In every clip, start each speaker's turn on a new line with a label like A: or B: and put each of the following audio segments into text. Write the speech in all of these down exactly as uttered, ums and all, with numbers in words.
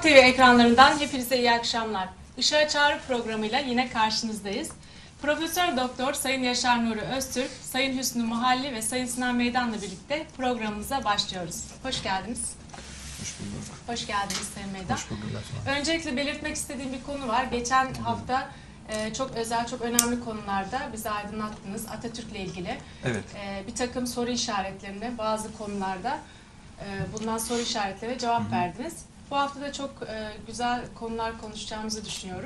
A: Halk T V ekranlarından hepinize iyi akşamlar. Işığa Çağrı programıyla yine karşınızdayız. Profesör Doktor Sayın Yaşar Nuri Öztürk, Sayın Hüsnü Muhalli ve Sayın Sinan Meydan'la birlikte programımıza başlıyoruz. Hoş geldiniz.
B: Hoş bulduk.
A: Hoş geldiniz Sayın Meydan.
B: Hoş bulduk.
A: Öncelikle belirtmek istediğim bir konu var. Geçen hafta e, çok özel, çok önemli konularda bizi aydınlattınız Atatürk'le ilgili.
B: Evet.
A: E, bir takım soru işaretlerine bazı konularda e, bundan soru işaretlerine cevap Hı -hı. verdiniz. Bu hafta da çok e, güzel konular konuşacağımızı düşünüyorum.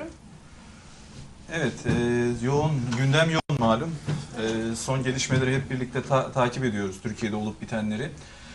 B: Evet, e, yoğun, gündem yoğun malum. E, son gelişmeleri hep birlikte ta takip ediyoruz, Türkiye'de olup bitenleri.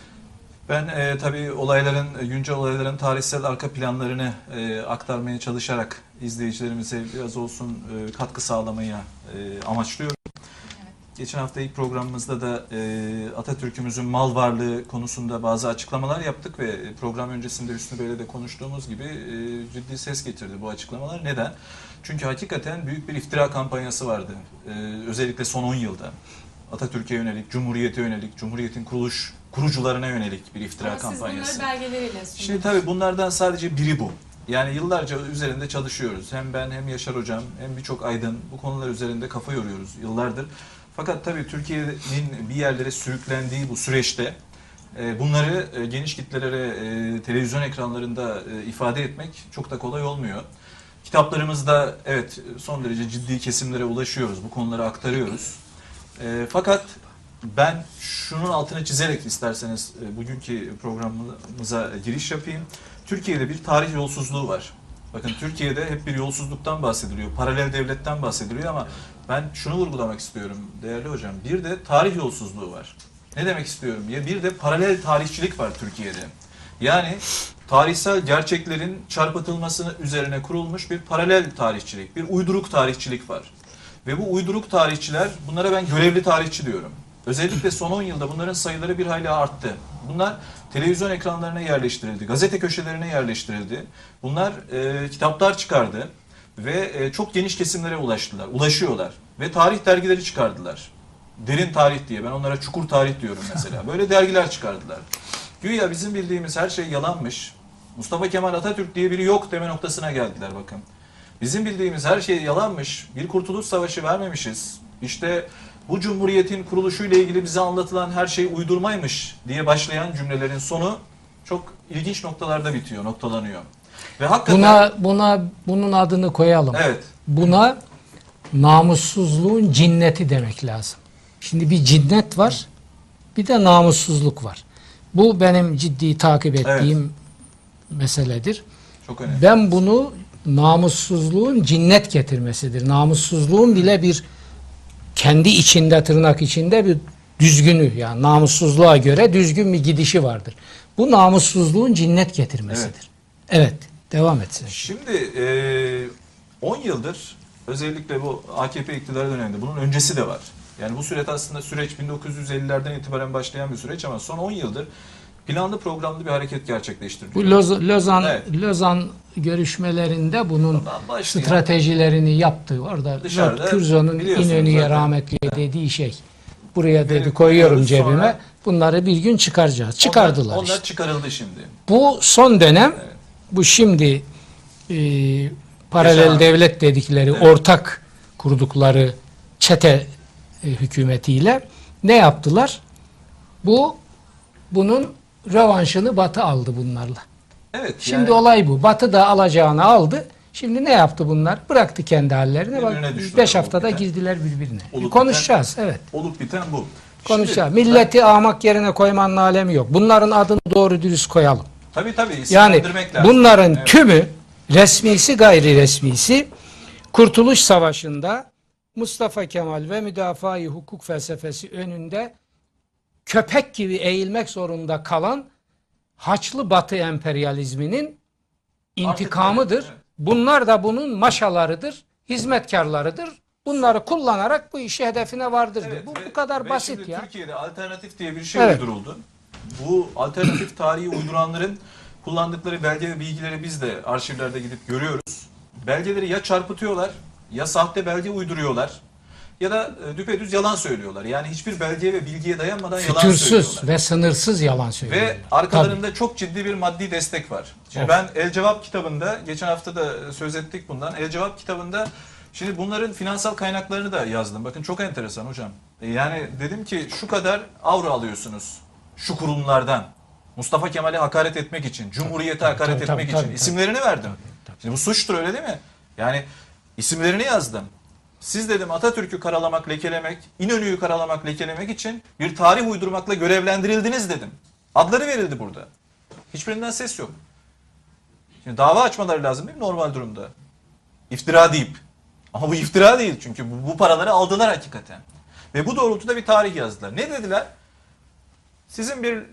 B: Ben e, tabii olayların, güncel olayların tarihsel arka planlarını e, aktarmaya çalışarak izleyicilerimize biraz olsun e, katkı sağlamaya e, amaçlıyorum. Evet. Geçen hafta ilk programımızda da e, Atatürk'ümüzün mal varlığı konusunda bazı açıklamalar yaptık ve program öncesinde Hüsnü Bey'le de konuştuğumuz gibi e, ciddi ses getirdi bu açıklamalar. Neden? Çünkü hakikaten büyük bir iftira kampanyası vardı. E, özellikle son on yılda. Atatürk'e yönelik, Cumhuriyet'e yönelik, Cumhuriyet'in kuruluş kurucularına yönelik bir iftira
A: Ama
B: kampanyası.
A: Siz bunları belgeleriyle sundunuz.
B: Şimdi tabii bunlardan sadece biri bu. Yani yıllarca üzerinde çalışıyoruz. Hem ben hem Yaşar Hocam hem birçok aydın bu konular üzerinde kafa yoruyoruz yıllardır. Fakat tabii Türkiye'nin bir yerlere sürüklendiği bu süreçte bunları geniş kitlelere televizyon ekranlarında ifade etmek çok da kolay olmuyor. Kitaplarımızda evet son derece ciddi kesimlere ulaşıyoruz. Bu konuları aktarıyoruz. Fakat ben şunun altını çizerek isterseniz bugünkü programımıza giriş yapayım. Türkiye'de bir tarih yolsuzluğu var. Bakın Türkiye'de hep bir yolsuzluktan bahsediliyor, paralel devletten bahsediliyor ama ben şunu vurgulamak istiyorum değerli hocam. Bir de tarih yolsuzluğu var. Ne demek istiyorum? Ya bir de paralel tarihçilik var Türkiye'de. Yani tarihsel gerçeklerin çarpıtılması üzerine kurulmuş bir paralel tarihçilik, bir uyduruk tarihçilik var. Ve bu uyduruk tarihçiler, bunlara ben görevli tarihçi diyorum. Özellikle son on yılda bunların sayıları bir hayli arttı. Bunlar televizyon ekranlarına yerleştirildi, gazete köşelerine yerleştirildi. Bunlar e, kitaplar çıkardı ve e, çok geniş kesimlere ulaştılar, ulaşıyorlar. Ve tarih dergileri çıkardılar. Derin tarih diye, ben onlara çukur tarih diyorum mesela. Böyle dergiler çıkardılar. Güya bizim bildiğimiz her şey yalanmış. Mustafa Kemal Atatürk diye biri yok deme noktasına geldiler bakın. Bizim bildiğimiz her şey yalanmış. Bir kurtuluş savaşı vermemişiz. İşte bu cumhuriyetin kuruluşuyla ilgili bize anlatılan her şey uydurmaymış diye başlayan cümlelerin sonu çok ilginç noktalarda bitiyor, noktalanıyor. Ve hakikaten
C: buna buna bunun adını koyalım.
B: Evet.
C: Buna namussuzluğun cinneti demek lazım. Şimdi bir cinnet var, bir de namussuzluk var. Bu benim ciddi takip ettiğim evet. meseledir.
B: Çok önemli.
C: Ben bunu namussuzluğun cinnet getirmesidir. Namussuzluğun bile bir kendi içinde, tırnak içinde bir düzgünü, yani namussuzluğa göre düzgün bir gidişi vardır. Bu namussuzluğun cinnet getirmesidir. Evet, evet devam etsin.
B: Şimdi on yıldır özellikle bu A K P iktidarı döneminde, bunun öncesi de var. Yani bu süreç aslında süreç bin dokuz yüz ellilerden itibaren başlayan bir süreç ama son on yıldır planlı programlı bir hareket gerçekleştiriliyor.
C: Bu Loz Lozan, evet.
B: Lozan
C: görüşmelerinde bunun stratejilerini yaptı. Orada Curzon'un İnönü'ye rahmetli evet. dediği şey. Buraya dedi Benim koyuyorum cebime. Sonra, bunları bir gün çıkaracağız. Çıkardılar
B: onlar,
C: işte.
B: Onlar çıkarıldı şimdi.
C: Bu son dönem evet. bu şimdi e, paralel Yaşar. devlet dedikleri evet. ortak kurdukları çete e, hükümetiyle ne yaptılar? Bu bunun rövanşını Batı aldı bunlarla.
B: Evet.
C: Şimdi
B: yani,
C: olay bu. Batı da alacağını aldı. Şimdi ne yaptı bunlar? Bıraktı kendi hallerine. Bak, beş haftada biten, girdiler birbirine.
B: Olup
C: Konuşacağız.
B: Biten,
C: evet.
B: Olup biten bu.
C: Konuşacağız. Şimdi, Milleti ben, ahmak yerine koymanın alemi yok. Bunların adını doğru dürüst koyalım.
B: Tabii tabii.
C: Yani
B: lazım.
C: bunların
B: evet.
C: tümü resmisi gayri resmisi Kurtuluş Savaşı'nda Mustafa Kemal ve müdafaa-i hukuk felsefesi önünde köpek gibi eğilmek zorunda kalan Haçlı Batı emperyalizminin intikamıdır. Evet, evet. Bunlar da bunun maşalarıdır, hizmetkarlarıdır. Bunları kullanarak bu işi hedefine vardırdı.
B: Evet,
C: bu
B: ve,
C: bu kadar
B: ve
C: basit
B: şimdi
C: ya.
B: Türkiye'de alternatif diye bir şey
C: evet.
B: uyduruldu. Bu alternatif tarihi uyduranların kullandıkları belge ve bilgileri biz de arşivlerde gidip görüyoruz. Belgeleri ya çarpıtıyorlar ya sahte belge uyduruyorlar. ya da e, düpedüz yalan söylüyorlar. Yani hiçbir belgeye ve bilgiye dayanmadan yalan söylüyorlar.
C: Fütursuz ve sınırsız yalan söylüyorlar.
B: Ve arkalarında Tabii. çok ciddi bir maddi destek var. Şimdi
C: Of.
B: ben El Cevap kitabında, geçen hafta da söz ettik bundan. El Cevap kitabında şimdi bunların finansal kaynaklarını da yazdım. Bakın çok enteresan hocam. Yani dedim ki şu kadar avro alıyorsunuz şu kurumlardan. Mustafa Kemal'e hakaret etmek için, Cumhuriyet'e
C: tabii,
B: hakaret
C: tabii,
B: etmek
C: tabii,
B: için
C: tabii,
B: isimlerini verdim.
C: Tabii, tabii.
B: Şimdi bu suçtur, öyle değil mi? Yani isimlerini yazdım. Siz dedim Atatürk'ü karalamak, lekelemek, İnönü'yü karalamak, lekelemek için bir tarih uydurmakla görevlendirildiniz dedim. Adları verildi burada. Hiçbirinden ses yok. Şimdi dava açmaları lazım değil mi normal durumda? İftira deyip. Ama bu iftira değil çünkü bu, bu paraları aldılar hakikaten. Ve bu doğrultuda bir tarih yazdılar. Ne dediler? Sizin bir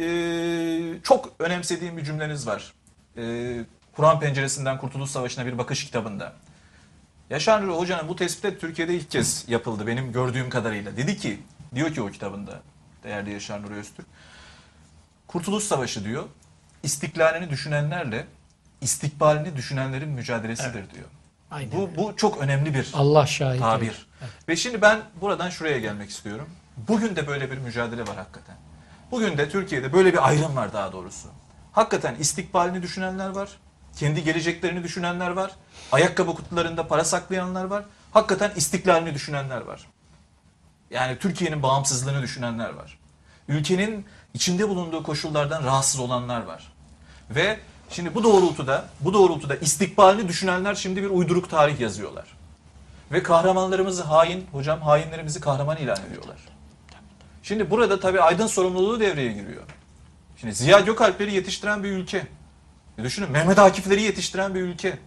B: e, çok önemsediğim bir cümleniz var. E, Kur'an penceresinden Kurtuluş Savaşı'na bir bakış kitabında. Yaşar Nuri Hoca'nın bu tespit Türkiye'de ilk kez yapıldı benim gördüğüm kadarıyla. Dedi ki, diyor ki o kitabında değerli Yaşar Nuri Öztürk, Kurtuluş Savaşı diyor, istiklalini düşünenlerle istikbalini düşünenlerin mücadelesidir evet. diyor.
C: Aynen.
B: Bu, bu çok önemli bir
C: Allah şahit
B: tabir.
C: Evet.
B: Ve şimdi ben buradan şuraya gelmek istiyorum. Bugün de böyle bir mücadele var hakikaten. Bugün de Türkiye'de böyle bir ayrım var daha doğrusu. Hakikaten istikbalini düşünenler var. Kendi geleceklerini düşünenler var. Ayakkabı kutularında para saklayanlar var. Hakikaten istiklalini düşünenler var. Yani Türkiye'nin bağımsızlığını düşünenler var. Ülkenin içinde bulunduğu koşullardan rahatsız olanlar var. Ve şimdi bu doğrultuda, bu doğrultuda istikbalini düşünenler şimdi bir uyduruk tarih yazıyorlar. Ve kahramanlarımızı hain, hocam hainlerimizi kahraman ilan ediyorlar. Şimdi burada tabii aydın sorumluluğu devreye giriyor. Şimdi Ziya Gökalp'leri yetiştiren bir ülke. E düşünün Mehmet Akif'leri yetiştiren bir ülke.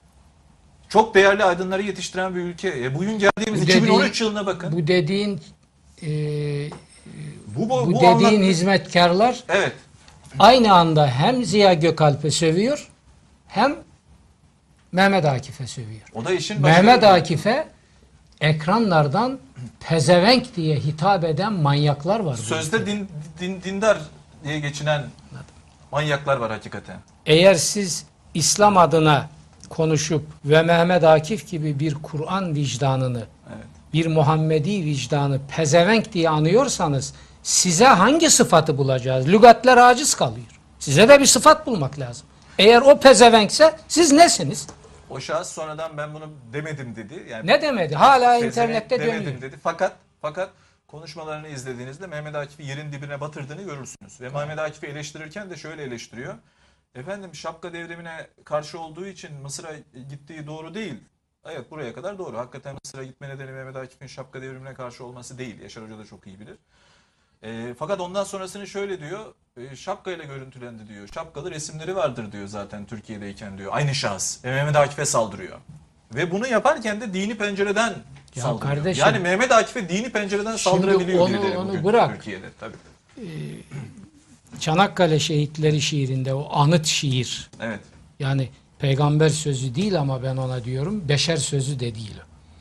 B: Çok değerli aydınları yetiştiren bir ülke. E bugün geldiğimiz bu iki bin on üç dediğin, yılına bakın.
C: Bu dediğin e,
B: bu, bu,
C: bu,
B: bu
C: dediğin
B: anlattı.
C: hizmetkarlar
B: evet.
C: aynı anda hem Ziya Gökalp'e sövüyor hem Mehmet Akif'e sövüyor.
B: O da işin
C: Mehmet Akif'e ekranlardan pezevenk diye hitap eden manyaklar var.
B: Sözde din, din, dindar diye geçinen manyaklar var hakikaten.
C: Eğer siz İslam adına konuşup ve Mehmet Akif gibi bir Kur'an vicdanını, evet. bir Muhammedi vicdanı pezevenk diye anıyorsanız size hangi sıfatı bulacağız? Lügatler aciz kalıyor. Size de bir sıfat bulmak lazım. Eğer o pezevenkse siz nesiniz?
B: O şahıs sonradan ben bunu demedim dedi. Yani
C: ne demedi? Hala internette dönüyor.
B: Demedim dedi. Fakat fakat konuşmalarını izlediğinizde Mehmet Akif'i yerin dibine batırdığını görürsünüz. Ve Mehmet Akif'i eleştirirken de şöyle eleştiriyor. Efendim şapka devrimine karşı olduğu için Mısır'a gittiği doğru değil. Evet buraya kadar doğru. Hakikaten Mısır'a gitme nedeni Mehmet Akif'in şapka devrimine karşı olması değil. Yaşar Hoca da çok iyi bilir. E, fakat ondan sonrasını şöyle diyor. E, şapkayla görüntülendi diyor. Şapkalı resimleri vardır diyor zaten Türkiye'deyken diyor. Aynı şahıs. Ve Mehmet Akif'e saldırıyor. Ve bunu yaparken de dini pencereden
C: ya
B: saldırıyor.
C: Kardeşim,
B: yani Mehmet Akif'e dini pencereden saldırabiliyor
C: onu,
B: birileri
C: onu
B: bugün
C: bırak.
B: Türkiye'de. Tabii.
C: Ee, Çanakkale Şehitleri şiirinde o anıt şiir.
B: Evet.
C: Yani peygamber sözü değil ama ben ona diyorum beşer sözü de değil.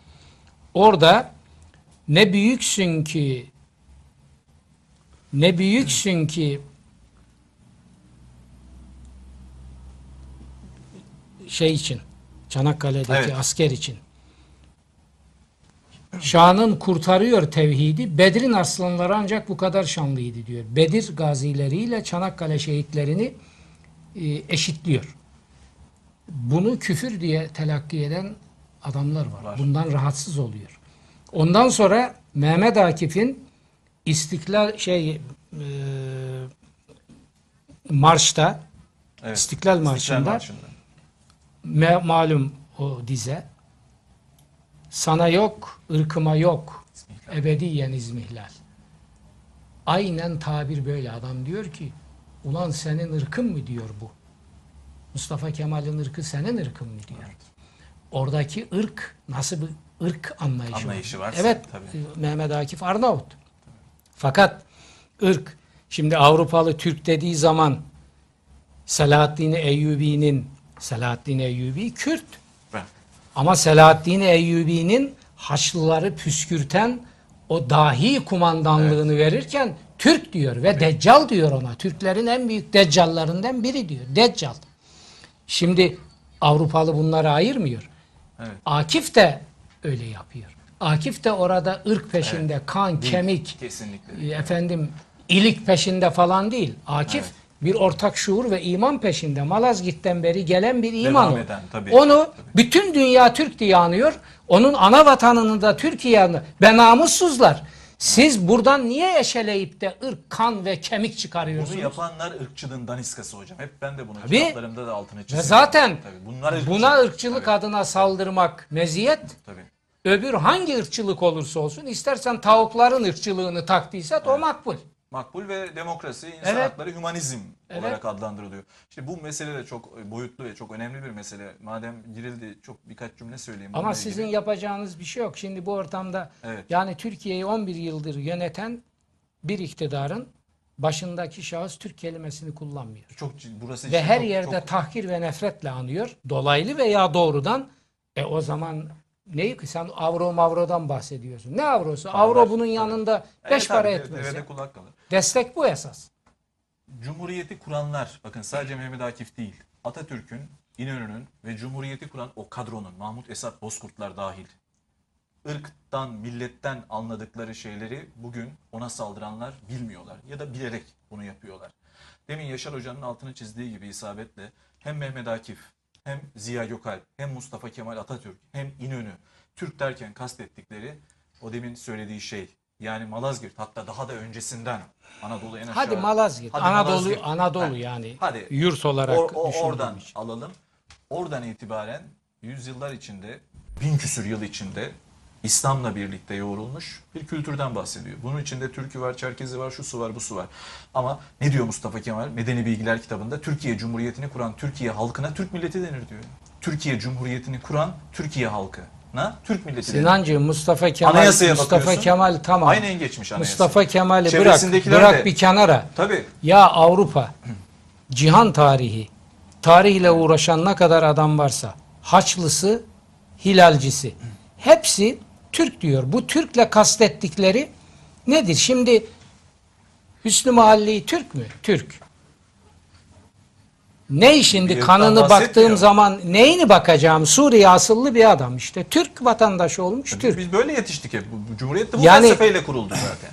C: Orada ne büyüksün ki ne büyüksün ki şey için Çanakkale'deki evet. asker için şanın kurtarıyor tevhidi. Bedir'in aslanları ancak bu kadar şanlıydı diyor. Bedir gazileriyle Çanakkale şehitlerini e, eşitliyor. Bunu küfür diye telakki eden adamlar var. var. Bundan rahatsız oluyor. Ondan sonra Mehmet Akif'in İstiklal şey e, marşta evet. İstiklal Marşı'nda, İstiklal Marşı'nda. Me, malum o dize sana yok, ırkıma yok, İzmihlal. Ebediyen izmihlal. Aynen tabir böyle. Adam diyor ki ulan senin ırkın mı diyor bu. Mustafa Kemal'in ırkı senin ırkın mı diyor. Evet. Oradaki ırk nasıl bir ırk anlayışı,
B: anlayışı var.
C: Evet tabii. Mehmet Akif Arnavut. Fakat ırk, şimdi Avrupalı Türk dediği zaman Selahaddin Eyyubi'nin Selahaddin Eyyubi Kürt. Evet. Ama Selahaddin Eyyubi'nin Haçlıları püskürten o dahi kumandanlığını evet. verirken Türk diyor ve evet. Deccal diyor ona. Türklerin en büyük deccallarından biri diyor. Deccal. Şimdi Avrupalı bunları ayırmıyor. Evet. Akif de öyle yapıyor. Akif de orada ırk peşinde,
B: Evet.
C: kan,
B: Değil,
C: kemik,
B: kesinlikle
C: e,
B: değil.
C: efendim ilik peşinde falan değil. Akif
B: Evet.
C: bir ortak şuur ve iman peşinde. Malazgirt'ten beri gelen bir iman
B: Devam
C: o.
B: eden, tabii.
C: Onu
B: Tabii.
C: bütün dünya Türk diye anıyor. Onun ana vatanını da Türkiye anıyor. Ve namussuzlar. Siz buradan niye eşeleyip de ırk, kan ve kemik çıkarıyorsunuz?
B: Bunu yapanlar ırkçılığın daniskası hocam. Hep ben de bunu
C: Tabii.
B: kitaplarımda da altını çiziyorum.
C: Ve zaten
B: Tabii. Bunlar ırkçı.
C: buna ırkçılık
B: Tabii.
C: adına saldırmak meziyet.
B: Tabii.
C: Öbür hangi ırkçılık olursa olsun, istersen tavukların ırkçılığını takdis et, o makbul.
B: Makbul ve demokrasi, insan
C: Evet.
B: hakları, hümanizm
C: Evet.
B: olarak adlandırılıyor. İşte bu mesele de çok boyutlu ve çok önemli bir mesele. Madem girildi, çok birkaç cümle söyleyeyim.
C: Ama
B: bununla
C: sizin
B: ilgili.
C: yapacağınız bir şey yok. Şimdi bu ortamda
B: Evet.
C: yani Türkiye'yi on bir yıldır yöneten bir iktidarın başındaki şahıs Türk kelimesini kullanmıyor.
B: Çok cid- burası
C: Ve
B: için
C: her
B: çok-
C: yerde
B: çok-
C: tahkir ve nefretle anıyor. Dolaylı veya doğrudan. E o zaman neyi ki sen avro mavrodan bahsediyorsun. Ne avrosu?
B: Paralar,
C: Avro bunun
B: evet.
C: yanında
B: Evet,
C: beş para
B: tabii,
C: etmez.
B: devede
C: ya.
B: kulak kalır.
C: Destek bu esas.
B: Cumhuriyeti kuranlar, bakın sadece Mehmet Akif değil, Atatürk'ün, İnönü'nün ve Cumhuriyeti kuran o kadronun, Mahmut Esat Bozkurtlar dahil, ırktan, milletten anladıkları şeyleri bugün ona saldıranlar bilmiyorlar ya da bilerek bunu yapıyorlar. Demin Yaşar Hoca'nın altını çizdiği gibi isabetle hem Mehmet Akif, hem Ziya Gökalp, hem Mustafa Kemal Atatürk, hem İnönü, Türk derken kastettikleri o demin söylediği şey. Yani Malazgirt, hatta daha da öncesinden Anadolu en aşağı.
C: Hadi Malazgirt,
B: Hadi
C: Anadolu
B: Malazgirt.
C: Anadolu
B: Ha,
C: yani
B: hadi
C: yurt olarak
B: o- o-
C: düşündüğüm
B: oradan
C: için.
B: alalım. Oradan itibaren yüzyıllar içinde, bin küsür yıl içinde İslam'la birlikte yoğrulmuş bir kültürden bahsediyor. Bunun içinde Türkü var, Çerkezi var, şu su var, bu su var. Ama ne diyor Mustafa Kemal? Medeni Bilgiler kitabında Türkiye Cumhuriyeti'ni kuran Türkiye halkına Türk milleti denir diyor. Türkiye Cumhuriyeti'ni kuran Türkiye halkına Türk milleti denir.
C: Sinancığım Mustafa Kemal
B: Anayasaya
C: Mustafa
B: bakıyorsun,
C: Kemal tamam.
B: aynen geçmiş anayasa.
C: Mustafa Kemal'i bırak,
B: Çevresindekiler
C: bırak
B: de-
C: bir kenara.
B: Tabii.
C: Ya Avrupa, cihan tarihi, tarihle uğraşan ne kadar adam varsa, Haçlısı, Hilalcisi, hepsi Türk diyor. Bu Türk'le kastettikleri nedir? Şimdi Hüsnü Mahalli Türk mü? Türk. Ne şimdi
B: Bir ırktan
C: kanını
B: bahsetmiyor.
C: baktığım zaman neyini bakacağım? Suriye asıllı bir adam işte. Türk vatandaşı olmuş Türk.
B: Biz böyle yetiştik hep. Bu, bu Cumhuriyet de bu
C: Yani-
B: felsefeyle kuruldu zaten.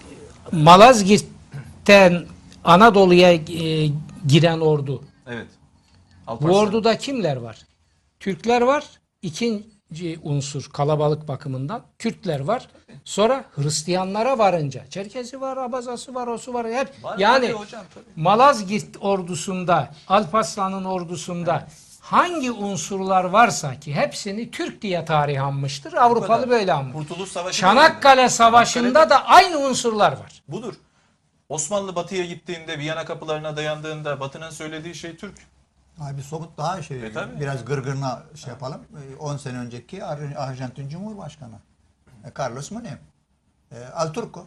C: Malazgirt'ten Anadolu'ya e, giren ordu.
B: Evet.
C: Bu
B: Alparslan.
C: orduda kimler var? Türkler var. İkinci unsur kalabalık bakımından Kürtler var. Sonra Hristiyanlara varınca Çerkezi var, Abazası var, osu var. Hep
B: Var
C: yani
B: tabii hocam, tabii.
C: Malazgirt ordusunda, Alparslan'ın ordusunda hangi unsurlar varsa ki hepsini Türk diye tarih anmıştır. Avrupalı
B: kadar.
C: böyle anmış.
B: Kurtuluş Savaşı
C: Çanakkale
B: değil.
C: Savaşı'nda
B: Çanakkale'de-
C: da aynı unsurlar var.
B: budur. Osmanlı batıya gittiğinde, Viyana kapılarına dayandığında Batı'nın söylediği şey Türk.
D: Abi bir somut daha şey,
B: E, tabii.
D: biraz gırgırına şey yapalım. on sene önceki Ar- Arjantin Cumhurbaşkanı e, Carlos Menem. E, Al Turco.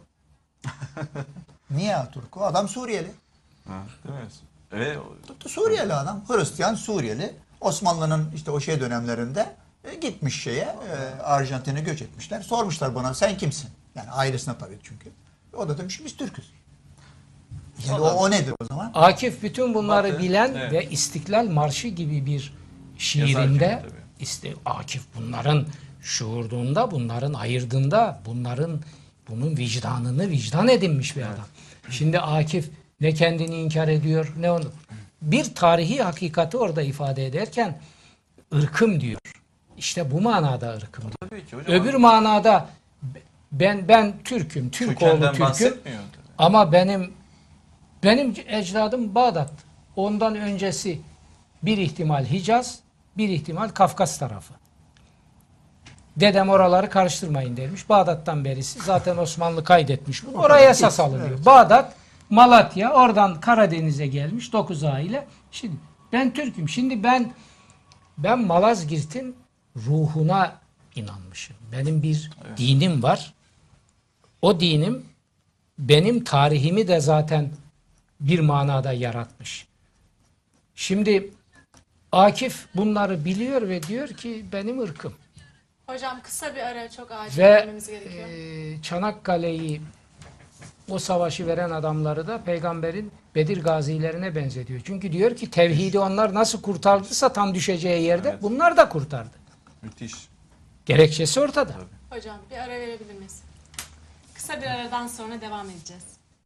D: Niye Al Turco? Adam Suriyeli.
B: Değil mi? Evet.
D: Tuttu Suriyeli adam. Hristiyan Suriyeli. Osmanlı'nın işte o şey dönemlerinde e, gitmiş şeye e, Arjantin'e göç etmişler. Sormuşlar bana sen kimsin? Yani ailesine tabii çünkü. O da demiş ki biz Türk'üz. Yani o, o nedir o zaman?
C: Akif bütün bunları
B: Batı,
C: bilen
B: evet.
C: ve İstiklal Marşı gibi bir şiirinde
B: Yazarken tabii.
C: işte Akif bunların şuurduğunda, bunların ayırdığında, bunların bunun vicdanını vicdan edinmiş bir adam. Şimdi Akif ne kendini inkar ediyor ne onu. Bir tarihi hakikati orada ifade ederken ırkım diyor. İşte bu manada ırkım diyor.
B: Tabii ki hocam.
C: Öbür manada ben ben Türk'üm, Türk oğlu
B: kökenden
C: Türk'üm.
B: bahsetmiyor. tabii.
C: Ama benim benim ecdadım Bağdat. Ondan öncesi bir ihtimal Hicaz, bir ihtimal Kafkas tarafı. Dedem oraları karıştırmayın dermiş. Bağdat'tan berisi zaten Osmanlı kaydetmiş bunu. Oraya esas alınıyor. Bağdat, Malatya, oradan Karadeniz'e gelmiş dokuz aile. Şimdi ben Türk'üm. Şimdi ben ben Malazgirt'in ruhuna inanmışım. Benim bir dinim var. O dinim benim tarihimi de zaten bir manada yaratmış. Şimdi Akif bunları biliyor ve diyor ki benim ırkım.
A: Hocam kısa bir ara, çok acil
C: Ve
A: vermemiz gerekiyor.
C: e, Çanakkale'yi, o savaşı veren adamları da peygamberin Bedir gazilerine benzetiyor. Çünkü diyor ki tevhidi onlar nasıl kurtardıysa tam düşeceği yerde
B: Evet.
C: bunlar da kurtardı.
B: Müthiş.
C: Gerekçesi ortada.
B: Tabii.
A: Hocam bir ara verebilir miyiz? Kısa bir aradan sonra devam edeceğiz.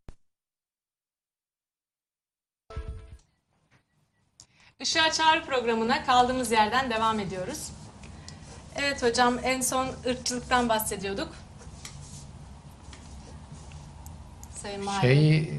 A: Işığa Çağrı programına kaldığımız yerden devam ediyoruz. Evet hocam, en son ırkçılıktan bahsediyorduk. Sayın Mahalle.
C: Şey,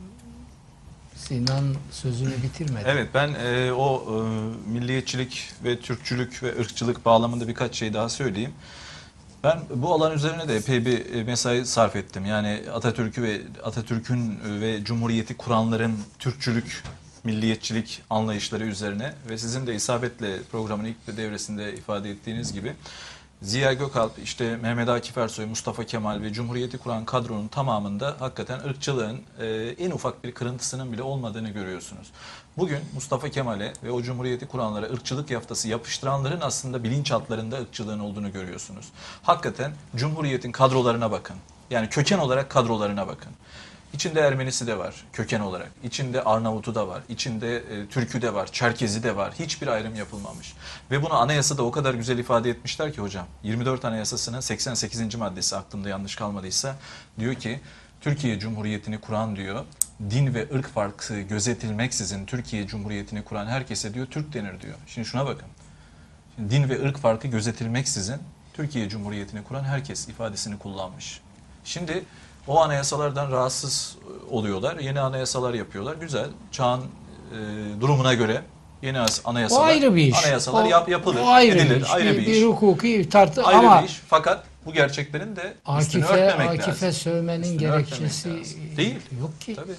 C: Sinan sözünü bitirmedi.
B: Evet, ben e, o e, milliyetçilik ve Türkçülük ve ırkçılık bağlamında birkaç şey daha söyleyeyim. Ben bu alan üzerine de epey bir e, mesai sarf ettim. Yani Atatürk'ü ve Atatürk'ün ve Cumhuriyeti kuranların Türkçülük, milliyetçilik anlayışları üzerine ve sizin de isabetle programın ilk devresinde ifade ettiğiniz gibi Ziya Gökalp, işte Mehmet Akif Ersoy, Mustafa Kemal ve Cumhuriyeti kuran kadronun tamamında hakikaten ırkçılığın e, en ufak bir kırıntısının bile olmadığını görüyorsunuz. Bugün Mustafa Kemal'e ve o Cumhuriyeti kuranlara ırkçılık yaftası yapıştıranların aslında bilinçaltlarında ırkçılığın olduğunu görüyorsunuz. Hakikaten Cumhuriyet'in kadrolarına bakın. Yani köken olarak kadrolarına bakın. İçinde Ermenisi de var köken olarak. İçinde Arnavut'u da var. İçinde e, Türk'ü de var. Çerkezi de var. Hiçbir ayrım yapılmamış. Ve bunu anayasada o kadar güzel ifade etmişler ki hocam. yirmi dört Anayasası'nın seksen sekizinci maddesi aklımda yanlış kalmadıysa diyor ki Türkiye Cumhuriyeti'ni kuran diyor din ve ırk farkı gözetilmeksizin Türkiye Cumhuriyeti'ni kuran herkese diyor Türk denir diyor. Şimdi şuna bakın. Şimdi, din ve ırk farkı gözetilmeksizin Türkiye Cumhuriyeti'ni kuran herkes ifadesini kullanmış. Şimdi o anayasalardan rahatsız oluyorlar. Yeni anayasalar yapıyorlar. Güzel. Çağın e, durumuna göre yeni anayasalar,
C: O ayrı bir iş.
B: anayasalar
C: o,
B: yap, yapılır,
C: o ayrı
B: edilir.
C: Bir iş.
B: Ayrı bir,
C: bir,
B: iş.
C: bir hukuki tartı
B: Ayrı
C: ama
B: bir iş. Fakat bu gerçeklerin de üstünü
C: Akif'e
B: örtmemek
C: Akif'e
B: lazım.
C: sövmenin
B: Üstünü
C: gerekçesi
B: örtmemek lazım. Değil.
C: yok ki.
B: Tabii.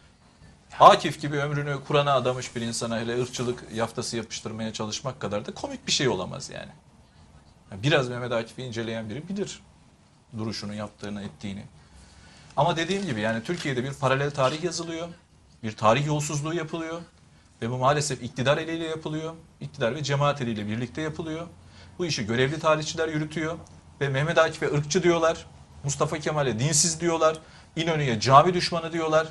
B: Akif gibi ömrünü Kur'an'a adamış bir insana hele ırkçılık yaftası yapıştırmaya çalışmak kadar da komik bir şey olamaz yani. Biraz Mehmet Akif'i inceleyen biri bilir duruşunu, yaptığını, ettiğini. Ama dediğim gibi yani Türkiye'de bir paralel tarih yazılıyor. Bir tarih yolsuzluğu yapılıyor. Ve bu maalesef iktidar eliyle yapılıyor. İktidar ve cemaat eliyle birlikte yapılıyor. Bu işi görevli tarihçiler yürütüyor. Ve Mehmet Akif'e ırkçı diyorlar. Mustafa Kemal'e dinsiz diyorlar. İnönü'ye cami düşmanı diyorlar.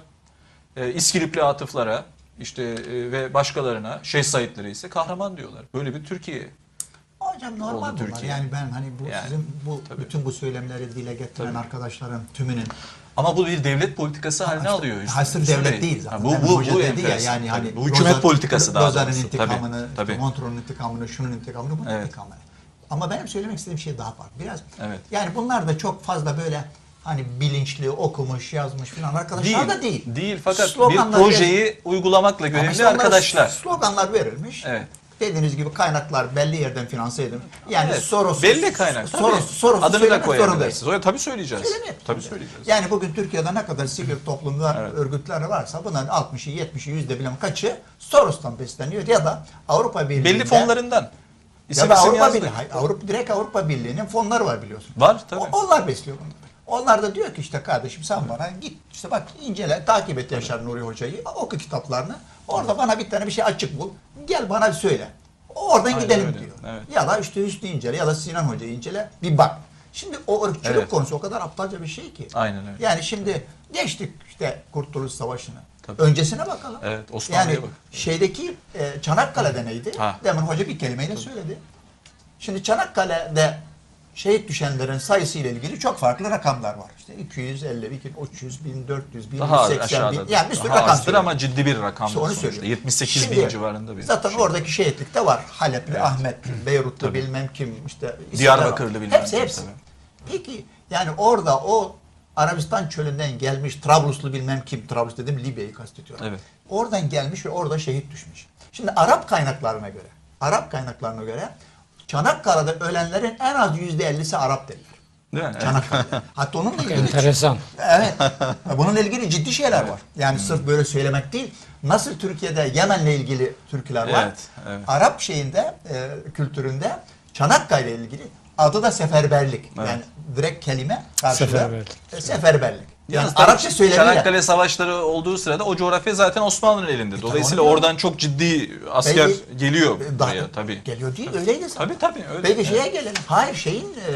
B: E, İskilipli Atıflara işte e, ve başkalarına, Şeyh Saidlere ise kahraman diyorlar. Böyle bir Türkiye.
D: Hocam normal
B: Oldu
D: bunlar.
B: Türkiye.
D: Yani ben hani bu
B: Yani,
D: sizin bu
B: tabii.
D: bütün bu söylemleri dile getiren
B: Tabii.
D: arkadaşların tümünün
B: Ama bu bir devlet politikası haline alıyor. Hüsnü-
D: hasır
B: Hüsnü
D: devlet
B: Bey.
D: değil zaten.
B: Ha, bu
D: Yani
B: bu
D: hoca
B: bu
D: dedi ya
B: enteresan.
D: yani hani
B: bu hükümet
D: Lozan-
B: politikası daha
D: Lozan'ın
B: doğrusu.
D: intikamını,
B: Tabii, tabii.
D: Montreux'un intikamını, şunun intikamını, bunun
B: Evet.
D: intikamını. Ama benim söylemek istediğim şey daha farklı. Biraz
B: Evet.
D: yani bunlar da çok fazla böyle hani bilinçli, okumuş, yazmış falan arkadaşlar da değil.
B: Değil fakat
D: Sloganlar
B: bir projeyi uygulamakla
D: Ama
B: görevli
D: işte onlara
B: arkadaşlar.
D: sloganlar verilmiş.
B: Evet.
D: Dediğiniz gibi kaynaklar belli yerden finanse edin. Yani
B: Evet,
D: Soros
B: belli kaynak.
D: Soros,
B: tabii.
D: Soros'u
B: Adını da
D: söylemek zorundayız.
B: koyabilirsiniz. O- Tabii söyleyeceğiz.
D: Söylemek
B: Tabii
D: zorundayız.
B: söyleyeceğiz.
D: Yani bugün Türkiye'de ne kadar sivil toplumlar,
B: Evet.
D: örgütler varsa bunların altmışı, yetmişi, yüzde bilmem kaçı Soros'tan besleniyor ya da Avrupa Birliği'nde
B: Belli fonlarından. İsim
D: ya da
B: isim
D: Avrupa
B: yazdık.
D: Birliği, hayır, Avrupa direkt Avrupa Birliği'nin fonları var biliyorsun.
B: Var tabii.
D: O- onlar besliyor bunları. Onlar da diyor ki işte kardeşim sen bana git işte bak incele, takip et Yaşar Nuri Hoca'yı, oku kitaplarını. Orada bana bir tane bir şey açık bul. Gel bana söyle. Oradan
B: Aynen
D: gidelim
B: öyle,
D: diyor.
B: evet.
D: Ya da işte Hüsnü incele ya da Sinan Hoca'yı incele bir bak. Şimdi o ırkçılık
B: Evet.
D: konusu o kadar aptalca bir şey ki.
B: Aynen öyle.
D: Yani şimdi geçtik işte Kurtuluş Savaşı'nı.
B: Tabii.
D: Öncesine bakalım.
B: Evet, Osmanlı'ya
D: Yani
B: bak.
D: şeydeki e, Çanakkale'de neydi?
B: Ha.
D: Demin hoca bir kelimeyle söyledi. Şimdi Çanakkale'de şehit düşenlerin sayısı ile ilgili çok farklı rakamlar var. İşte iki yüz elli, iki bin, üç yüz, bin dört yüz, bin
B: Daha
D: yüz seksen,
B: aşağıda.
D: bin, yani bir sürü
B: Daha
D: rakam
B: azdır
D: söylüyor.
B: ama ciddi bir rakam
D: İşte onu
B: sonuçta.
D: söylüyorum.
B: yetmiş sekiz
D: Şimdi,
B: bin civarında bir
D: zaten
B: şey.
D: oradaki şehitlik de var. Halepli
B: Evet.
D: Ahmet, Beyrutlu
B: Tabii.
D: bilmem kim, işte
B: Diyarbakırlı
D: İsrail-
B: bilmem
D: Hepsi
B: kim,
D: hepsi.
B: tabii.
D: Peki yani orada o Arabistan çölünden gelmiş Trabluslu bilmem kim, Trablus dedim Libya'yı kastediyorum.
B: Evet.
D: Oradan gelmiş ve orada şehit düşmüş. Şimdi Arap kaynaklarına göre, Arap kaynaklarına göre Çanakkale'de ölenlerin en az yüzde ellisi Arap derler.
B: Değil mi? Evet.
D: Çanakkale'de. Hatta onunla ilgili
C: Enteresan.
D: evet. Bununla ilgili ciddi şeyler var. Yani sırf böyle söylemek değil. Nasıl Türkiye'de Yemen'le ilgili türküler var.
B: Evet, evet.
D: Arap şeyinde, e, kültüründe Çanakkale ile ilgili adı da seferberlik.
B: Evet.
D: Yani direkt kelime karşılığı
C: Seferberlik.
D: e, seferberlik. Yani
B: Yalnız tabii
D: Arapça söylemiyle.
B: Çanakkale savaşları olduğu sırada o coğrafya zaten Osmanlı'nın elinde. Dolayısıyla
D: tamam.
B: oradan çok ciddi asker
D: Peki,
B: geliyor
D: e,
B: buraya
D: daha-
B: tabii.
D: Geliyor değil, öyleydi zaten.
B: Tabii tabii öyle.
D: Peki şeye
B: Evet.
D: gelelim. Hayır şeyin e,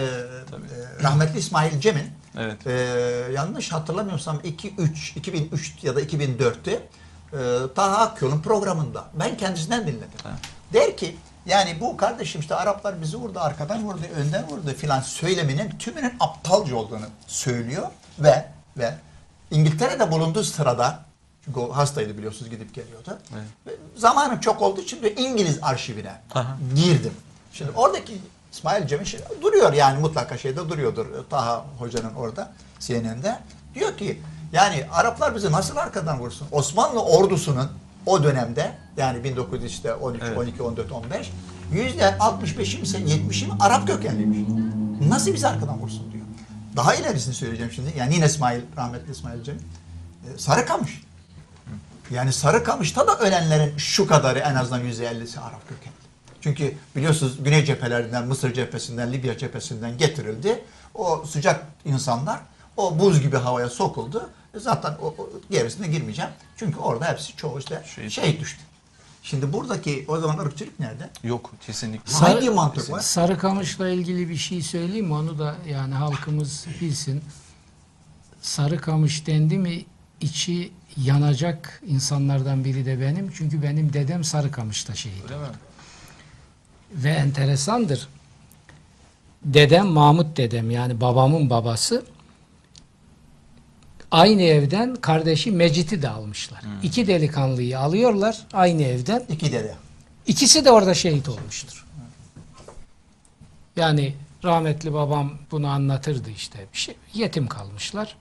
D: e, rahmetli İsmail Cem'in
B: Evet.
D: e, yanlış hatırlamıyorsam iki üç, iki bin üç ya da iki bin dörtte e, Taha Akyol'un programında ben kendisinden dinledim.
B: Ha.
D: Der ki Yani bu kardeşim işte Araplar bizi vurdu, arkadan vurdu, önden vurdu filan söyleminin tümünün aptalca olduğunu söylüyor ve ve İngiltere'de bulunduğu sırada, çünkü o hastaydı biliyorsunuz, gidip geliyordu.
B: Evet.
D: Ve zamanım çok olduğu için bir İngiliz arşivine
B: Aha.
D: girdim. Şimdi oradaki İsmail Cemil şey, duruyor yani, mutlaka şeyde duruyordur. Taha Hoca'nın orada C N N'de. Diyor ki yani Araplar bizi nasıl arkadan vursun? Osmanlı ordusunun o dönemde, yani bin dokuz yüz on üç,
B: Evet.
D: on iki, on dört, on beş yüzde altmış beşi mi yetmişi mi Arap kökenliymiş. Nasıl bizi arkadan vursun diyor. Daha ilerisini söyleyeceğim şimdi. Yani yine İsmail, rahmetli İsmail Cemil. Ee, Sarıkamış. Yani Sarıkamış'ta da ölenlerin şu kadarı, en azından yüzde ellisi Arap kökenli. Çünkü biliyorsunuz Güney cephelerinden, Mısır cephesinden, Libya cephesinden getirildi. O sıcak insanlar o buz gibi havaya sokuldu. Zaten o, o gerisine girmeyeceğim. Çünkü orada hepsi çoğu işte
B: Şehit.
D: şehit düştü. Şimdi buradaki o zaman ırkçılık nerede?
B: Yok kesinlikle.
C: Sarı-
D: Hangi mantık var?
C: Sarıkamış'la ilgili bir şey söyleyeyim mi? Onu da yani halkımız bilsin. Sarıkamış dendi mi içi yanacak insanlardan biri de benim. Çünkü benim dedem Sarıkamış'ta şehit.
B: Öyle mi?
C: Ve enteresandır. Dedem Mahmut dedem, yani babamın babası, aynı evden kardeşi Mecit'i de almışlar. İki delikanlıyı alıyorlar aynı evden.
D: İki dede.
C: İkisi de orada şehit olmuştur. Yani rahmetli babam bunu anlatırdı işte. Bir şey, yetim kalmışlar.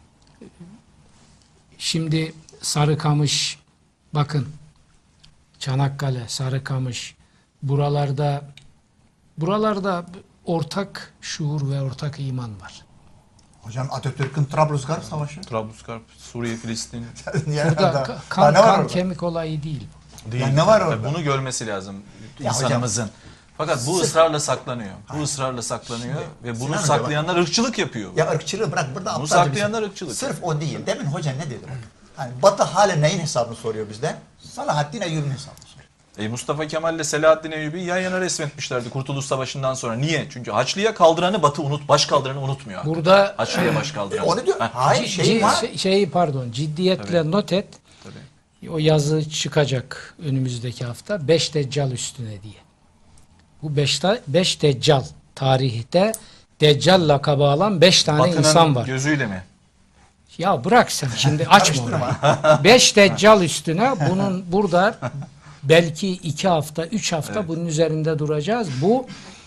C: Şimdi Sarıkamış, bakın Çanakkale, Sarıkamış, buralarda buralarda ortak şuur ve ortak iman var.
D: Hocam Atatürk'ün Trablusgarp Savaşı.
B: Trablusgarp, Suriye, Filistin.
D: Yani
C: Burada
D: daha-
C: ka-
D: daha
C: kan,
D: ne var
C: kan
D: orada?
C: kemik olayı değil.
B: Değil.
D: Yani ne var
B: Tabii
D: orada?
B: Bunu görmesi lazım
D: Ya
B: insanımızın. Fakat bu
D: Sırf-
B: ısrarla saklanıyor. Bu ısrarla saklanıyor ve bunu
D: Sinan Hoca
B: saklayanlar ırkçılık yapıyor.
D: Ya ırkçılığı bırak, burada
B: Bunu
D: aptalca bir
B: saklayanlar
D: şey.
B: ırkçılık.
D: Sırf o değil. Demin hoca ne dedi bak. Hani Batı hala neyin hesabını soruyor bizden? Salahaddin Eyyubi'nin hesabını soruyor.
B: E, Mustafa Kemal ile Selahaddin Eyyubi yan yana resmetmişlerdi Kurtuluş Savaşı'ndan sonra. Niye? Çünkü Haçlı'ya kaldıranı Batı unut, baş kaldıranı unutmuyor. artık.
C: Burada
B: Haçlı'ya baş kaldıranı.
D: Onu diyor.
B: Ha,
D: Hayır
C: Ci-
D: şey
C: ci-
D: var.
C: şey- şeyi pardon ciddiyetle
B: Tabii.
C: not et.
B: tabii.
C: O yazı çıkacak önümüzdeki hafta. Beş Deccal üstüne diye. Bu beş, ta- beş Deccal tarihte Deccal lakabı alan beş tane
B: Batı'nın
C: insan var.
B: gözüyle mi?
C: Ya bırak sen şimdi açma orayı. Beş Deccal üstüne bunun burada belki iki hafta, üç hafta
B: Evet.
C: bunun üzerinde duracağız. Bu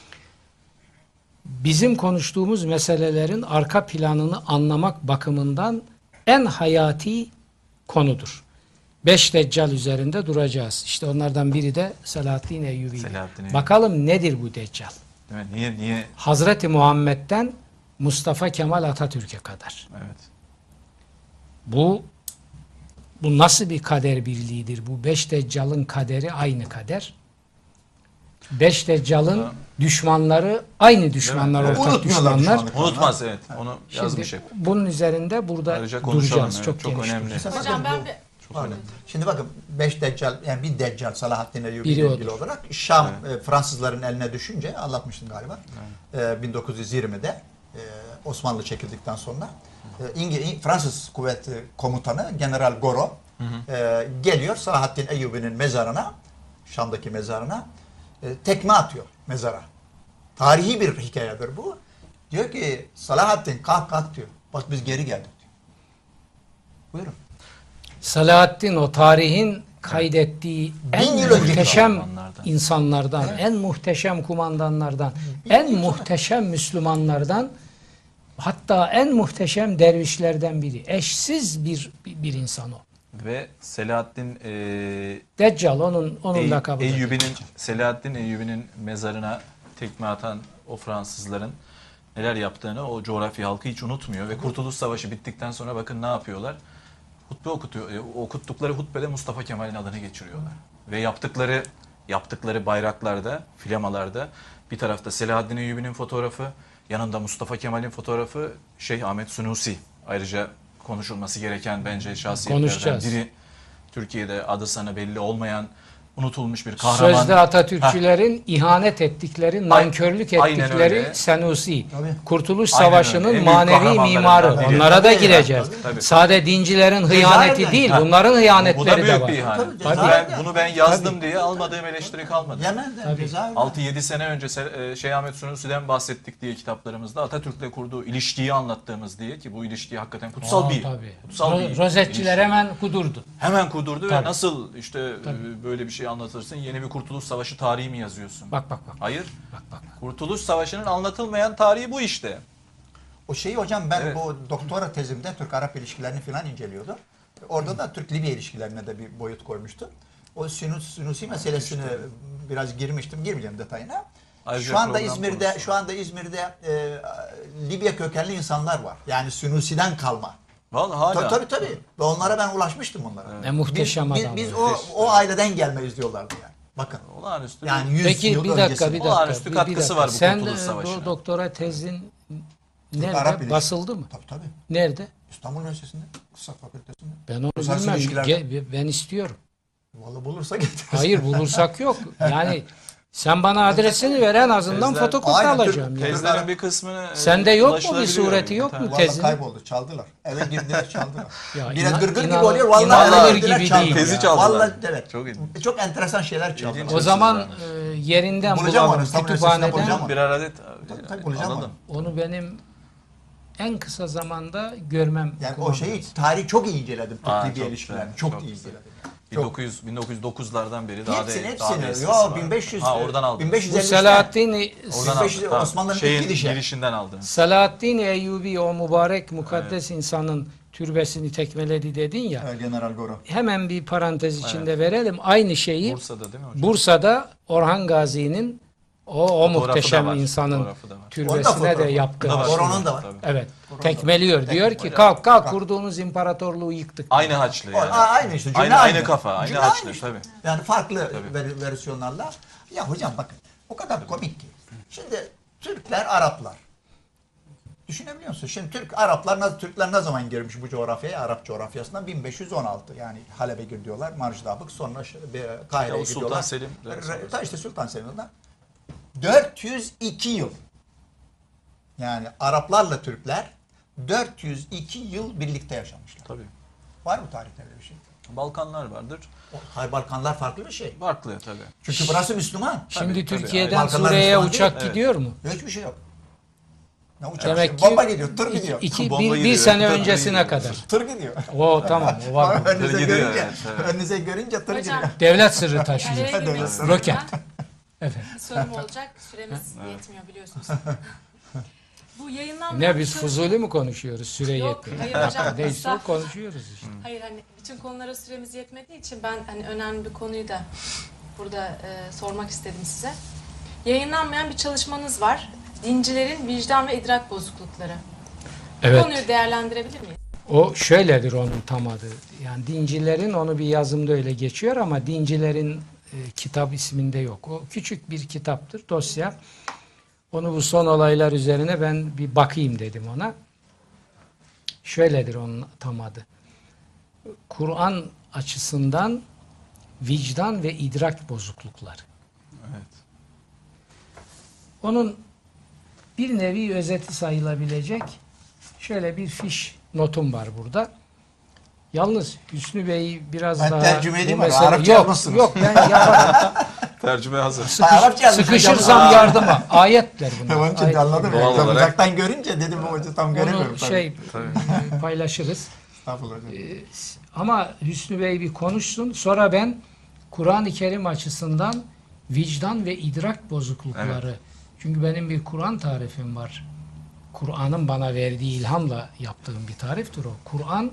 C: bizim konuştuğumuz meselelerin arka planını anlamak bakımından en hayati konudur. Beş Deccal üzerinde duracağız. İşte onlardan biri de Selahaddin Eyyubi.
B: Selahaddin Eyyubi.
C: Bakalım nedir bu Deccal?
B: Değil mi? Niye? Niye?
C: Hazreti Muhammed'den Mustafa Kemal Atatürk'e kadar.
B: Evet.
C: Bu bu nasıl bir kader birliğidir? Bu beş Deccal'ın kaderi aynı kader. Beş Deccal'ın
B: Burada-
C: düşmanları aynı düşmanlar,
B: Evet.
C: ortak
D: Unutmuyorlar
C: düşmanlar.
D: düşmanlık.
B: Unutmaz evet. Onu
C: Şimdi
B: yazmış hep.
C: bunun üzerinde burada
B: Ayrıca konuşalım.
C: duracağız.
B: Evet.
C: Çok,
B: Çok,
C: geniş
B: önemli.
C: duracağız.
A: Hocam ben bir...
B: Çok
D: Pardon.
B: önemli.
D: Şimdi bakın beş Deccal, yani bir Deccal Salahaddin Eyyubi
C: Biri
D: ile
C: odur.
D: ilgili olarak Şam e, Fransızların eline düşünce, anlatmıştım galiba, e, bin dokuz yüz yirmide e, Osmanlı çekildikten sonra e, İngiliz, Fransız kuvveti komutanı General Goro e, geliyor Salahaddin Eyyubi'nin mezarına, Şam'daki mezarına e, tekme atıyor mezara. Tarihi bir hikayedir bu. Diyor ki Salahaddin kalk kalk diyor. Bak biz geri geldik diyor. Buyurun.
C: Selahaddin o tarihin kaydettiği
D: Bin
C: en
D: yıl önceki
C: muhteşem
B: Müslümanlardan.
C: insanlardan, en muhteşem kumandanlardan, en muhteşem Müslümanlardan, hatta en muhteşem dervişlerden biri. Eşsiz bir bir insan o.
B: Ve Selahaddin e,
C: Deccal onun onun
B: Ey-
C: lakabı.
B: Eyyubi'nin Selahaddin Eyyubi'nin mezarına tekme atan o Fransızların neler yaptığını o coğrafya halkı hiç unutmuyor ve Kurtuluş Savaşı bittikten sonra bakın ne yapıyorlar? Hutbe okutuyor. e, Okuttukları hutbede Mustafa Kemal'in adını geçiriyorlar. Ve yaptıkları yaptıkları bayraklarda, flamalarda bir tarafta Selahaddin Eyyubi'nin fotoğrafı, yanında Mustafa Kemal'in fotoğrafı, Şeyh Ahmet Sunusi. Ayrıca konuşulması gereken bence şahsiyetlerden
C: Konuşacağız.
B: biri. Türkiye'de adı sana belli olmayan unutulmuş bir kahraman.
C: Sözde Atatürkçülerin ihanet ettikleri, nankörlük
B: Aynen
C: ettikleri
B: öyle.
C: Senusi.
D: Tabii.
C: Kurtuluş
B: Aynen öyle. En
C: Savaşı'nın
B: büyük
C: manevi
B: kahramanlarından
C: mimarı.
B: biri.
C: Onlara da
D: Tabii,
C: gireceğiz.
D: tabii,
B: tabii.
C: Sade dincilerin hıyaneti
D: Cezayir'den.
C: değil,
B: Ha.
C: bunların
B: Bu da
C: hıyanetleri de
B: büyük
C: var.
B: bir ihanet.
D: Tabii,
B: Bunu ben,
D: Cezayir'den.
B: bunu ben yazdım diye almadığım eleştiri kalmadı.
D: Yemen'den,
C: Tabii.
D: Cezayir'den.
B: altı yedi sene önce Se- e, Şeyh Ahmet Sunusi'den bahsettik diye kitaplarımızda Atatürk'le kurduğu ilişkiyi anlattığımız diye ki bu ilişki hakikaten kutsal
C: Aa,
B: bir
C: tabii.
B: kutsal
C: Ro-
B: bir
C: Rozetçiler
B: ilişki.
C: hemen kudurdu.
B: Hemen kurdurdu ve
C: Tabii.
B: nasıl işte e,
C: Tabii.
B: böyle bir şey anlatırsın, yeni bir Kurtuluş Savaşı tarihi mi yazıyorsun?
C: Bak bak bak.
B: Hayır.
C: Bak bak.
B: Kurtuluş Savaşı'nın anlatılmayan tarihi bu işte.
D: O şeyi hocam ben
B: Evet.
D: bu doktora tezimde Türk-Arap ilişkilerini falan inceliyordum. Orada da Türk-Libya ilişkilerine de bir boyut koymuştum. O Sinus, Sinusi meselesini biraz girmiştim. Girmeyeceğim detayına.
B: Ayrıca
D: Şu anda
B: program
D: İzmir'de
B: konusu.
D: şu anda İzmir'de e, Libya kökenli insanlar var. Yani Sinusi'den kalma.
B: Vallahi hala.
D: Tabii tabii tabii. Ve onlara ben ulaşmıştım onlara.
C: Ne muhteşem
D: biz,
C: adam.
D: Biz, biz o, o aileden gelmeyiz diyorlardı yani. Bakın.
B: Olağanüstü.
D: Yani
B: bir-
D: yüz
C: Peki
D: yıl
C: bir dakika
D: öncesi.
C: bir dakika.
B: Olağanüstü
C: bir- bir
B: katkısı
C: dakika.
B: var bu
C: Sen
B: Kurtuluş
C: e,
B: Savaşı'na.
C: bu doktora tezin
D: Arap
C: nerede?
D: ilişkileri.
C: Basıldı mı?
D: Tabii tabii.
C: Nerede?
D: İstanbul Üniversitesi'nde. İktisat Fakültesi'nde.
C: Ben onu
D: Uluslararası
C: bilmem.
D: ilişkiler-
C: Ge- Ben istiyorum.
D: Vallahi bulursa getiririz.
C: Hayır bulursak yok. Yani sen bana adresini ver en azından
B: Tezler-
C: fotokopi
D: Aynen,
C: alacağım.
D: Türk-
C: yani.
B: Tezlerin bir kısmını e,
C: Sende yok mu bir
B: ulaşılabiliyor
C: sureti, yok mu
B: internetten.
C: tezin?
D: Vallahi kayboldu. Çaldılar. Eve girdiler çaldılar.
C: Ya
D: Biraz
C: inan-
D: gırgır gibi
C: inan-
D: oluyor. Vallahi
C: inanılır
D: eve girdiler,
C: gibi
D: çaldılar.
C: değil
B: Tezi
C: ya.
B: çaldılar.
D: Vallahi evet.
B: Çok ilginç.
D: Çok enteresan şeyler çaldılar.
B: İlginç.
C: O zaman e, yerinden
D: Bulacağım
C: bulalım
D: onu, İstanbul Üniversitesi'nde
C: kütüphaneden.
D: bulacağım.
B: Bir adet
D: Tabii, tabii, bulacağım
B: alalım.
C: Onu benim en kısa zamanda görmem.
D: Yani o
C: okumam
D: şeyi
C: lazım.
D: tarihi çok iyi inceledim.
B: Aa,
D: Türk-Libya
B: çok
D: ilişkilerini.
B: güzel,
D: Çok,
B: çok
D: iyi
B: güzel.
D: inceledim.
B: bin
D: Çok.
B: dokuz yüz bin dokuz yüz dokuzlardan beri daha da
D: Hepsini
B: daha da
D: hepsini.
B: eskisi
D: Yo
B: var.
D: bin beş yüz.
B: Ha oradan aldım.
D: bin beş yüz
C: Bu
D: ellide.
C: Selahaddin
B: Oradan
D: bin beş yüz
B: aldım. Tamam.
D: Osmanlı'nın
B: Şeyin
D: ilk gidişi.
B: girişinden aldım.
C: Selahaddin Eyyubi o mübarek mukaddes insanın türbesini tekmeledi dedin ya.
D: Evet, General Goro.
C: Hemen bir parantez içinde verelim. Aynı şeyi
B: Bursa'da değil mi hocam?
C: Bursa'da Orhan Gazi'nin o, o
B: Fotoğrafı da
C: muhteşem
B: var,
C: insanın
B: fotoğrafı da var.
D: Orada
C: türbesine de
D: fotoğrafı.
C: yaptı.
B: Da var.
D: Goro'nun da var.
B: Tabii.
C: Evet.
D: Orada
C: Tekmeliyor. Diyor ki
B: Tekmeliyor.
C: kalk kalk kurduğunuz imparatorluğu yıktık.
B: Aynı haçlı
D: O-
B: yani.
D: a- aynı işte. Cümle
B: Aynı, aynı kafa, aynı
D: Cümle
B: haçlı
D: işte.
B: tabii.
D: Yani farklı
B: Tabii.
D: ver- versiyonlarla. Ya hocam bakın o kadar komik ki. Şimdi Türkler, Araplar. Düşünebiliyor musun? Şimdi Türk, Araplar, nasıl- Türkler ne zaman girmiş bu coğrafyaya? Arap coğrafyasına bin beş yüz on altı. Yani Halep'e gidiyorlar. Marjdabık sonra şey- bir Kahire'ye
B: Ya, Sultan
D: gidiyorlar.
B: Selim de
D: Re-
B: sonrası.
D: Ta işte Sultan Selim'den. dört yüz iki yıl. Yani Araplarla Türkler dört yüz iki yıl birlikte yaşamışlar.
B: Tabii.
D: Var mı tarihte böyle bir şey?
B: Balkanlar vardır.
D: O, hayır, Balkanlar farklı bir şey.
B: Farklı tabii.
D: Çünkü burası Müslüman.
C: Şimdi
B: Tabii, tabii.
C: Türkiye'den
D: Balkanlar
C: Suriye'ye
D: Müslüman
C: uçak
B: değil.
C: gidiyor mu?
D: Hiçbir şey yok. Ne uçak
C: Demek
D: şey?
C: ki
D: Bomba gidiyor, tır
C: iki-
D: gidiyor.
C: iki-
B: Bomba
C: bir, bir
B: gidiyor,
C: sene
B: tır
C: öncesine
B: gidiyor.
C: kadar.
D: Tır gidiyor.
C: O tamam o var.
D: önünüze
B: gidiyor,
D: görünce,
B: evet, evet.
D: önünüze görünce tır
A: Hocam,
D: gidiyor.
C: Devlet sırrı taşıyor.
A: araya girmek
D: Roket.
A: istiyorum ben.
C: Efendim.
A: Bir sorum olacak. Süremiz yetmiyor biliyorsunuz. Bu yayınlanmayan
C: Ne biz
A: bir
C: Fuzuli mi konuşuyoruz? Süre
A: Yok,
C: yetmiyor.
A: hayır hocam,
C: Neyse o
A: estağfurullah.
C: konuşuyoruz işte.
A: Hayır hani bütün konulara süremiz yetmediği için ben hani önemli bir konuyu da burada e, sormak istedim size. Yayınlanmayan bir çalışmanız var. Dincilerin vicdan ve idrak bozuklukları. Bu
C: Evet.
A: konuyu değerlendirebilir miyiz?
C: O şöyledir onun tam adı. Yani dincilerin onu bir yazımda öyle geçiyor ama dincilerin e, kitap isminde yok. O küçük bir kitaptır, dosya. Onu bu son olaylar üzerine ben bir bakayım dedim ona. Şöyledir onun tam adı. Kur'an açısından vicdan ve idrak bozuklukları.
B: Evet.
C: Onun bir nevi özeti sayılabilecek şöyle bir fiş notum var burada. Yalnız Hüsnü Bey biraz
D: Ben
C: daha
D: tercüme edeyim
C: bu
D: mi?
C: mesele-
D: Arapça
C: yok,
D: yazmışsınız.
C: yok ben yaparım.
B: Tercüme hazır.
C: Sıkış,
D: Arapça yazmış
C: sıkışırsam
D: hocam.
C: yardıma. Ayetler bunlar.
D: Tamam şimdi
C: Ayetler.
D: anladım.
B: Doğal
D: Tam
B: olarak.
D: uzaktan görünce dedim bu hoca tam göremiyorum.
C: Onu
D: tabii.
C: şey
B: Tabii.
C: e, paylaşırız.
D: Estağfurullah hocam.
C: Ama Hüsnü Bey bir konuşsun. Sonra ben Kur'an-ı Kerim açısından vicdan ve idrak bozuklukları. Çünkü benim bir Kur'an tarifim var. Kur'an'ın bana verdiği ilhamla yaptığım bir tariftir o. Kur'an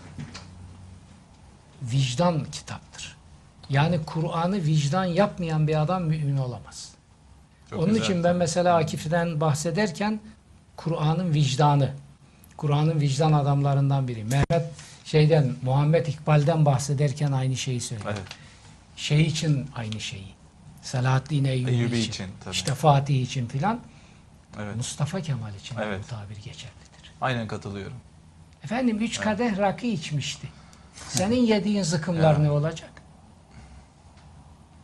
C: vicdan kitaptır. Yani Kur'an'ı vicdan yapmayan bir adam mümin olamaz.
B: Çok
C: Onun
B: güzel.
C: için ben mesela Akif'ten bahsederken Kur'an'ın vicdanı, Kur'an'ın vicdan adamlarından biri. Mehmet şeyden, Muhammed İkbal'den bahsederken aynı şeyi söylüyor.
B: Evet.
C: Şey için aynı şeyi. Selahaddin Eyyubi,
B: Eyyubi
C: için,
B: için, tabii.
C: işte Fatih için filan.
B: Evet.
C: Mustafa Kemal için de
B: Evet.
C: bu tabir geçerlidir.
B: Aynen katılıyorum.
C: Efendim üç kadeh rakı içmişti. Senin yediğin zıkımlar
B: Ya.
C: ne olacak?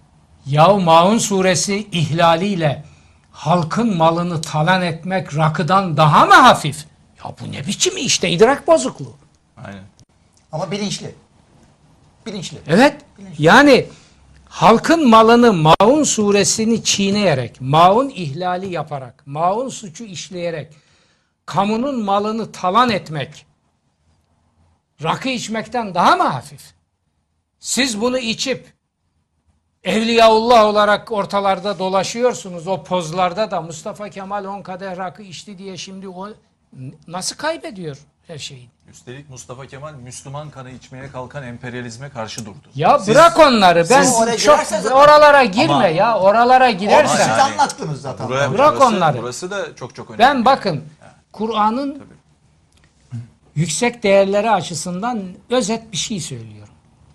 C: Yahu Maun suresi ihlaliyle halkın malını talan etmek rakıdan daha mı hafif? Ya bu ne biçim işte idrak bozukluğu.
B: Aynen.
D: Ama bilinçli. Bilinçli.
C: Evet. Yani halkın malını Maun suresini çiğneyerek, Maun ihlali yaparak, Maun suçu işleyerek, kamunun malını talan etmek rakı içmekten daha mı hafif? Siz bunu içip Evliyaullah olarak ortalarda dolaşıyorsunuz. O pozlarda da Mustafa Kemal on kadeh rakı içti diye şimdi o nasıl kaybediyor her şeyi?
B: Üstelik Mustafa Kemal Müslüman kanı içmeye kalkan emperyalizme karşı durdu.
C: Ya
B: Siz-
C: bırak onları. Ben
D: siz oraya
C: çok
D: girerse zaten-
C: oralara girme
B: Ama-
C: ya. Oralara
D: Onu
C: girersen.
D: siz
B: Yani-
D: anlattınız zaten.
B: Buraya,
C: Bırak
B: burası,
C: onları.
B: Burası da çok çok önemli.
C: Ben bakın Kur'an'ın
B: Tabii.
C: yüksek değerleri açısından özet bir şey söylüyorum.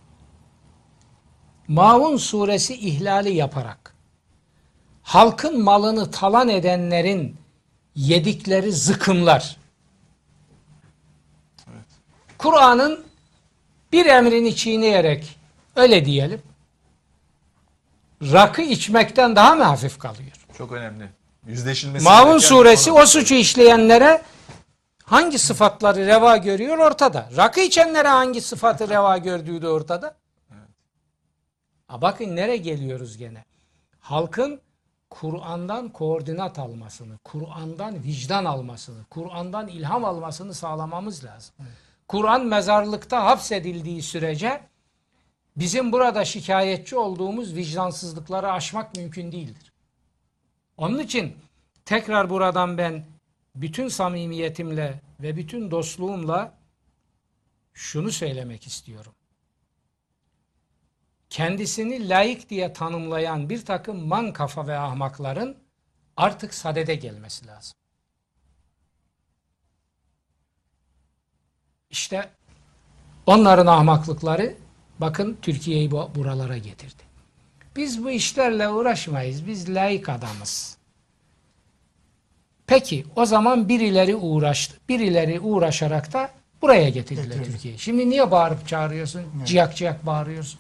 C: Maun suresi ihlali yaparak halkın malını talan edenlerin yedikleri zıkımlar Kur'an'ın bir emrini çiğneyerek öyle diyelim rakı içmekten daha mı hafif kalıyor?
B: Çok önemli. Yüzleşilmesi
C: Maun
B: gereken
C: suresi
B: bir konu.
C: o suçu işleyenlere hangi sıfatları reva görüyor ortada. Rakı içenlere hangi sıfatı reva gördüğü de ortada. Ha bakın nereye geliyoruz gene. Halkın Kur'an'dan koordinat almasını, Kur'an'dan vicdan almasını, Kur'an'dan ilham almasını sağlamamız lazım. Kur'an mezarlıkta hapsedildiği sürece bizim burada şikayetçi olduğumuz vicdansızlıkları aşmak mümkün değildir. Onun için tekrar buradan ben bütün samimiyetimle ve bütün dostluğumla şunu söylemek istiyorum. Kendisini layık diye tanımlayan bir takım man kafa ve ahmakların artık sadede gelmesi lazım. İşte onların ahmaklıkları bakın Türkiye'yi bu- buralara getirdi. Biz bu işlerle uğraşmayız. Biz layık adamız. Peki o zaman birileri uğraştı. Birileri uğraşarak da buraya getirdiler
D: Getirdi.
C: Türkiye'yi. Şimdi niye bağırıp çağırıyorsun? Ciyak ciyak bağırıyorsun.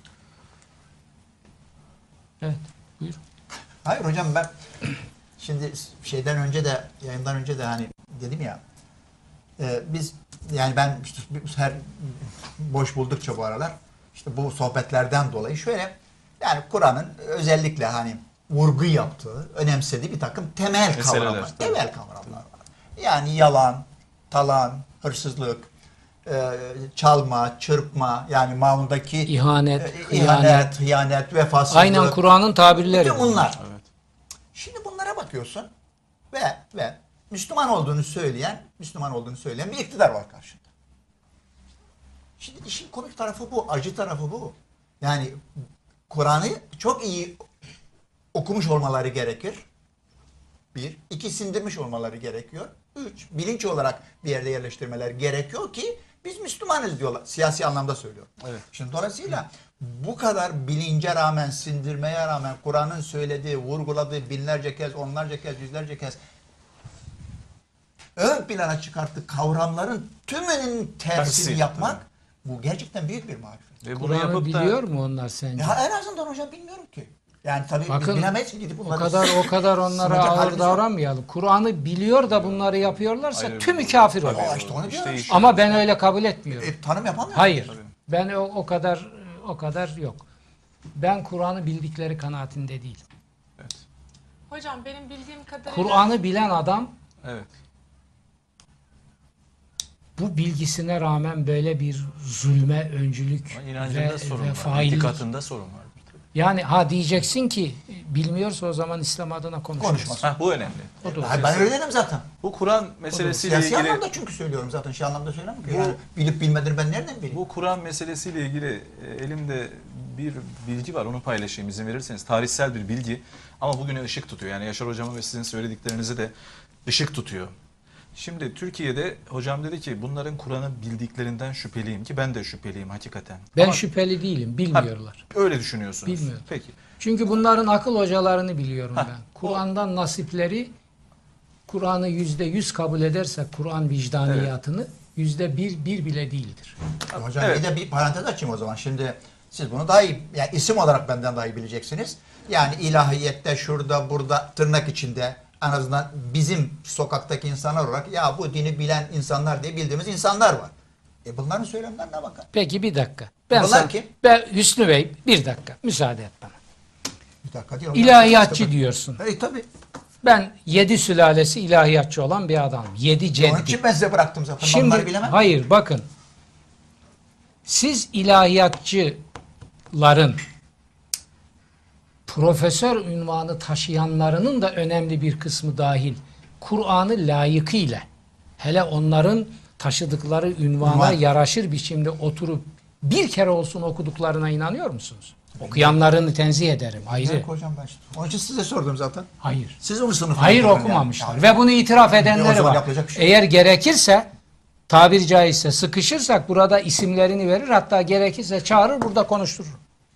C: Evet. Buyur.
D: Hayır hocam ben şimdi şeyden önce de yayından önce de hani dedim ya e, biz yani ben işte her boş buldukça bu aralar işte bu sohbetlerden dolayı şöyle yani Kur'an'ın özellikle hani vurgu yaptığı, önemsediği bir takım temel
B: Meseleler,
D: kavramlar,
B: tabii.
D: temel kavramlar var. Yani yalan, talan, hırsızlık, e, çalma, çırpma yani Maun'daki
C: İhanet,
D: e,
C: hıyanet.
D: ihanet, hıyanet, vefasızlık.
C: Aynen Kur'an'ın tabirleri.
D: Bütün bunlar.
B: Evet.
D: Şimdi bunlara bakıyorsun ve ve Müslüman olduğunu söyleyen, Müslüman olduğunu söyleyen bir iktidar var karşında. Şimdi işin komik tarafı bu, acı tarafı bu. Yani Kur'an'ı çok iyi okumuş olmaları gerekir. Bir. iki sindirmiş olmaları gerekiyor. Üç. Bilinç olarak bir yerde yerleştirmeleri gerekiyor ki biz Müslümanız diyorlar. Siyasi anlamda söylüyorum.
B: Evet.
D: Şimdi dolayısıyla bu kadar bilince rağmen, sindirmeye rağmen Kur'an'ın söylediği, vurguladığı binlerce kez, onlarca kez, yüzlerce kez ön plana çıkarttığı kavramların tümünün tersini
B: Tersi,
D: yapmak bu gerçekten büyük bir marifet.
B: Ve bunu
C: Kur'an'ı
B: yapıp da
C: biliyor mu onlar sence?
D: Ya en azından hocam bilmiyorum ki. Yani tabii
C: Bakın,
D: biz bilemeyiz ki gidip
C: O
D: bunları
C: kadar o kadar onlara
D: sınayacak
C: ağır
D: halimiz yok.
C: davranmayalım. Kur'an'ı biliyor da bunları yapıyorlarsa
B: Hayır,
C: tümü
B: bu-
C: kafir
B: tabii,
C: olur.
D: Aa, işte onu diyorum işte.
C: Ama ben öyle kabul etmiyorum.
D: E, tanım yapamıyor.
C: Hayır.
B: Tabii.
C: Ben o, o kadar o kadar yok. Ben Kur'an'ı bildikleri kanaatinde değilim.
B: Evet.
A: Hocam benim bildiğim kadarıyla
C: Kur'an'ı bilen adam
B: Evet.
C: bu bilgisine rağmen böyle bir zulme öncülük
B: Ama inancında
C: ve,
B: sorun
C: ve
B: var.
C: faillik.
B: İtikatında sorun var.
C: Yani ha diyeceksin ki bilmiyorsa o zaman İslam adına konuşmaz.
D: Konuşmaz.
B: Ha, bu önemli.
C: O da
D: Hayır, ben öyle dedim zaten.
B: Bu Kur'an meselesiyle
D: Siyasi
B: ilgili
D: anlamda çünkü söylüyorum zaten. Şey anlamda söylemiyorum ki.
B: Bu-
D: Yani bilip bilmediğini ben nereden bileyim?
B: bu Kur'an meselesiyle ilgili e, elimde bir bilgi var. Onu paylaşayım izin verirseniz. Tarihsel bir bilgi ama bugüne ışık tutuyor. Yani Yaşar hocamın ve sizin söylediklerinizi de ışık tutuyor. Şimdi Türkiye'de hocam dedi ki bunların Kur'an'ı bildiklerinden şüpheliyim ki ben de şüpheliyim hakikaten.
C: Ben
B: Ama-
C: şüpheli değilim. Bilmiyorlar.
B: Öyle düşünüyorsunuz.
C: Bilmiyorum.
B: Peki.
C: Çünkü bunların akıl hocalarını biliyorum
B: Heh,
C: ben. Kur'an'dan nasipleri Kur'an'ı yüzde yüz kabul edersek Kur'an vicdaniyatını yüzde bir, bir bile değildir.
D: Hocam
B: Evet.
D: bir de bir parantez açayım o zaman. Şimdi Siz bunu daha iyi, yani isim olarak benden daha iyi bileceksiniz. Yani ilahiyette, şurada, burada, tırnak içinde en azından bizim sokaktaki insanlar olarak ya bu dini bilen insanlar diye bildiğimiz insanlar var. E bunların söylemlerine bakın.
C: Peki bir dakika. Ben
D: Bunlar
C: sana,
D: kim?
C: ben Hüsnü Bey bir dakika müsaade et bana.
D: Bir dakika diyorum.
C: İlahiyatçı diyorsun.
D: E tabii.
C: Ben yedi sülalesi ilahiyatçı olan bir adamım. Yedi
D: Onun
C: ceddi.
D: için ben size bıraktım zaten.
C: Şimdi
D: Bunları bilemem.
C: hayır bakın. Siz ilahiyatçıların profesör unvanı taşıyanlarının da önemli bir kısmı dahil Kur'an'ı layıkıyla, hele onların taşıdıkları ünvana
D: Ünvan.
C: yaraşır biçimde oturup bir kere olsun okuduklarına inanıyor musunuz? Okuyanlarını tenzih ederim. Ayrı.
D: Yok hocam ben işte. Onun için size sordum zaten.
C: Hayır.
D: Siz onu sınıfına
C: Hayır
D: koyun
C: okumamışlar.
D: yani.
C: Ve bunu itiraf
D: E, o
C: edenleri
D: zaman
C: var.
D: yapacak bir şey yok.
C: Eğer gerekirse tabiri caizse sıkışırsak burada isimlerini verir, hatta gerekirse çağırır burada konuşturur.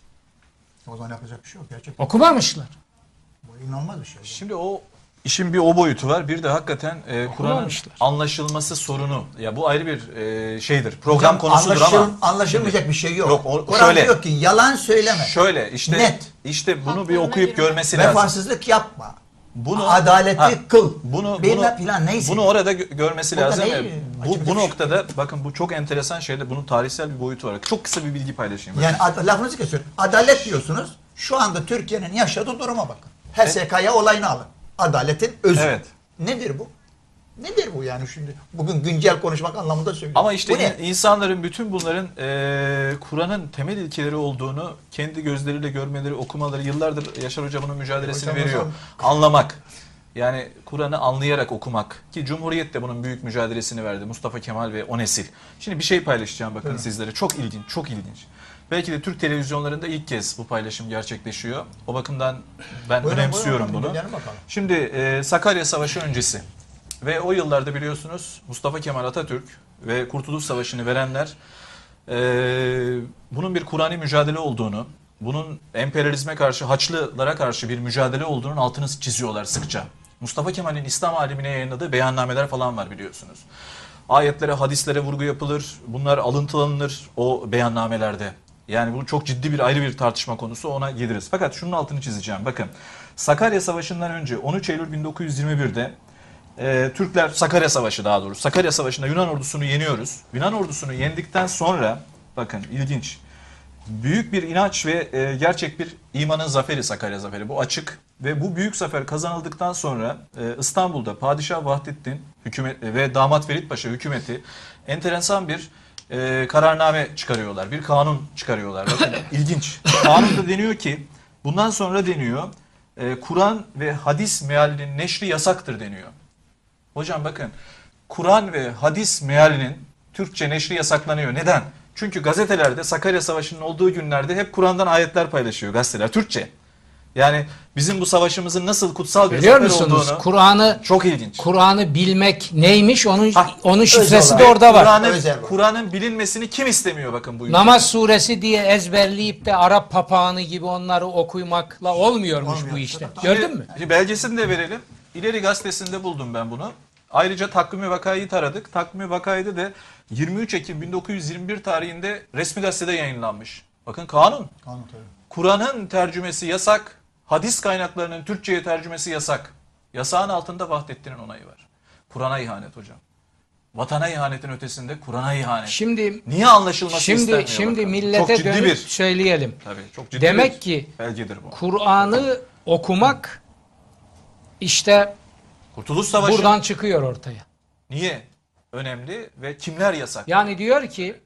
D: O zaman yapacak bir şey yok gerçekten.
C: Okumamışlar.
D: Bu inanılmaz bir şey.
B: Şimdi o işin bir o boyutu var. Bir de hakikaten e, Kur'an'ın
C: Okumamışlar.
B: anlaşılması sorunu. Ya bu ayrı bir e, şeydir. Program
D: Hocam,
B: konusudur
D: anlaşıl-
B: ama.
D: anlaşılmayacak bir şey yok.
B: Yok, o-
D: Kur'an
B: şöyle.
D: diyor ki yalan söyleme.
B: Şöyle işte
D: Net.
B: işte bunu bir
A: Haklarına
B: okuyup
A: girme.
B: görmesi lazım.
D: Vefasızlık yapma.
B: Bunu
D: Adaleti
B: Ha,
D: kıl.
B: Bunu
D: Bilmem
B: bunu,
D: filan neyse.
B: bunu orada gö- görmesi
D: Burada
B: lazım.
D: neyi-
B: ve
D: acaba
B: Bu
D: bir
B: bu
D: şey-
B: noktada bakın bu çok enteresan şeyde bunun tarihsel bir boyutu var. Çok kısa bir bilgi paylaşayım.
D: Yani ad- lafınızı kesiyorum. Adalet diyorsunuz. Şu anda Türkiye'nin yaşadığı duruma bakın. H S K'ya olayını alın. Adaletin özü.
B: Evet.
D: Nedir bu? Nedir bu yani şimdi? Bugün güncel konuşmak anlamında söylüyorum.
B: Ama işte
D: bu ne?
B: in- insanların bütün bunların eee, Kur'an'ın temel ilkeleri olduğunu kendi gözleriyle görmeleri, okumaları, yıllardır Yaşar Hoca bunun mücadelesini
D: Hocam,
B: veriyor.
D: hocam.
B: Anlamak. Yani Kur'an'ı anlayarak okumak. Ki Cumhuriyet de bunun büyük mücadelesini verdi. Mustafa Kemal ve o nesil. Şimdi bir şey paylaşacağım bakın
D: Evet.
B: sizlere. Çok ilginç, çok ilginç. Belki de Türk televizyonlarında ilk kez bu paylaşım gerçekleşiyor. O bakımdan ben
D: Buyurun,
B: önemsiyorum
D: buyurun,
B: bunu.
D: dinleyelim bakalım.
B: Şimdi e, Sakarya Savaşı öncesi ve o yıllarda biliyorsunuz Mustafa Kemal Atatürk ve Kurtuluş Savaşı'nı verenler e, bunun bir Kur'ani mücadele olduğunu, bunun emperyalizme karşı, Haçlılara karşı bir mücadele olduğunun altını çiziyorlar sıkça. Mustafa Kemal'in İslam alimine yayınladığı beyannameler falan var biliyorsunuz. Ayetlere, hadislere vurgu yapılır, bunlar alıntılanır o beyannamelerde. Yani bu çok ciddi bir ayrı bir tartışma konusu, ona geliriz. Fakat şunun altını çizeceğim. Bakın Sakarya Savaşı'ndan önce on üç Eylül bin dokuz yüz yirmi bir'de e, Türkler Sakarya Savaşı daha doğrusu Sakarya Savaşı'nda Yunan ordusunu yeniyoruz. Yunan ordusunu yendikten sonra bakın ilginç. Büyük bir inanç ve e, gerçek bir imanın zaferi Sakarya Zaferi. Bu açık ve bu büyük zafer kazanıldıktan sonra e, İstanbul'da Padişah Vahdettin hükümet ve Damat Ferit Paşa hükümeti enteresan bir e, kararname çıkarıyorlar. Bir kanun çıkarıyorlar. Bakın ilginç. Kanunda deniyor ki bundan sonra deniyor e, Kur'an ve hadis mealinin neşri yasaktır deniyor. Hocam bakın Kur'an ve hadis mealinin Türkçe neşri yasaklanıyor. Neden? Çünkü gazetelerde Sakarya Savaşı'nın olduğu günlerde hep Kur'an'dan ayetler paylaşıyor gazeteler Türkçe. Yani bizim bu savaşımızın nasıl kutsal bir
C: Biliyor
B: zafer
C: musunuz?
B: olduğunu
C: Kur'an'ı
B: çok ilginç.
C: Kur'an'ı bilmek neymiş? Onun
B: Ha,
C: onun şifresi
D: olarak.
C: de orada var.
B: Kur'an'ın
D: Özel bu.
B: Kur'an'ın bilinmesini kim istemiyor bakın bu ülkede.
C: Namaz suresi diye ezberleyip de Arap papağanı gibi onları okuymakla olmuyormuş
D: Olmuyor.
C: bu işte.
D: Tabii.
C: Gördün mü?
B: Şimdi belgesini de verelim. İleri gazetesinde buldum ben bunu. Ayrıca Takvimi Vakayı taradık. Takvimi Vakayı'da da yirmi üç Ekim bin dokuz yüz yirmi bir tarihinde resmi gazetede yayınlanmış. Bakın kanun.
D: Kanun tabii.
B: Kur'an'ın tercümesi yasak. Hadis kaynaklarının Türkçe'ye tercümesi yasak. Yasağın altında Vahdettin'in onayı var. Kur'an'a ihanet hocam. Vatana ihanetin ötesinde Kur'an'a ihanet.
C: Şimdi
B: Niye anlaşılması
C: şimdi
B: istenmiyor
C: şimdi
B: bakalım.
C: millete
B: Çok ciddi
C: dönüp
B: bir,
C: söyleyelim.
B: tabii, çok ciddi
C: Demek
B: bir
C: ki
B: belgedir bu.
C: Kur'an'ı okumak işte
B: Kurtuluş Savaşı
C: buradan çıkıyor ortaya.
B: niye önemli ve kimler yasak?
C: Yani diyor ki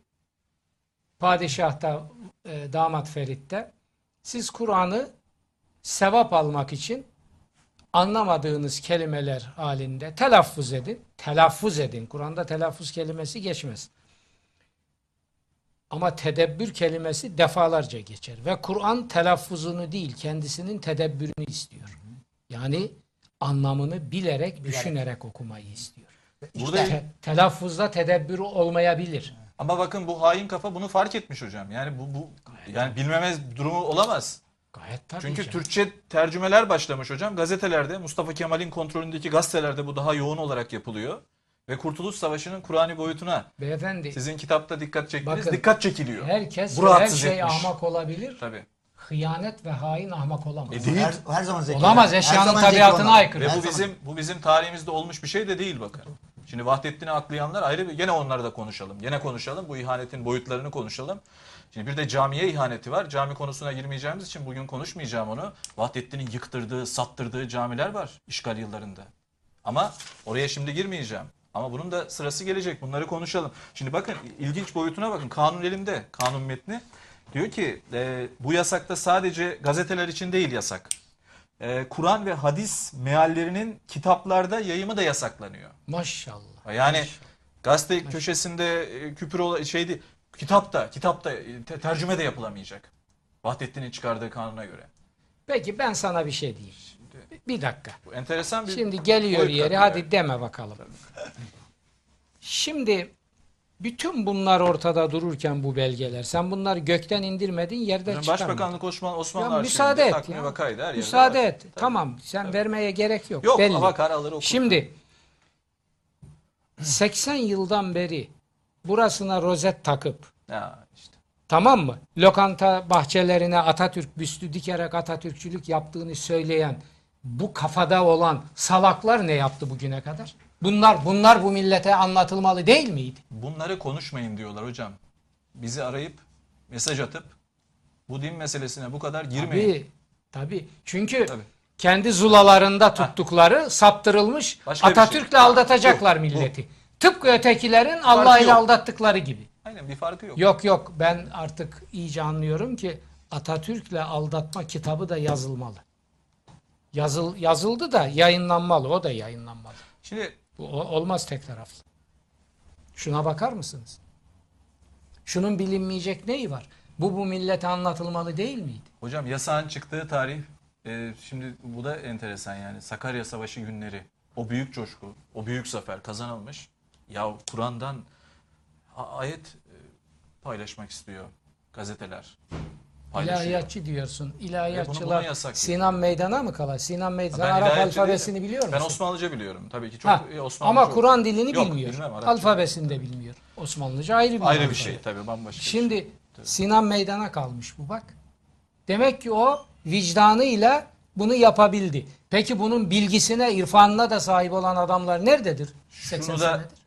C: padişahta e, damat Ferit'te siz Kur'an'ı sevap almak için anlamadığınız kelimeler halinde telaffuz edin. Telaffuz edin. Kur'an'da telaffuz kelimesi geçmez. Ama tedebbür kelimesi defalarca geçer. Ve Kur'an telaffuzunu değil, kendisinin tedebbürünü istiyor. Yani anlamını bilerek, düşünerek okumayı istiyor.
B: Burada
C: Te- telaffuzda tedebbür olmayabilir.
B: ama bakın bu hain kafa bunu fark etmiş hocam. Yani bu bu yani bilmemez durumu olamaz.
C: Gayet tabii
B: Çünkü
C: canım.
B: Türkçe tercümeler başlamış hocam. Gazetelerde Mustafa Kemal'in kontrolündeki gazetelerde bu daha yoğun olarak yapılıyor. ve Kurtuluş Savaşı'nın Kur'an'i boyutuna
C: Beyefendi,
B: sizin kitapta dikkat çektiniz.
C: bakın,
B: Dikkat çekiliyor.
C: herkes
B: Bu
C: her
B: rahatsız
C: şey
B: etmiş.
C: ahmak olabilir.
B: Tabii.
C: Hıyanet ve hain ahmak olamaz.
B: E, değil.
D: Her, her zaman zeki.
C: Olamaz,
D: Her
C: eşyanın
D: zaman zeki
C: tabiatına
D: olmaz.
C: aykırı.
B: Ve
D: Her
B: bu
D: zaman-
B: bizim bu bizim tarihimizde olmuş bir şey de değil bakın. Şimdi Vahdettin'i aklayanlar ayrı bir, gene onları da konuşalım. Gene konuşalım. Bu ihanetin boyutlarını konuşalım. Şimdi bir de camiye ihaneti var. Cami konusuna girmeyeceğimiz için bugün konuşmayacağım onu. Vahdettin'in yıktırdığı, sattırdığı camiler var işgal yıllarında. Ama oraya şimdi girmeyeceğim. Ama bunun da sırası gelecek. Bunları konuşalım. Şimdi bakın, ilginç boyutuna bakın. Kanun elimde. Kanun metni. Diyor ki e, bu yasakta sadece gazeteler için değil yasak. E, Kur'an ve hadis meallerinin kitaplarda yayımı da yasaklanıyor.
C: Maşallah.
B: Yani
C: Maşallah.
B: gazete köşesinde e, küpür ola, şeydi, kitapta, kitapta e, te- tercüme de yapılamayacak. Vahdettin'in çıkardığı kanuna göre.
C: Peki ben sana bir şey diyeyim. Bir dakika.
B: Bu enteresan bir
C: Şimdi geliyor
B: boyut
C: yeri,
B: katıyor
C: hadi
B: yani.
C: deme bakalım. Şimdi bütün bunlar ortada dururken bu belgeler, sen bunları gökten indirmedin, yerden
B: Yani
C: çıkarmadın.
B: Başbakanlık Osman, Osmanlı
C: Ya
B: arşivinde
C: müsaade et
B: takvimi
C: ya.
B: vakaydı, her yerde
C: Müsaade
B: var.
C: et. Tamam, sen vermeye gerek yok.
B: Yok,
C: belli.
B: bakar alır okur.
C: Şimdi seksen yıldan beri burasına rozet takıp,
B: Ya işte.
C: tamam mı, lokanta bahçelerine Atatürk büstü dikerek Atatürkçülük yaptığını söyleyen bu kafada olan salaklar ne yaptı bugüne kadar? Bunlar bunlar bu millete anlatılmalı değil miydi?
B: Bunları konuşmayın diyorlar hocam. Bizi arayıp mesaj atıp bu din meselesine bu kadar girmeyin.
C: Tabii. Tabii. Çünkü
B: Tabii.
C: kendi zulalarında tuttukları saptırılmış,
B: Başka bir
C: Atatürk'le
B: şey.
C: aldatacaklar
B: Bu, bu.
C: milleti. Tıpkı ötekilerin Allah ile
B: yok.
C: aldattıkları gibi.
B: Aynen, bir farkı yok.
C: Yok yok, ben artık iyice anlıyorum ki Atatürk'le aldatma kitabı da yazılmalı. Yazıl, yazıldı da yayınlanmalı, o da yayınlanmalı.
B: Şimdi
C: Bu o- olmaz tek taraflı. Şuna bakar mısınız? Şunun bilinmeyecek neyi var? Bu bu millete anlatılmalı değil miydi?
B: hocam yasağın çıktığı tarih, e, şimdi bu da enteresan yani. Sakarya Savaşı günleri, o büyük coşku, o büyük zafer kazanılmış. Ya Kur'an'dan a- ayet e, paylaşmak istiyor gazeteler. Paylaşıyor.
C: İlahiyatçı diyorsun.
B: Ve bunu-
C: İlahiyatçılar
B: bunu yasak
C: Sinan Meydan'a mı kalar? Sinan Meydan
B: Ben
C: Arap
B: ilahiyatçı
C: alfabesini
B: değilim.
C: biliyor musun?
B: Ben Osmanlıca biliyorum tabii ki. Çok
C: Ha,
B: e, Osmanlıca
C: ama
B: çok-
C: Kur'an dilini
B: Yok,
C: bilmiyor.
B: bilmem, Arapça.
C: Alfabesini de bilmiyor. Osmanlıca ayrı bir
B: Ayrı bir
C: alfabe.
B: şey tabii, bambaşka bir şey.
C: Şimdi Sinan Meydan'a kalmış bu bak. Demek ki o vicdanıyla bunu yapabildi. Peki bunun bilgisine, irfanına da sahip olan adamlar nerededir? seksen
B: Şunu da-
C: senedir.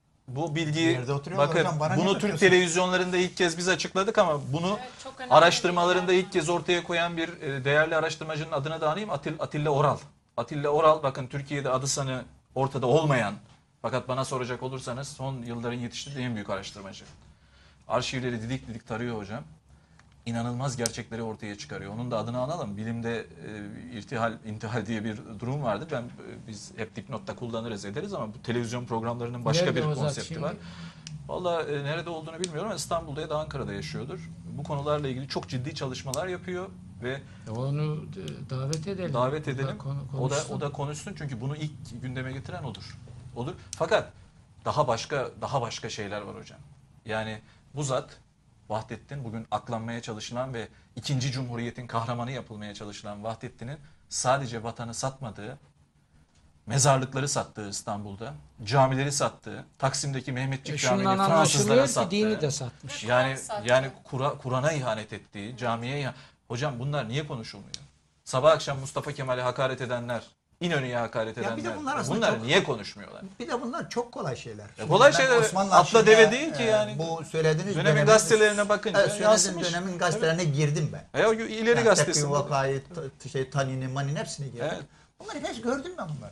B: Bu bilgi,
D: Yerde oturuyorlar
B: bakın
D: hocam, bana niye
B: bunu Türk
D: bakıyorsun?
B: televizyonlarında ilk kez biz açıkladık ama bunu
A: Evet, çok önemli
B: araştırmalarında
A: bilgiler.
B: ilk kez ortaya koyan bir e, değerli araştırmacının adını da anayım. Atil, Atilla Oral. Atilla Oral, bakın Türkiye'de adı sanı ortada olmayan, fakat bana soracak olursanız son yılların yetiştirdiği en büyük araştırmacı. Arşivleri didik didik tarıyor hocam. İnanılmaz gerçekleri ortaya çıkarıyor. Onun da adını analım. Bilimde e, irtihal, intihal diye bir durum vardı. Ben e, biz hep dipnotta kullanırız ederiz ama bu televizyon programlarının başka
C: Nerede
B: bir
C: o zat
B: konsepti
C: şimdi?
B: var. Valla e, nerede olduğunu bilmiyorum ama İstanbul'da ya da Ankara'da yaşıyordur. Bu konularla ilgili çok ciddi çalışmalar yapıyor ve
C: Onu e, davet edelim.
B: davet
C: Burada
B: edelim.
C: konu-
B: O da
C: konuşsun.
B: o da konuşsun çünkü bunu ilk gündeme getiren odur. Olur. Fakat daha başka daha başka şeyler var hocam. Yani bu zat Vahdettin, bugün aklanmaya çalışılan ve ikinci Cumhuriyet'in kahramanı yapılmaya çalışılan Vahdettin'in sadece vatanı satmadığı, mezarlıkları sattığı İstanbul'da, camileri sattığı, Taksim'deki Mehmetçik
C: E,
B: Camii'ni
C: şundan
B: Fransızlara
C: anlaşılıyor ki
B: sattığı.
C: dini de satmış.
B: Yani
A: Kur'an sattı.
B: yani Kur'a- Kur'an'a ihanet ettiği, camiye ihanet. Hocam bunlar niye konuşulmuyor? Sabah akşam Mustafa Kemal'e hakaret edenler, İnönü'ye hakaret
D: Ya
B: edenler.
D: bir de bunlar aslında
B: bunlar
D: çok-
B: niye konuşmuyorlar?
D: Bir de bunlar çok kolay şeyler. Şimdi
B: kolay
D: ben
B: şeyler,
D: Osmanlı
B: atla
D: arşivine,
B: deve değil ki
D: e,
B: yani.
D: Bu söylediğiniz
B: Dönemin
D: dönemin-
B: gazetelerine bakınca
D: Evet, söylediğiniz
B: yansımış.
D: dönemin gazetelerine girdim ben.
B: E, o ileri
D: Yani
B: gazetesi.
D: Tekvim Vakayı, t- şey, Tanini, Manin hepsini girdim.
B: Evet.
D: Bunları hepsi gördüm ben bunları.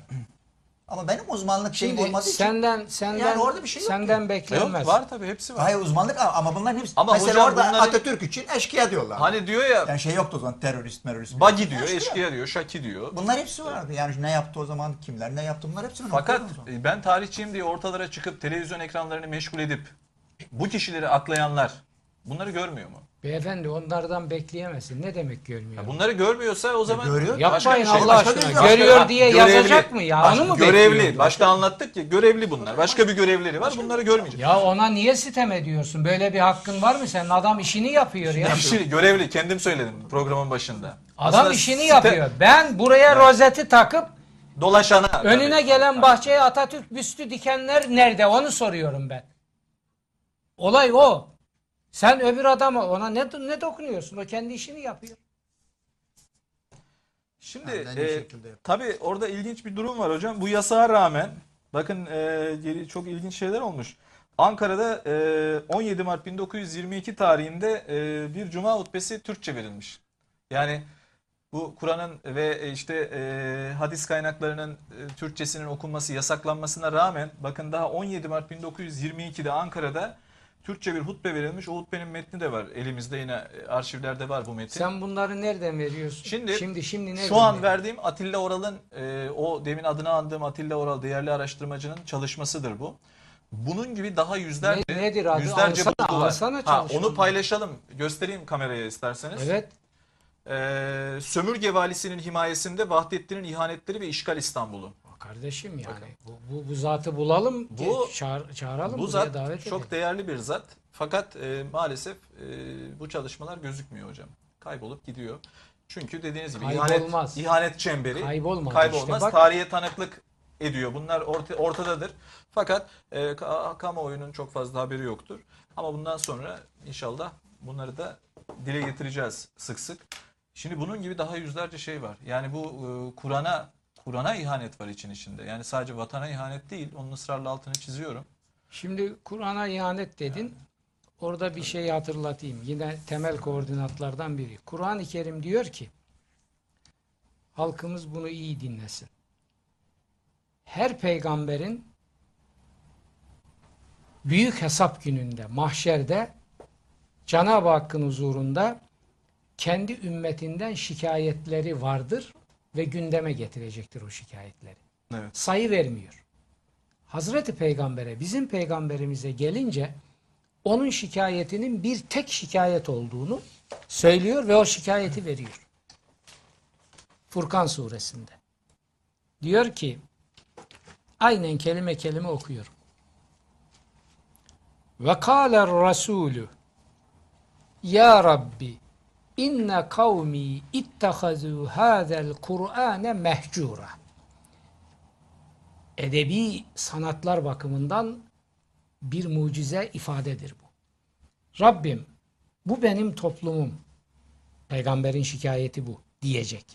D: Ama benim uzmanlık şeyim
C: Şimdi
D: olmadığı için.
C: senden senden
D: Yani orada bir şey yok
C: senden
D: ki.
C: beklenmez.
B: Yok, var tabii, hepsi var.
D: Hayır uzmanlık ama bunların hepsi.
B: Ama
D: mesela
B: hocam
D: orada
B: bunların-
D: Atatürk için eşkıya diyorlar.
B: Hani diyor ya,
D: Yani şey yoktu o zaman terörist, merörist.
B: Bagi diyor,
D: Eşkıya.
B: eşkıya diyor, şaki diyor.
D: Bunlar hepsi vardı. Yani ne yaptı o zaman, kimler ne yaptı bunlar hepsini
B: Fakat
D: okuyordum o zaman.
B: e, ben tarihçiyim diye ortalara çıkıp televizyon ekranlarını meşgul edip bu kişileri aklayanlar bunları görmüyor mu?
C: Beyefendi onlardan bekleyemezsin. Ne demek görmüyor?
B: Ya bunları görmüyorsa o zaman
D: görüyor.
B: başka
C: Yapmayın
B: bir şey.
C: Allah
D: Başka
C: aşkına.
D: bir- başka-
C: Görüyor diye
B: Görevli.
C: yazacak mı ya?
B: Başka-
C: Onu mu
B: görevli.
C: bekliyor?
B: Başta anlattık ya, görevli bunlar. Başka bir görevleri var. Bunları görmeyecek.
C: Ya ona niye sitem ediyorsun? Böyle bir hakkın var mı senin? Adam işini yapıyor ya.
B: Ya bir şey, görevli, kendim söyledim programın başında.
C: Adam
B: Aslında
C: işini
B: site-
C: yapıyor. Ben buraya rozeti takıp
B: Dolaşana.
C: Önüne
B: tabii.
C: gelen
B: Tabii.
C: bahçeye Atatürk büstü dikenler nerede? Onu soruyorum ben. Olay o. Sen öbür adama ona ne ne dokunuyorsun? O kendi işini yapıyor.
B: Şimdi
D: Aynen, iyi
B: e,
D: şekilde yapıyor.
B: tabii orada ilginç bir durum var hocam. Bu yasağa rağmen bakın e, geri- çok ilginç şeyler olmuş. Ankara'da e, on yedi Mart bin dokuz yüz yirmi iki tarihinde e, bir cuma hutbesi Türkçe verilmiş. Yani bu Kur'an'ın ve e, işte e, hadis kaynaklarının e, Türkçesinin okunması yasaklanmasına rağmen bakın daha on yedi Mart bin dokuz yüz yirmi ikide Ankara'da Türkçe bir hutbe verilmiş. O hutbenin metni de var. Elimizde yine e, arşivlerde var bu metin.
C: Sen bunları nereden veriyorsun?
B: Şimdi,
C: şimdi, şimdi nereden
B: şu an
C: veriyorsun?
B: verdiğim Atilla Oral'ın e, o demin adını andığım Atilla Oral değerli araştırmacının çalışmasıdır bu. Bunun gibi daha yüzlerce
C: Ne- nedir adı?
B: yüzlerce
C: Alsana,
B: bulgu var.
C: alsana
B: Ha,
C: çalışmanı.
B: onu paylaşalım. Göstereyim kameraya isterseniz.
C: Evet.
B: Ee, Sömürge Valisi'nin himayesinde Vahdettin'in ihanetleri ve işgal İstanbul'u.
C: Kardeşim yani bu, bu, bu zatı bulalım,
B: Bu-
C: bu, çağır, çağıralım,
B: Bu
C: buraya
B: zat
C: davet
B: çok
C: edelim.
B: değerli bir zat. Fakat e, maalesef e, bu çalışmalar gözükmüyor hocam. Kaybolup gidiyor. Çünkü dediğiniz gibi
C: Kaybolmaz.
B: ihanet, ihanet çemberi
C: Kaybolmadı
B: kaybolmaz.
C: işte, bak.
B: Tarihe tanıklık ediyor. Bunlar orta, ortadadır. Fakat e, ka- kamuoyunun çok fazla haberi yoktur. Ama bundan sonra inşallah bunları da dile getireceğiz sık sık. Şimdi bunun gibi daha yüzlerce şey var. Yani bu e, Kur'an'a Kur'an'a ihanet var için içinde. Yani sadece vatana ihanet değil. Onun ısrarla altını çiziyorum.
C: Şimdi Kur'an'a ihanet dedin. Orada bir şey hatırlatayım. Yine temel koordinatlardan biri. Kur'an-ı Kerim diyor ki, halkımız bunu iyi dinlesin. Her peygamberin büyük hesap gününde, mahşerde, Cenab-ı Hakk'ın huzurunda kendi ümmetinden şikayetleri vardır ve gündeme getirecektir o şikayetleri.
B: Evet.
C: Sayı vermiyor. Hazreti Peygamber'e, bizim peygamberimize gelince onun şikayetinin bir tek şikayet olduğunu söylüyor ve o şikayeti veriyor. Furkan suresinde. Diyor ki, aynen kelime kelime okuyorum. Ve kâler rasûlü ya Rabbi inne kavmi ittehazû hâzel Kur'âne mehcûra. Edebi sanatlar bakımından bir mucize ifadedir bu. Rabbim, bu benim toplumum. Peygamberin şikayeti bu diyecek.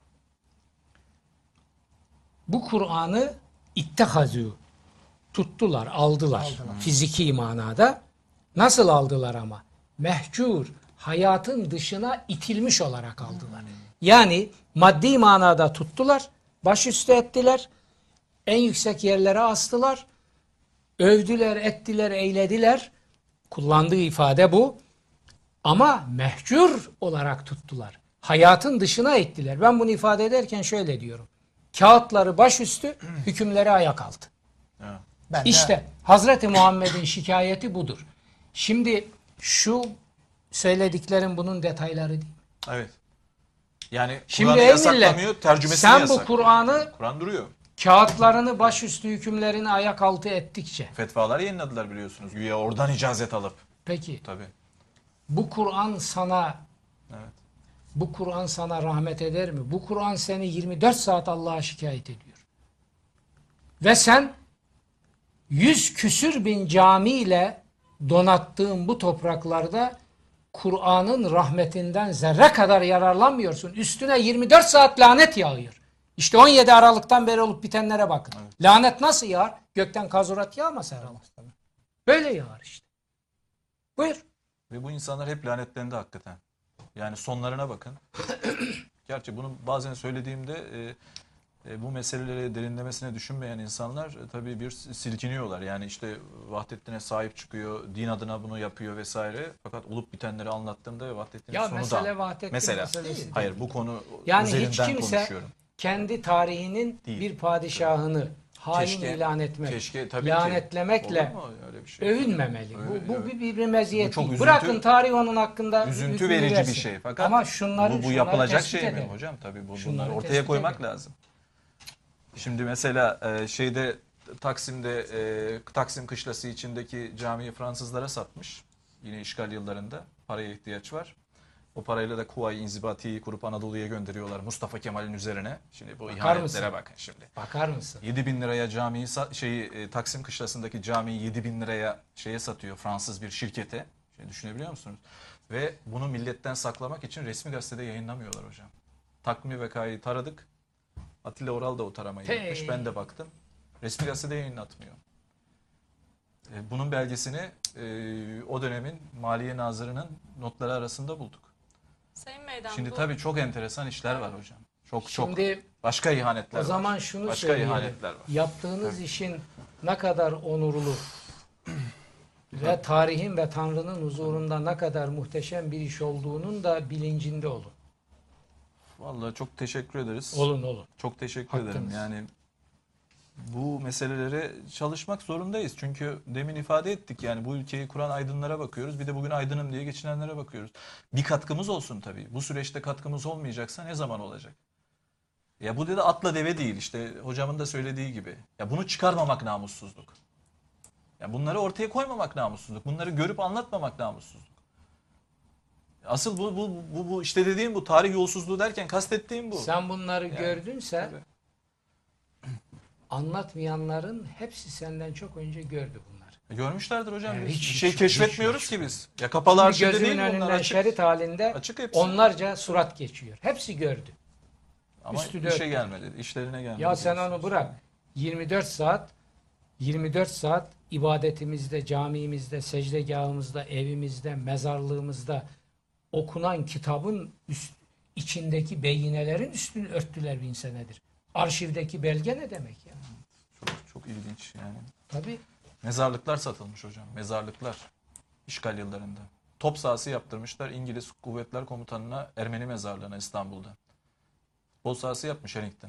C: Bu Kur'an'ı ittehazû tuttular, aldılar. aldılar. Fiziki manada. Nasıl aldılar ama? Mehcur, hayatın dışına itilmiş olarak aldılar. Yani maddi manada tuttular, başüstü ettiler, en yüksek yerlere astılar, övdüler, ettiler, eylediler. Kullandığı ifade bu. Ama mehcur olarak tuttular. Hayatın dışına ettiler. Ben bunu ifade ederken şöyle diyorum. Kağıtları başüstü, hükümleri ayak altı.
B: Evet.
D: Ben de-
C: İşte Hazreti Muhammed'in şikayeti budur. Şimdi şu söylediklerim bunun detayları değil.
B: Evet. Yani
C: Şimdi
B: Kur'an'ı
C: ey
B: yasaklamıyor,
C: millet,
B: tercümesini
C: sen bu
B: yasaklıyor.
C: Kur'an'ı
B: Kur'an duruyor.
C: kağıtlarını başüstü hükümlerini ayak altı ettikçe.
B: Fetvalar yayınladılar biliyorsunuz. Güya oradan icazet alıp.
C: Peki
B: Tabii.
C: bu Kur'an sana
B: Evet.
C: bu Kur'an sana rahmet eder mi? Bu Kur'an seni yirmi dört saat Allah'a şikayet ediyor. Ve sen yüz küsür bin camiyle donattığın bu topraklarda Kur'an'ın rahmetinden zerre kadar yararlanmıyorsun. Üstüne yirmi dört saat lanet yağıyor. İşte on yedi Aralık'tan beri olup bitenlere bakın.
B: Evet.
C: Lanet nasıl yağar? Gökten kazurat yağmaz herhalde. Böyle yağar işte. Buyur.
B: Ve bu insanlar hep lanetlendi hakikaten. Yani sonlarına bakın. Gerçi bunu bazen söylediğimde e, e, bu meseleleri derinlemesine düşünmeyen insanlar e, tabii bir silkiniyorlar. Yani işte Vahdettin'e sahip çıkıyor, din adına bunu yapıyor vesaire. Fakat olup bitenleri anlattığımda Vahdettin'in
C: Ya
B: sonu
C: mesele
B: da...
C: Vahdettin
B: Mesela.
C: meselesi değil.
B: Hayır, bu konu
C: Yani
B: üzerinden
C: hiç kimse
B: konuşuyorum.
C: kendi tarihinin
B: Değil.
C: bir padişahını hain
B: Keşke-
C: ilan etmek,
B: keşke, tabii ki.
C: lanetlemekle
B: Olur mu öyle bir şey?
C: övünmemeli.
B: Öyle-
C: bu bu
B: evet.
C: bir, bir, bir meziyet
B: Bu çok
C: değil.
B: üzüntü-
C: Bırakın tarih onun hakkında
B: Üzüntü
C: hükmünü
B: verici
C: versin.
B: bir şey. Fakat
C: Ama şunları,
B: bu, bu
C: şunları
B: yapılacak
C: tespit
B: şey mi
C: edelim.
B: hocam? Tabii bu,
C: Şunları
B: bunları ortaya
C: tespit
B: koymak
C: edelim.
B: lazım. Şimdi mesela e, şeyde Taksim'de e, Taksim Kışlası içindeki camiyi Fransızlara satmış. Yine işgal yıllarında paraya ihtiyaç var. O O parayla da Kuvayi İnzibati'yi kurup Anadolu'ya gönderiyorlar Mustafa Kemal'in üzerine. Şimdi bu
C: Bakar
B: ihanetlere
C: mısın?
B: bakın şimdi.
C: Bakar mısın?
B: yedi bin liraya camiyi sa- şeyi e, Taksim Kışlası'ndaki camiyi yedi bin liraya şeye satıyor Fransız bir şirkete. Şey düşünebiliyor musunuz? Ve bunu milletten saklamak için resmi gazetede yayınlamıyorlar hocam. Takvimi vekayı taradık. Atilla Oral da o taramayı
C: Hey.
B: yapmış. Ben de baktım. Resmi gazetede yayınlatmıyor. E, Bunun belgesini e, o dönemin Maliye Nazırı'nın notları arasında bulduk.
A: Sayın Meydan,
B: Şimdi
A: bu
B: tabii çok enteresan işler var hocam. Çok çok.
C: Şimdi
B: Başka ihanetler
C: o
B: var.
C: zaman şunu
B: Başka
C: söyleyelim.
B: ihanetler var.
C: Yaptığınız işin ne kadar onurlu ve tarihin ve Tanrı'nın huzurunda ne kadar muhteşem bir iş olduğunun da bilincinde olun.
B: Vallahi çok teşekkür ederiz.
C: Olun olun.
B: Çok teşekkür
C: Hakkınız.
B: ederim. Yani bu meselelere çalışmak zorundayız. Çünkü demin ifade ettik yani bu ülkeyi kuran aydınlara bakıyoruz. Bir de bugün aydınım diye geçinenlere bakıyoruz. Bir katkımız olsun tabii. Bu süreçte katkımız olmayacaksa ne zaman olacak? Ya bu da atla deve değil işte hocamın da söylediği gibi. Ya bunu çıkarmamak namussuzluk. Ya bunları ortaya koymamak namussuzluk. Bunları görüp anlatmamak namussuzluk. Asıl bu bu bu, bu işte dediğim bu tarih yolsuzluğu derken kastettiğim bu.
C: Sen bunları
B: Yani,
C: gördünse
B: tabii.
C: anlatmayanların hepsi senden çok önce gördü bunları.
B: E, Görmüşlerdir hocam.
C: Evet,
B: Biz
C: hiç-
B: bir şey
C: hiç-
B: keşfetmiyoruz
C: hiç-
B: ki biz. Ya kapalı
C: Şimdi
B: arşivde
C: gözümün
B: değil bunlar
C: önünden
B: açık.
C: şerit halinde
B: Açık hepsi.
C: onlarca surat geçiyor. Hepsi gördü.
B: Ama
C: üstü
B: işe
C: dört.
B: gelmedi. İşlerine gelmedi.
C: Ya sen onu
B: diyorsunuz.
C: bırak. yirmi dört saat yirmi dört saat ibadetimizde, camimizde, secdegahımızda, evimizde, mezarlığımızda okunan kitabın üst, içindeki beyinelerin üstünü örttüler bin senedir. Arşivdeki belge ne demek ya?
B: Çok, çok ilginç yani.
C: Tabii.
B: Mezarlıklar satılmış hocam. Mezarlıklar. İşgal yıllarında. Top sahası yaptırmışlar İngiliz Kuvvetler Komutanı'na Ermeni mezarlığına İstanbul'da. Futbol sahası yapmış Harrington.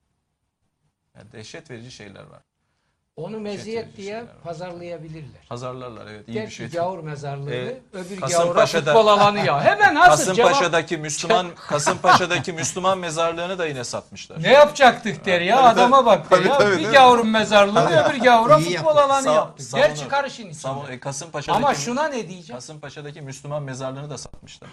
B: Yani dehşet verici şeyler var.
C: Onu meziyet
B: verici
C: diye
B: şeyler var.
C: pazarlayabilirler.
B: Pazarlarlar evet iyi
C: Der
B: bir şey.
C: ki gavur mezarlığı,
B: Ee,
C: öbür
B: Kasımpaşa'da-
C: gavura futbol alanı ya. Hemen hazır cevap.
B: Kasımpaşa'daki Müslüman Kasımpaşa'daki Müslüman mezarlığını da yine satmışlar.
C: Ne yapacaktık der ya,
B: Tabii,
C: adama bak der
B: tabii,
C: ya.
B: tabii,
C: bir
B: değil mi?
C: gavurun mezarlığı, öbür gavura
D: İyi
C: futbol
D: yaptık.
C: alanı
B: Sa-
C: yaptık.
B: savunur.
C: Der çıkar işin içinde.
B: Savun- e, Kasımpaşa'daki,
C: Ama şuna ne diyeceğim?
B: Kasımpaşa'daki Müslüman mezarlığını da satmışlar.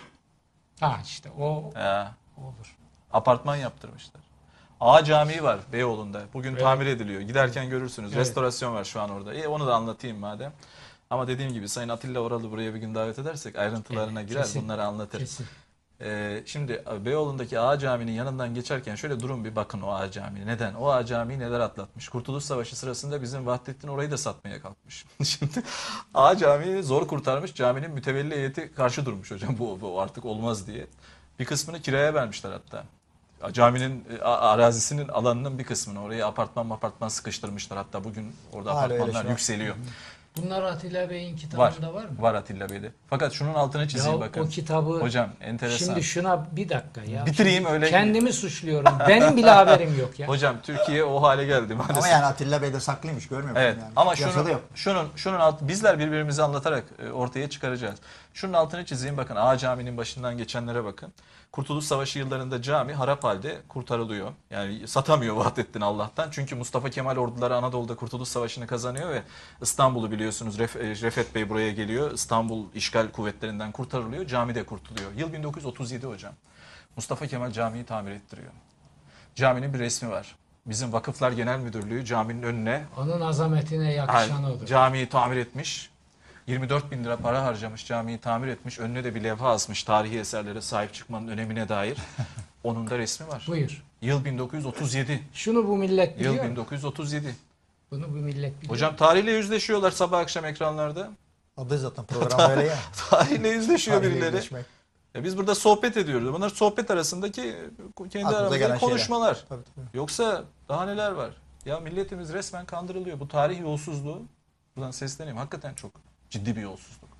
C: Ha işte o
B: Ya,
C: olur.
B: apartman yaptırmışlar. Ağa Camii var Beyoğlu'nda. Bugün
C: Evet.
B: tamir ediliyor. Giderken görürsünüz.
C: Evet.
B: Restorasyon var şu an orada. E, onu da anlatayım madem. Ama dediğim gibi Sayın Atilla Oralı buraya bir gün davet edersek ayrıntılarına girer.
C: Kesin.
B: Bunları anlatır.
C: Kesin.
B: Ee, şimdi Beyoğlu'ndaki Ağa Camii'nin yanından geçerken şöyle durun bir bakın o Ağa Camii. Neden? O Ağa Camii neler atlatmış? Kurtuluş Savaşı sırasında bizim Vahdettin orayı da satmaya kalkmış. Şimdi Ağa Camii'yi zor kurtarmış. Caminin mütevelli heyeti karşı durmuş hocam. Bu, bu artık olmaz diye. Bir kısmını kiraya vermişler hatta. Caminin e, a- arazisinin alanının bir kısmını oraya apartman apartman sıkıştırmışlar. Hatta bugün orada
D: Hala öyle
B: apartmanlar
D: şey var.
B: yükseliyor.
C: Bunlar Atilla Bey'in
B: Var.
C: kitabında var, mı?
B: Var Atilla Bey'de. Fakat şunun altını çizeyim
C: Ya
B: bakın.
C: o kitabı
B: Hocam enteresan.
C: şimdi şuna bir dakika ya.
B: Bitireyim öyle.
C: Kendimi suçluyorum. Benim bile haberim yok ya.
B: Hocam Türkiye o hale geldi maalesef.
D: Ama yani Atilla Bey de saklıymış görmüyor musun?
B: Evet
D: yani?
B: ama
D: Piyasada
B: şunu,
D: yok.
B: şunun şunun alt, bizler birbirimizi anlatarak e, ortaya çıkaracağız. Şunun altını çizeyim bakın Ağa Camii'nin başından geçenlere bakın. Kurtuluş Savaşı yıllarında cami harap halde kurtarılıyor. Yani satamıyor Vahdettin Allah'tan. Çünkü Mustafa Kemal orduları Anadolu'da Kurtuluş Savaşı'nı kazanıyor ve İstanbul'u biliyorsunuz Ref, e, Refet Bey buraya geliyor. İstanbul işgal kuvvetlerinden kurtarılıyor. Cami de kurtuluyor. Yıl bin dokuz yüz otuz yedi hocam. Mustafa Kemal camiyi tamir ettiriyor. Caminin bir resmi var. Bizim Vakıflar Genel Müdürlüğü caminin önüne
C: Onun azametine yakışan odur.
B: camiyi tamir etmiş. yirmi dört bin lira para harcamış, camiyi tamir etmiş. Önüne de bir levha asmış tarihi eserlere sahip çıkmanın önemine dair. Onun da resmi var.
C: Buyur.
B: Yıl bin dokuz yüz otuz yedi.
C: Şunu bu millet biliyor
B: Yıl
C: mu?
B: bin dokuz yüz otuz yedi.
C: Bunu bu millet biliyor.
B: Hocam tarihle yüzleşiyorlar sabah akşam ekranlarda.
D: Adı zaten program böyle ya.
B: Tarihle yüzleşiyor
D: Tarihle
B: birileri.
D: yüzleşmek.
B: Ya biz burada sohbet ediyoruz. Bunlar sohbet arasındaki kendi
D: Aklımıza
B: aramızda
D: gelen
B: konuşmalar.
D: Tabii, tabii.
B: Yoksa daha neler var? Ya milletimiz resmen kandırılıyor. Bu tarih yolsuzluğu, buradan sesleneyim, hakikaten çok ciddi bir yolsuzluk.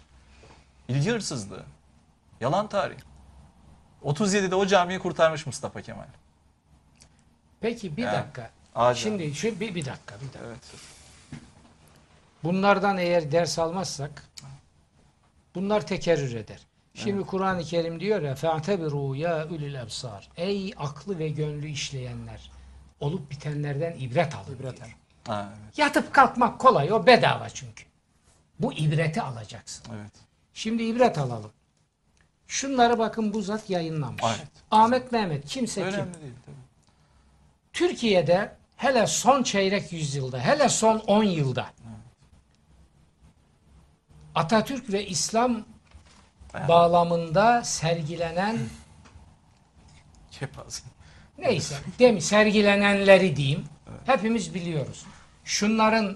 B: İlgi hırsızlığı. Yalan tarih. otuz yedide o camiyi kurtarmış Mustafa Kemal.
C: Peki bir
B: Ya,
C: dakika.
B: Ağa
C: Şimdi şu bir, bir dakika bir dakika.
B: Evet.
C: Bunlardan eğer ders almazsak bunlar tekerrür eder. Şimdi Kur'an-ı Kerim diyor ya فَاَعْتَبِرُوا ya ulul ebsar. Ey aklı ve gönlü işleyenler. Olup bitenlerden ibret alın
D: İbret
C: diyor.
B: Ha, evet.
C: Yatıp kalkmak kolay. O bedava çünkü. Bu ibreti alacaksın.
B: Evet.
C: Şimdi ibret alalım. Şunları bakın bu zat yayınlamış.
B: Evet.
C: Ahmet Mehmet kimse kim?
B: Önemli değil tabii.
C: Türkiye'de hele son çeyrek yüzyılda, hele son on yılda Atatürk ve İslam bağlamında sergilenen
B: Kepaze.
C: neyse değil mi? Sergilenenleri diyeyim. Hepimiz biliyoruz. Şunların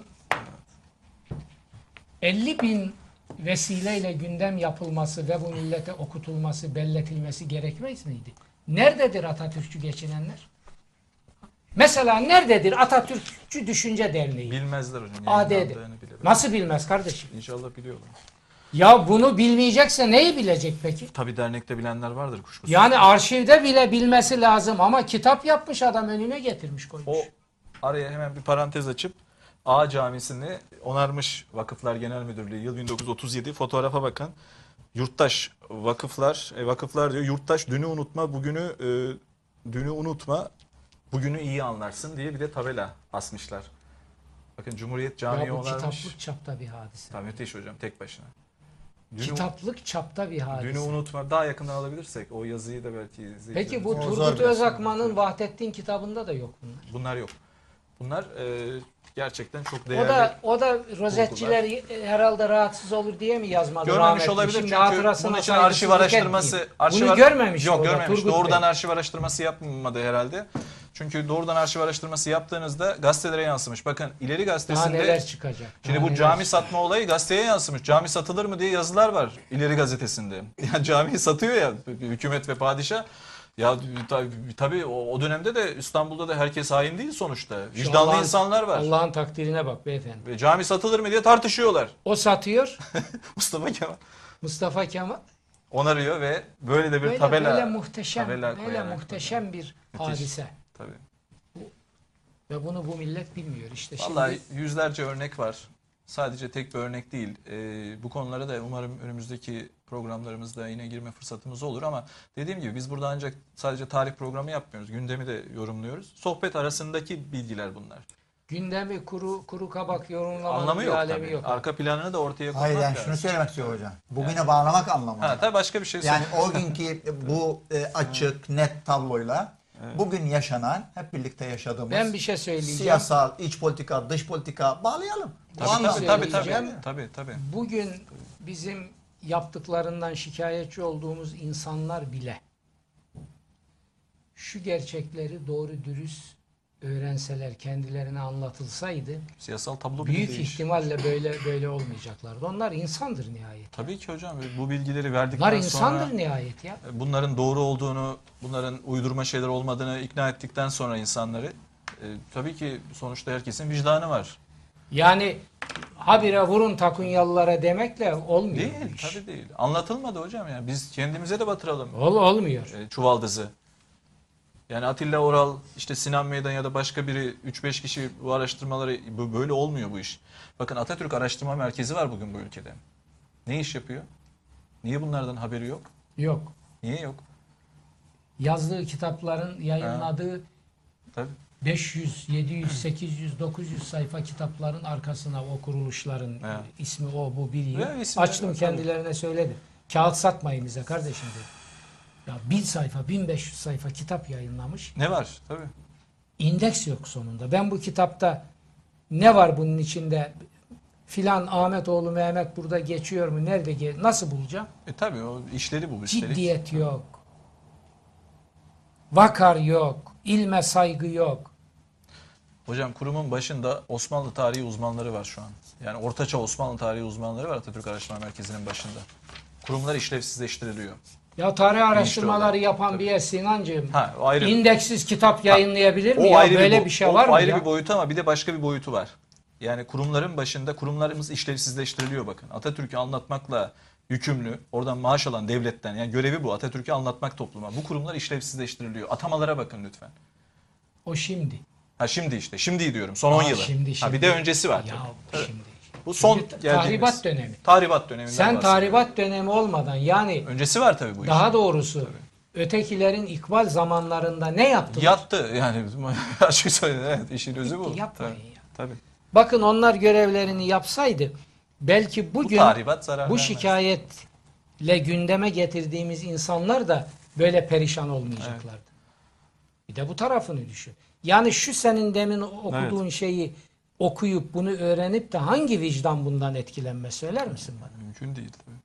C: elli bin vesileyle gündem yapılması ve bu millete okutulması, belletilmesi gerekmez miydi? Nerededir Atatürkçü geçinenler? Mesela nerededir Atatürkçü Düşünce Derneği?
B: Bilmezler hocam.
C: A D'de.
B: yayınlandığını bile.
C: Nasıl bilmez kardeşim?
B: İnşallah biliyorlar.
C: Ya bunu bilmeyecekse neyi bilecek peki?
B: Tabii dernekte bilenler vardır kuşkusuz.
C: Yani arşivde bile bilmesi lazım ama kitap yapmış adam önüne getirmiş koymuş.
B: O araya hemen bir parantez açıp A Camisi'ni onarmış Vakıflar Genel Müdürlüğü yıl bin dokuz yüz otuz yedi, fotoğrafa bakın. Yurttaş vakıflar, e, vakıflar diyor yurttaş dünü unutma bugünü e, dünü unutma bugünü iyi anlarsın diye bir de tabela asmışlar. Bakın Cumhuriyet Camii
C: Ya bu
B: onarmış.
C: kitaplık çapta bir hadise.
B: Tamam müthiş hocam tek başına. Dünü,
C: Kitaplık çapta bir hadise.
B: dünü unutma daha yakından alabilirsek o yazıyı da belki
C: Peki
B: izleyicilerimiz-
C: bu
D: O zor
C: Turgut
D: biraz.
C: Özakman'ın Vahdettin kitabında da yok bunlar.
B: Bunlar yok. Bunlar e, gerçekten çok
C: O
B: değerli.
C: da o da rozetçiler herhalde rahatsız olur diye mi yazmadı?
B: Görmemiş
C: rahmetli?
B: olabilir
C: Şimdi
B: çünkü
C: hatırasına
B: bunun için
C: saygısızlık
B: arşiv araştırması
C: etmeyeyim.
B: arşiv
C: Bunu
B: ar-
C: görmemiş
B: Yok
C: orada
B: görmemiş.
C: Turgut
B: Doğrudan
C: Bey.
B: arşiv araştırması yapmadı herhalde. Çünkü doğrudan arşiv araştırması yaptığınızda gazetelere yansımış. Bakın İleri
C: Daha
B: Gazetesi'nde
C: neler çıkacak?
B: şimdi
C: daha
B: bu
C: neler
B: cami
C: çıkacak.
B: satma olayı gazeteye yansımış. Cami satılır mı diye yazılar var İleri Gazetesi'nde. Yani camiyi satıyor ya hükümet ve padişah. Ya tabii, tabii o, o dönemde de İstanbul'da da herkes hain değil sonuçta.
C: Şu
B: Vicdanlı
C: Allah'ın-
B: insanlar var.
C: Allah'ın takdirine bak beyefendi.
B: Ve cami satılır mı diye tartışıyorlar.
C: O satıyor.
B: Mustafa Kemal
C: Mustafa Kemal
B: onarıyor ve böyle de bir
C: böyle,
B: tabela
C: böyle muhteşem,
B: tabela
C: böyle
B: koyarak-
C: muhteşem bir hadise.
B: Tabii.
C: Ve bunu bu millet bilmiyor işte.
B: Vallahi
C: Şimdi
B: yüzlerce örnek var. Sadece tek bir örnek değil. Ee, bu konulara da umarım önümüzdeki programlarımızda yine girme fırsatımız olur ama dediğim gibi biz burada ancak sadece tarih programı yapmıyoruz. Gündemi de yorumluyoruz. Sohbet arasındaki bilgiler bunlar.
C: gündemi kuru kuru kabak yorumlamanın
B: Anlamı
C: bir
B: yok
C: alemi
B: tabii.
C: yok.
B: Arka planını da ortaya koymak
D: Hayır yani
B: lazım.
D: şunu söylemek istiyor hocam. Bugüne bağlamak anlamında.
B: Ha, tabii başka bir şey
D: Yani
B: söyle-
D: o günkü bu e, açık, net tabloyla bugün yaşanan, hep birlikte yaşadığımız
C: Ben bir şey söyleyeceğim.
D: siyasal, iç politika, dış politika bağlayalım. Bu
B: Tabii,
D: anlamda.
B: tabii, tabii, tabii,
C: söyleyeceğim.
B: tabii, tabii.
C: Bugün bizim yaptıklarından şikayetçi olduğumuz insanlar bile şu gerçekleri doğru dürüst öğrenseler, kendilerine anlatılsaydı
B: Siyasal tablo bile
C: büyük
B: değişir.
C: ihtimalle böyle böyle olmayacaklardı. Onlar insandır nihayet.
B: Tabii ki hocam bu bilgileri verdikten
C: Onlar
B: sonra
C: insandır nihayet ya.
B: bunların doğru olduğunu, bunların uydurma şeyler olmadığını ikna ettikten sonra insanları e, tabii ki sonuçta herkesin vicdanı var.
C: Yani habire vurun Takunyalılara demekle olmuyor
B: Değil,
C: bu iş.
B: tabii değil. Anlatılmadı hocam yani. Biz kendimize de batıralım
C: Ol, olmuyor.
B: e, çuvaldızı. Yani Atilla Oral, işte Sinan Meydan ya da başka biri üç beş kişi bu araştırmaları bu- böyle olmuyor bu iş. Bakın Atatürk Araştırma Merkezi var bugün bu ülkede. Ne iş yapıyor? Niye bunlardan haberi yok?
C: Yok.
B: Niye yok?
C: Yazdığı kitapların yayınladığı
B: Tabii.
C: beş yüz, yedi yüz, sekiz yüz, dokuz yüz sayfa kitapların arkasına o kuruluşların
B: Evet.
C: ismi o bu bir yıl.
B: Ve isimleri
C: Açtım
B: var,
C: kendilerine söyledim. Kağıt satmayın bize kardeşim dedim. Ya bin sayfa, bin beş yüz sayfa kitap yayınlamış.
B: Ne var? Tabii.
C: İndeks yok sonunda. Ben bu kitapta ne var bunun içinde? Filan Ahmetoğlu Mehmet burada geçiyor mu? Nerede? Ge Nasıl bulacağım?
B: E tabii o işleri bu üstelik.
C: Ciddiyet yok. Vakar yok. İlme saygı yok.
B: Hocam kurumun başında Osmanlı tarihi uzmanları var şu an. Yani Ortaçağ Osmanlı tarihi uzmanları var Atatürk Araştırma Merkezi'nin başında. Kurumlar işlevsizleştiriliyor.
C: Ya tarih araştırmaları
B: olarak.
C: yapan
B: Tabii.
C: bir yer Sinancığım.
B: Ha, o ayrı.
C: İndeksiz kitap yayınlayabilir mi
B: O
C: ya?
B: ayrı
C: Böyle
B: bir,
C: bir şey
B: o
C: var mı
B: ayrı
C: ya?
B: bir boyutu ama bir de başka bir boyutu var. Yani kurumların başında kurumlarımız işlevsizleştiriliyor bakın. Atatürk'ü anlatmakla yükümlü, oradan maaş alan devletten yani görevi bu Atatürk'ü anlatmak topluma. Bu kurumlar işlevsizleştiriliyor. Atamalara bakın lütfen.
C: O şimdi.
B: Ha şimdi işte. Şimdi diyorum. Son on
C: Aa,
B: yılı.
C: şimdi,
B: Ha
C: şimdi.
B: bir de öncesi var.
C: Ya
B: tabii.
C: şimdi.
B: Bu son
C: Şimdi
B: geldiğimiz.
C: tahribat dönemi.
B: Tahribat döneminden
C: Sen
B: bahsediyorum.
C: tahribat dönemi olmadan yani
B: Öncesi var tabii bu işin.
C: daha doğrusu ötekilerin ikbal zamanlarında ne yaptılar?
B: Yattı yani açık söyleyeyim evet işin özü bu.
C: Bitti, yapmayın
B: Tabii.
C: ya.
B: Tabii.
C: Bakın onlar görevlerini yapsaydı belki
B: Bu
C: bugün
B: tahribat zarar
C: bu
B: vermez.
C: şikayet ile gündeme getirdiğimiz insanlar da böyle perişan olmayacaklardı. Bir de bu tarafını düşün. Yani şu senin demin okuduğun
B: Evet.
C: şeyi okuyup bunu öğrenip de hangi vicdan bundan etkilenmez söyler misin bana?
B: Mümkün değil tabii.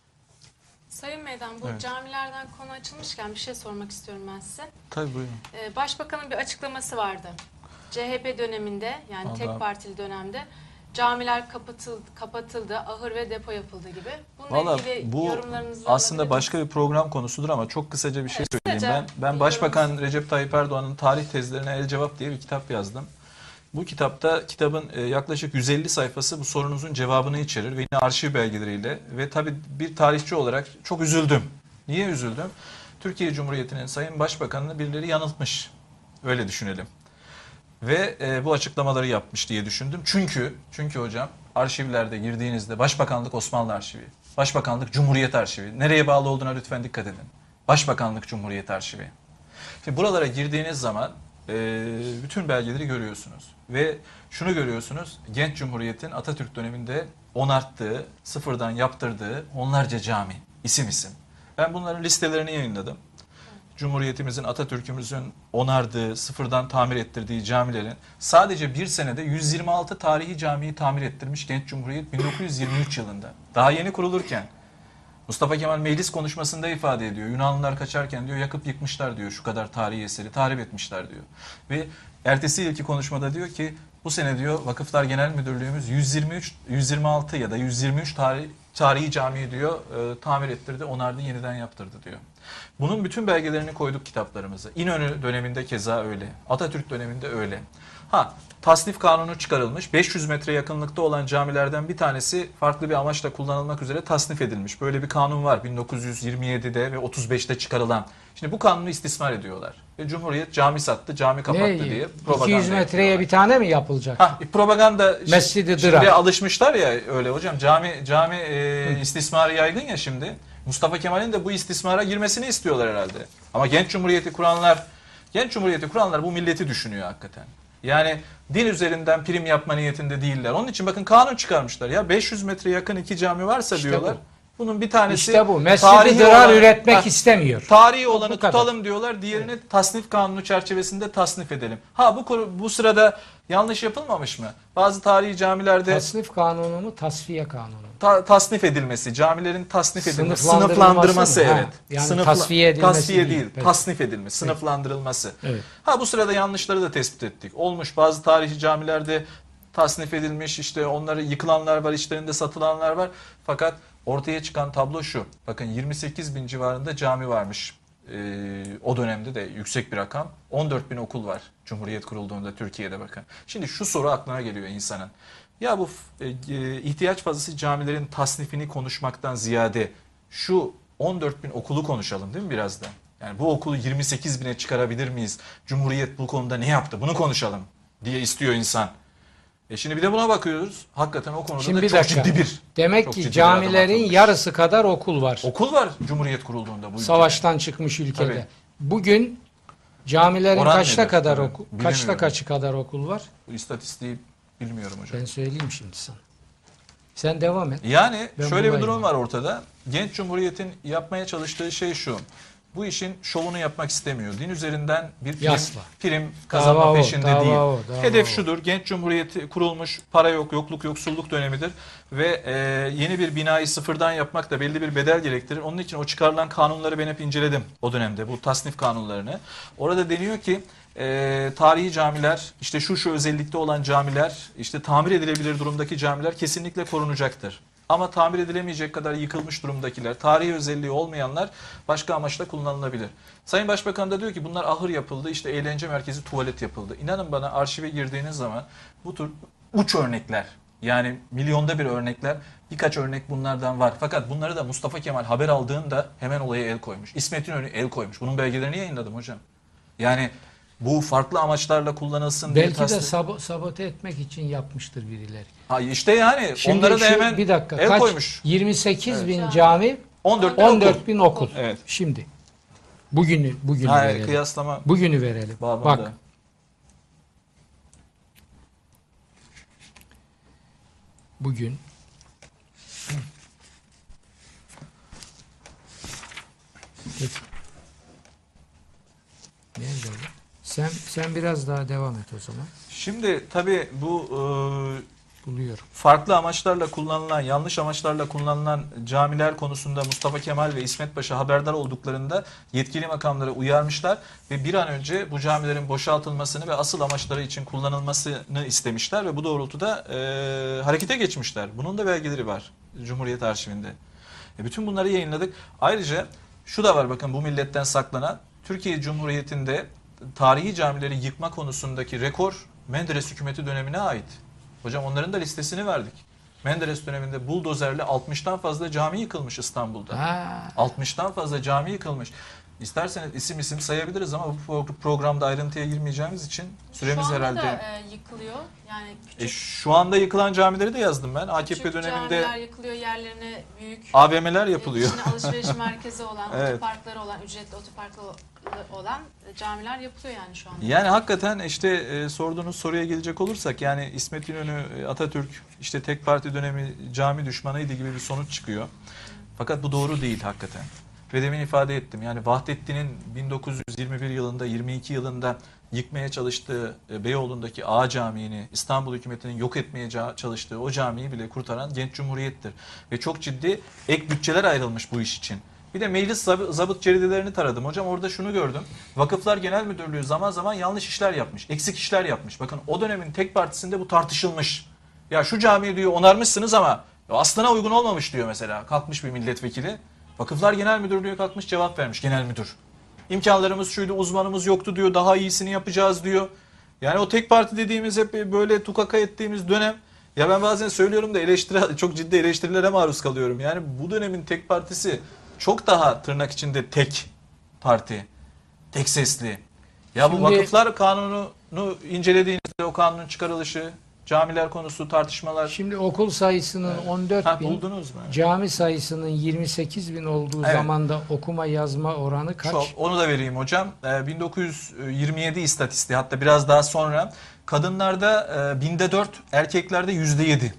A: Sayın Meydan, bu
B: Evet.
A: camilerden konu açılmışken bir şey sormak istiyorum ben size.
B: Tabii buyurun.
A: Ee, Başbakanın bir açıklaması vardı. C H P döneminde, yani
B: Allah.
A: tek partili dönemde camiler kapatıldı, kapatıldı, ahır ve depo yapıldı gibi. Bununla
B: Valla
A: ilgili
B: bu
A: yorumlarınızı
B: aslında
A: alabilir
B: başka bir program konusudur ama çok kısaca bir şey
A: Evet,
B: söyleyeyim
A: kısaca
B: ben. Ben
A: bir
B: Başbakan
A: yorum.
B: Recep Tayyip Erdoğan'ın tarih tezlerine el cevap diye bir kitap yazdım. Bu kitapta kitabın e, yaklaşık yüz elli sayfası bu sorunuzun cevabını içerir ve yine arşiv belgeleriyle ve tabii bir tarihçi olarak çok üzüldüm. Niye üzüldüm? Türkiye Cumhuriyeti'nin Sayın Başbakanını birileri yanıltmış. Öyle düşünelim. Ve e, bu açıklamaları yapmış diye düşündüm. Çünkü çünkü hocam arşivlerde girdiğinizde Başbakanlık Osmanlı Arşivi, Başbakanlık Cumhuriyet Arşivi, nereye bağlı olduğuna lütfen dikkat edin. Başbakanlık Cumhuriyet Arşivi. Şimdi buralara girdiğiniz zaman e, bütün belgeleri görüyorsunuz. Ve şunu görüyorsunuz, genç Cumhuriyet'in Atatürk döneminde onarttığı, sıfırdan yaptırdığı onlarca cami, isim isim. Ben bunların listelerini yayınladım. Cumhuriyetimizin, Atatürk'ümüzün onardığı, sıfırdan tamir ettirdiği camilerin sadece bir senede yüz yirmi altı tarihi camiyi tamir ettirmiş Genç Cumhuriyet bin dokuz yüz yirmi üç yılında. Daha yeni kurulurken. Mustafa Kemal meclis konuşmasında ifade ediyor. Yunanlılar kaçarken diyor yakıp yıkmışlar diyor şu kadar tarihi eseri, tahrip etmişler diyor. Ve ertesi yılki konuşmada diyor ki bu sene diyor Vakıflar Genel Müdürlüğümüz yüz yirmi üç, yüz yirmi altı ya da yüz yirmi üç tarih, tarihi camiyi diyor e, tamir ettirdi, onardı, yeniden yaptırdı diyor. Bunun bütün belgelerini koyduk kitaplarımıza. İnönü döneminde keza öyle. Atatürk döneminde öyle. Ha, tasnif kanunu çıkarılmış. beş yüz metre yakınlıkta olan camilerden bir tanesi farklı bir amaçla kullanılmak üzere tasnif edilmiş. Böyle bir kanun var bin dokuz yüz yirmi yedide ve otuz beşte çıkarılan. Şimdi bu kanunu istismar ediyorlar. Ve Cumhuriyet cami sattı, cami kapattı
C: Ne?
B: diye propaganda
C: iki yüz metreye
B: yapıyorlar.
C: bir tane mi yapılacak?
B: Ha, propaganda
C: Mescid-i
B: şimdi
C: Dırar.
B: alışmışlar ya öyle hocam. Cami cami e, istismarı yaygın ya şimdi. Mustafa Kemal'in de bu istismara girmesini istiyorlar herhalde. Ama genç cumhuriyeti kuranlar, genç cumhuriyeti kuranlar bu milleti düşünüyor hakikaten. Yani din üzerinden prim yapma niyetinde değiller. Onun için bakın kanun çıkarmışlar ya beş yüz metre yakın iki cami varsa
C: İşte
B: diyorlar.
C: bu.
B: Bunun bir tanesi
C: İşte bu. Mescid-i
B: tarihi
C: Dırar
B: olan-
C: üretmek
B: Ha,
C: istemiyor.
B: Tarihi olanı
C: Bu kadar.
B: tutalım diyorlar. Diğerini tasnif kanunu çerçevesinde tasnif edelim. Ha bu konu- bu sırada yanlış yapılmamış mı? Bazı tarihi camilerde
C: Tasnif kanunu mu, tasfiye kanunu mu?
B: ta- tasnif edilmesi, camilerin tasnif edilmesi,
C: Sınıflandırılması
B: sınıflandırması
C: mı? Ha,
B: evet.
C: yani
B: Sınıfla-
C: tasfiye edilmesi
B: tasfiye
C: değil.
B: değil,
C: Peki.
B: tasnif edilmesi, sınıflandırılması.
C: Evet.
B: Ha bu sırada yanlışları da tespit ettik. Olmuş bazı tarihi camilerde tasnif edilmiş, işte onları yıkılanlar var, içlerinde satılanlar var. Fakat ortaya çıkan tablo şu. Bakın yirmi sekiz bin civarında cami varmış. Ee, o dönemde de yüksek bir rakam. on dört bin okul var Cumhuriyet kurulduğunda Türkiye'de bakın. Şimdi şu soru aklına geliyor insanın. Ya bu e, e, ihtiyaç fazlası camilerin tasnifini konuşmaktan ziyade şu on dört bin okulu konuşalım değil mi biraz da? Yani bu okulu yirmi sekiz bine çıkarabilir miyiz? Cumhuriyet bu konuda ne yaptı? Bunu konuşalım diye istiyor insan. E şimdi bir de buna bakıyoruz. Hakikaten o konuda
C: Şimdi
B: da
C: bir
B: çok
C: dakika.
B: ciddi bir
C: Demek
B: çok
C: ki
B: ciddi bir adım
C: camilerin
B: atılmış.
C: yarısı kadar okul var.
B: okul var Cumhuriyet kurulduğunda bu ülkede.
C: Savaştan çıkmış ülkede.
B: Tabii.
C: Bugün camilerin
B: Oran
C: kaçta
B: nedir?
C: kadar
B: Tabii,
C: okul, kaçta
B: bilemiyorum.
C: kaçı kadar okul var?
B: Bu istatistiği bilmiyorum hocam.
C: Ben söyleyeyim şimdi sana. Sen devam et.
B: Yani
C: Ben
B: şöyle bir
C: bulayım.
B: durum var ortada. Genç Cumhuriyet'in yapmaya çalıştığı şey şu. Bu işin şovunu yapmak istemiyor. Din üzerinden bir prim,
C: Yasla.
B: prim kazanma
C: Dava o,
B: peşinde
C: dava
B: değil.
C: o, dava
B: Hedef
C: o.
B: şudur. Genç Cumhuriyeti kurulmuş, para yok, yokluk, yoksulluk dönemidir. Ve e, yeni bir binayı sıfırdan yapmak da belli bir bedel gerektirir. Onun için o çıkarılan kanunları ben hep inceledim o dönemde. Bu tasnif kanunlarını. Orada deniyor ki e, tarihi camiler, işte şu şu özellikte olan camiler, işte tamir edilebilir durumdaki camiler kesinlikle korunacaktır. Ama tamir edilemeyecek kadar yıkılmış durumdakiler, tarihi özelliği olmayanlar başka amaçla kullanılabilir. Sayın Başbakan da diyor ki bunlar ahır yapıldı, işte eğlence merkezi tuvalet yapıldı. İnanın bana arşive girdiğiniz zaman bu tür uç örnekler, yani milyonda bir örnekler, birkaç örnek bunlardan var. Fakat bunları da Mustafa Kemal haber aldığında hemen olaya el koymuş. İsmet İnönü el koymuş. Bunun belgelerini yayınladım hocam. Yani bu farklı amaçlarla kullanılsın diye
C: Belki de
B: tasnif-
C: sabo- sabote etmek için yapmıştır birileri.
B: Ha işte yani
C: Şimdi
B: onlara da
C: şu-
B: hemen
C: bir dakika,
B: el
C: kaç?
B: koymuş.
C: yirmi sekiz
B: Evet.
C: bin cami,
B: on dört bin
C: on
B: okul.
C: dört bin okul.
B: Evet.
C: Şimdi bugünü bugünü
B: Ha,
C: verelim.
B: kıyaslama
C: Bugünü verelim.
B: babında.
C: Bak. Bugün Peki. Nerede bu? Sen, sen biraz daha devam et o zaman.
B: Şimdi tabii bu e,
C: Buluyorum.
B: farklı amaçlarla kullanılan, yanlış amaçlarla kullanılan camiler konusunda Mustafa Kemal ve İsmet Paşa haberdar olduklarında yetkili makamları uyarmışlar ve bir an önce bu camilerin boşaltılmasını ve asıl amaçları için kullanılmasını istemişler ve bu doğrultuda e, harekete geçmişler. Bunun da belgeleri var Cumhuriyet Arşivinde. E, bütün bunları yayınladık. Ayrıca şu da var, bakın, bu milletten saklanan Türkiye Cumhuriyeti'nde tarihi camileri yıkma konusundaki rekor Menderes hükümeti dönemine ait. Hocam onların da listesini verdik. Menderes döneminde buldozerle altmıştan fazla cami yıkılmış İstanbul'da.
C: Ha.
B: altmıştan fazla cami yıkılmış. İsterseniz isim isim sayabiliriz ama bu programda ayrıntıya girmeyeceğimiz için süremiz
A: Şu anda
B: herhalde.
A: da e, yıkılıyor. Yani küçük,
B: E, şu anda yıkılan camileri de yazdım ben. A K P
A: küçük
B: döneminde
A: camiler yıkılıyor, yerlerine büyük
B: A V M'ler yapılıyor.
A: içine alışveriş merkezi olan,
B: Evet.
A: otoparkları olan, ücretli otoparkları olan camiler yapılıyor yani şu anda.
B: Yani hakikaten işte e, sorduğunuz soruya gelecek olursak, yani İsmet İnönü, e, Atatürk işte tek parti dönemi cami düşmanıydı gibi bir sonuç çıkıyor. Fakat bu doğru değil hakikaten. Ve demin ifade ettim, yani Vahdettin'in bin dokuz yüz yirmi bir yılında, yirmi iki yılında yıkmaya çalıştığı e, Beyoğlu'ndaki Ağa Camii'ni, İstanbul hükümetinin yok etmeye ca- çalıştığı o camiyi bile kurtaran Genç Cumhuriyet'tir. Ve çok ciddi ek bütçeler ayrılmış bu iş için. Bir de meclis zab- zabıt ceridelerini taradım. Hocam orada şunu gördüm. Vakıflar Genel Müdürlüğü zaman zaman yanlış işler yapmış. Eksik işler yapmış. Bakın o dönemin tek partisinde bu tartışılmış. Ya şu camiyi diyor onarmışsınız ama aslına uygun olmamış diyor mesela. Kalkmış bir milletvekili. Vakıflar Genel Müdürlüğü kalkmış cevap vermiş genel müdür. İmkanlarımız şuydu, uzmanımız yoktu diyor. Daha iyisini yapacağız diyor. Yani o tek parti dediğimiz hep böyle tukaka ettiğimiz dönem. Ya ben bazen söylüyorum da eleştiri, çok ciddi eleştirilere maruz kalıyorum. Yani bu dönemin tek partisi çok daha tırnak içinde tek parti, tek sesli. Ya bu
C: Şimdi-
B: vakıflar kanununu incelediğinizde o kanunun çıkarılışı, camiler konusu tartışmalar.
C: Şimdi okul sayısının on dört
B: Ha,
C: bin,
B: buldunuz mu?
C: cami sayısının yirmi sekiz bin olduğu
B: Evet.
C: zamanda okuma yazma oranı kaç?
B: Çok. Onu da vereyim hocam. Ee, bin dokuz yüz yirmi yedi istatistiği, hatta biraz daha sonra. Kadınlarda e, binde dört, erkeklerde yüzde yedi.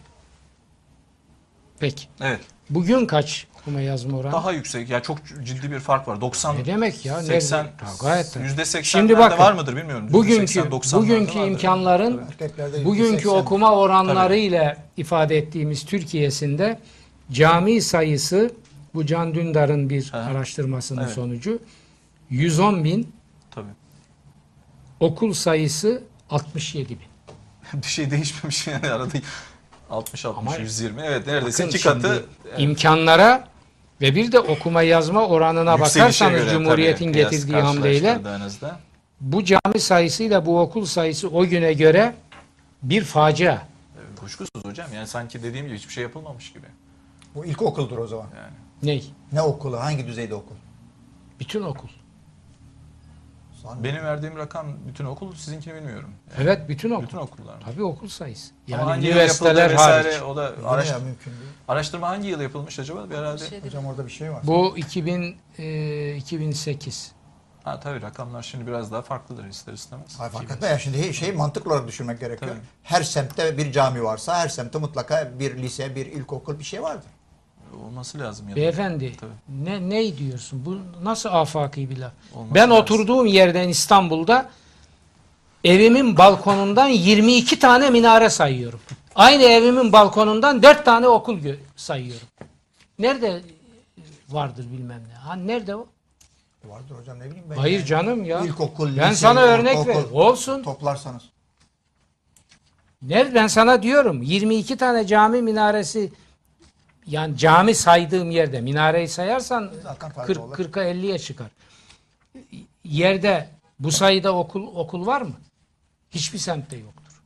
C: Peki.
B: Evet.
C: Bugün kaç okuma yazma oranı?
B: Daha yüksek. Ya çok ciddi bir fark var. doksan,
C: Ne demek ya?
B: seksen,
C: Nerede? Ha, gayet tabii.
B: yüzde seksen
C: Şimdi bakın,
B: var mıdır bilmiyorum.
C: Bugünkü
B: seksen, doksanlarda
C: bugünkü
B: vardır.
C: imkanların
D: Erkeklerde
C: bugünkü
D: seksen.
C: okuma oranları ile ifade ettiğimiz Türkiye'sinde cami sayısı, bu Can Dündar'ın bir
B: Aha.
C: araştırmasının
B: Evet.
C: sonucu, yüz on bin,
B: Tabii.
C: okul sayısı altmış yedi bin.
B: Bir şey değişmemiş yani arada. altmış, altmış,
C: Ama
B: yüz yirmi. Evet, neredeyse
C: Bakın
B: iki katı.
C: şimdi
B: Evet.
C: imkanlara ve bir de okuma yazma oranına
B: Yükselişe
C: bakarsanız
B: göre
C: Cumhuriyet'in
B: tabii, kıyas
C: getirdiği hamleyle
B: karşılaştırdığınızda.
C: bu cami sayısıyla bu okul sayısı o güne göre bir facia.
B: e, Kuşkusuz hocam. Yani sanki dediğim gibi hiçbir şey yapılmamış gibi.
D: Bu ilkokuldur o zaman.
B: Yani.
C: Ney?
D: Ne okulu? Hangi düzeyde okul?
C: Bütün okul.
D: Sanmıyorum.
B: Benim verdiğim rakam bütün okul, sizinkini bilmiyorum. Yani
C: Evet, bütün okul.
B: bütün okullar mı?
C: Tabii okul sayısı.
B: Ama
C: Yani
B: hangi yıl yapıldı
C: üniversiteler
B: vesaire,
C: hariç.
B: o da
D: Öyle
B: araş-
D: ya, mümkün değil.
B: araştırma hangi yıl yapılmış acaba? Bir herhalde.
A: Bir şey değil.
D: Hocam orada bir şey var.
C: Bu iki bin, e, iki bin sekiz.
B: Ha tabii, rakamlar şimdi biraz daha farklıdır ister istemez.
D: Hayır, fark etme ya, şimdi şey mantıklı olarak düşünmek gerekiyor.
B: Tabii.
D: Her semtte bir cami varsa her semtte mutlaka bir lise, bir ilkokul, bir şey vardır.
B: Olması lazım ya da.
C: Beyefendi
B: Tabii.
C: ne ne diyorsun? Bu nasıl afaki bir laf?
B: Olması
C: Ben
B: lazım.
C: oturduğum yerden İstanbul'da evimin balkonundan yirmi iki tane minare sayıyorum. Aynı evimin balkonundan dört tane okul gö- sayıyorum. Nerede vardır bilmem ne. Ha nerede o?
D: Vardır hocam, ne bileyim ben.
C: Hayır
D: yani.
C: canım ya.
D: İlkokul,
C: Ben
D: lise,
C: sana örnek
D: ortaokul
C: ver. Olsun.
D: Toplarsanız.
C: Nerede? Ben sana diyorum yirmi iki tane cami minaresi, yani cami saydığım yerde minareyi sayarsan
D: Zaten fazla
C: kırk,
D: olur.
C: kırka elliye çıkar. Yerde bu sayıda okul okul var mı? Hiçbir semtte yoktur.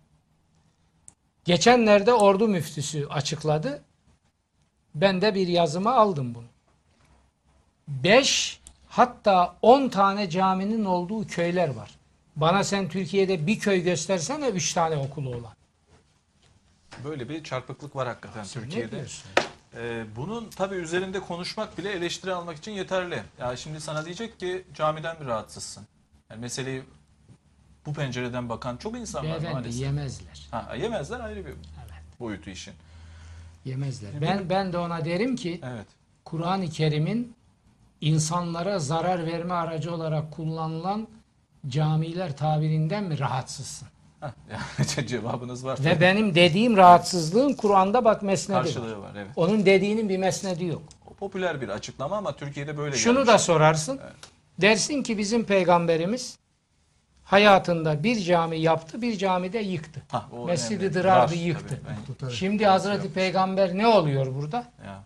C: Geçenlerde Ordu müftüsü açıkladı. Ben de bir yazıma aldım bunu. beş hatta on tane caminin olduğu köyler var. Bana sen Türkiye'de bir köy göstersene üç tane okulu olan.
B: Böyle bir çarpıklık var hakikaten
C: Sen ne
B: Türkiye'de.
C: diyorsun?
B: Ee, bunun tabii üzerinde konuşmak bile eleştiri almak için yeterli. Ya şimdi sana diyecek ki camiden mi rahatsızsın? Yani meseleyi bu pencereden bakan çok insan var
C: Beyefendi
B: maalesef.
C: yemezler.
B: Ha, yemezler, ayrı bir
C: Evet.
B: boyutu işin.
C: Yemezler.
B: Ne
C: Ben
B: bileyim.
C: ben de ona derim ki
B: Evet.
C: Kur'an-ı Kerim'in insanlara zarar verme aracı olarak kullanılan camiler tabirinden mi rahatsızsın?
B: Heh, yani cevabınız var.
C: Ve benim dediğim rahatsızlığın Kur'an'da bak mesnedi var.
B: Karşılığı var, evet.
C: Onun dediğinin bir mesnedi yok.
B: O popüler bir açıklama ama Türkiye'de böyle
C: Şunu
B: gelmiş.
C: da sorarsın. Dersin ki bizim peygamberimiz hayatında bir cami yaptı, bir camide yıktı.
B: Hah, o
C: Mescid-i
B: önemli.
C: Dırar'ı
B: Var,
C: yıktı.
B: tabii, ben-
C: Şimdi Hazreti Peygamber ne oluyor burada?
B: ya.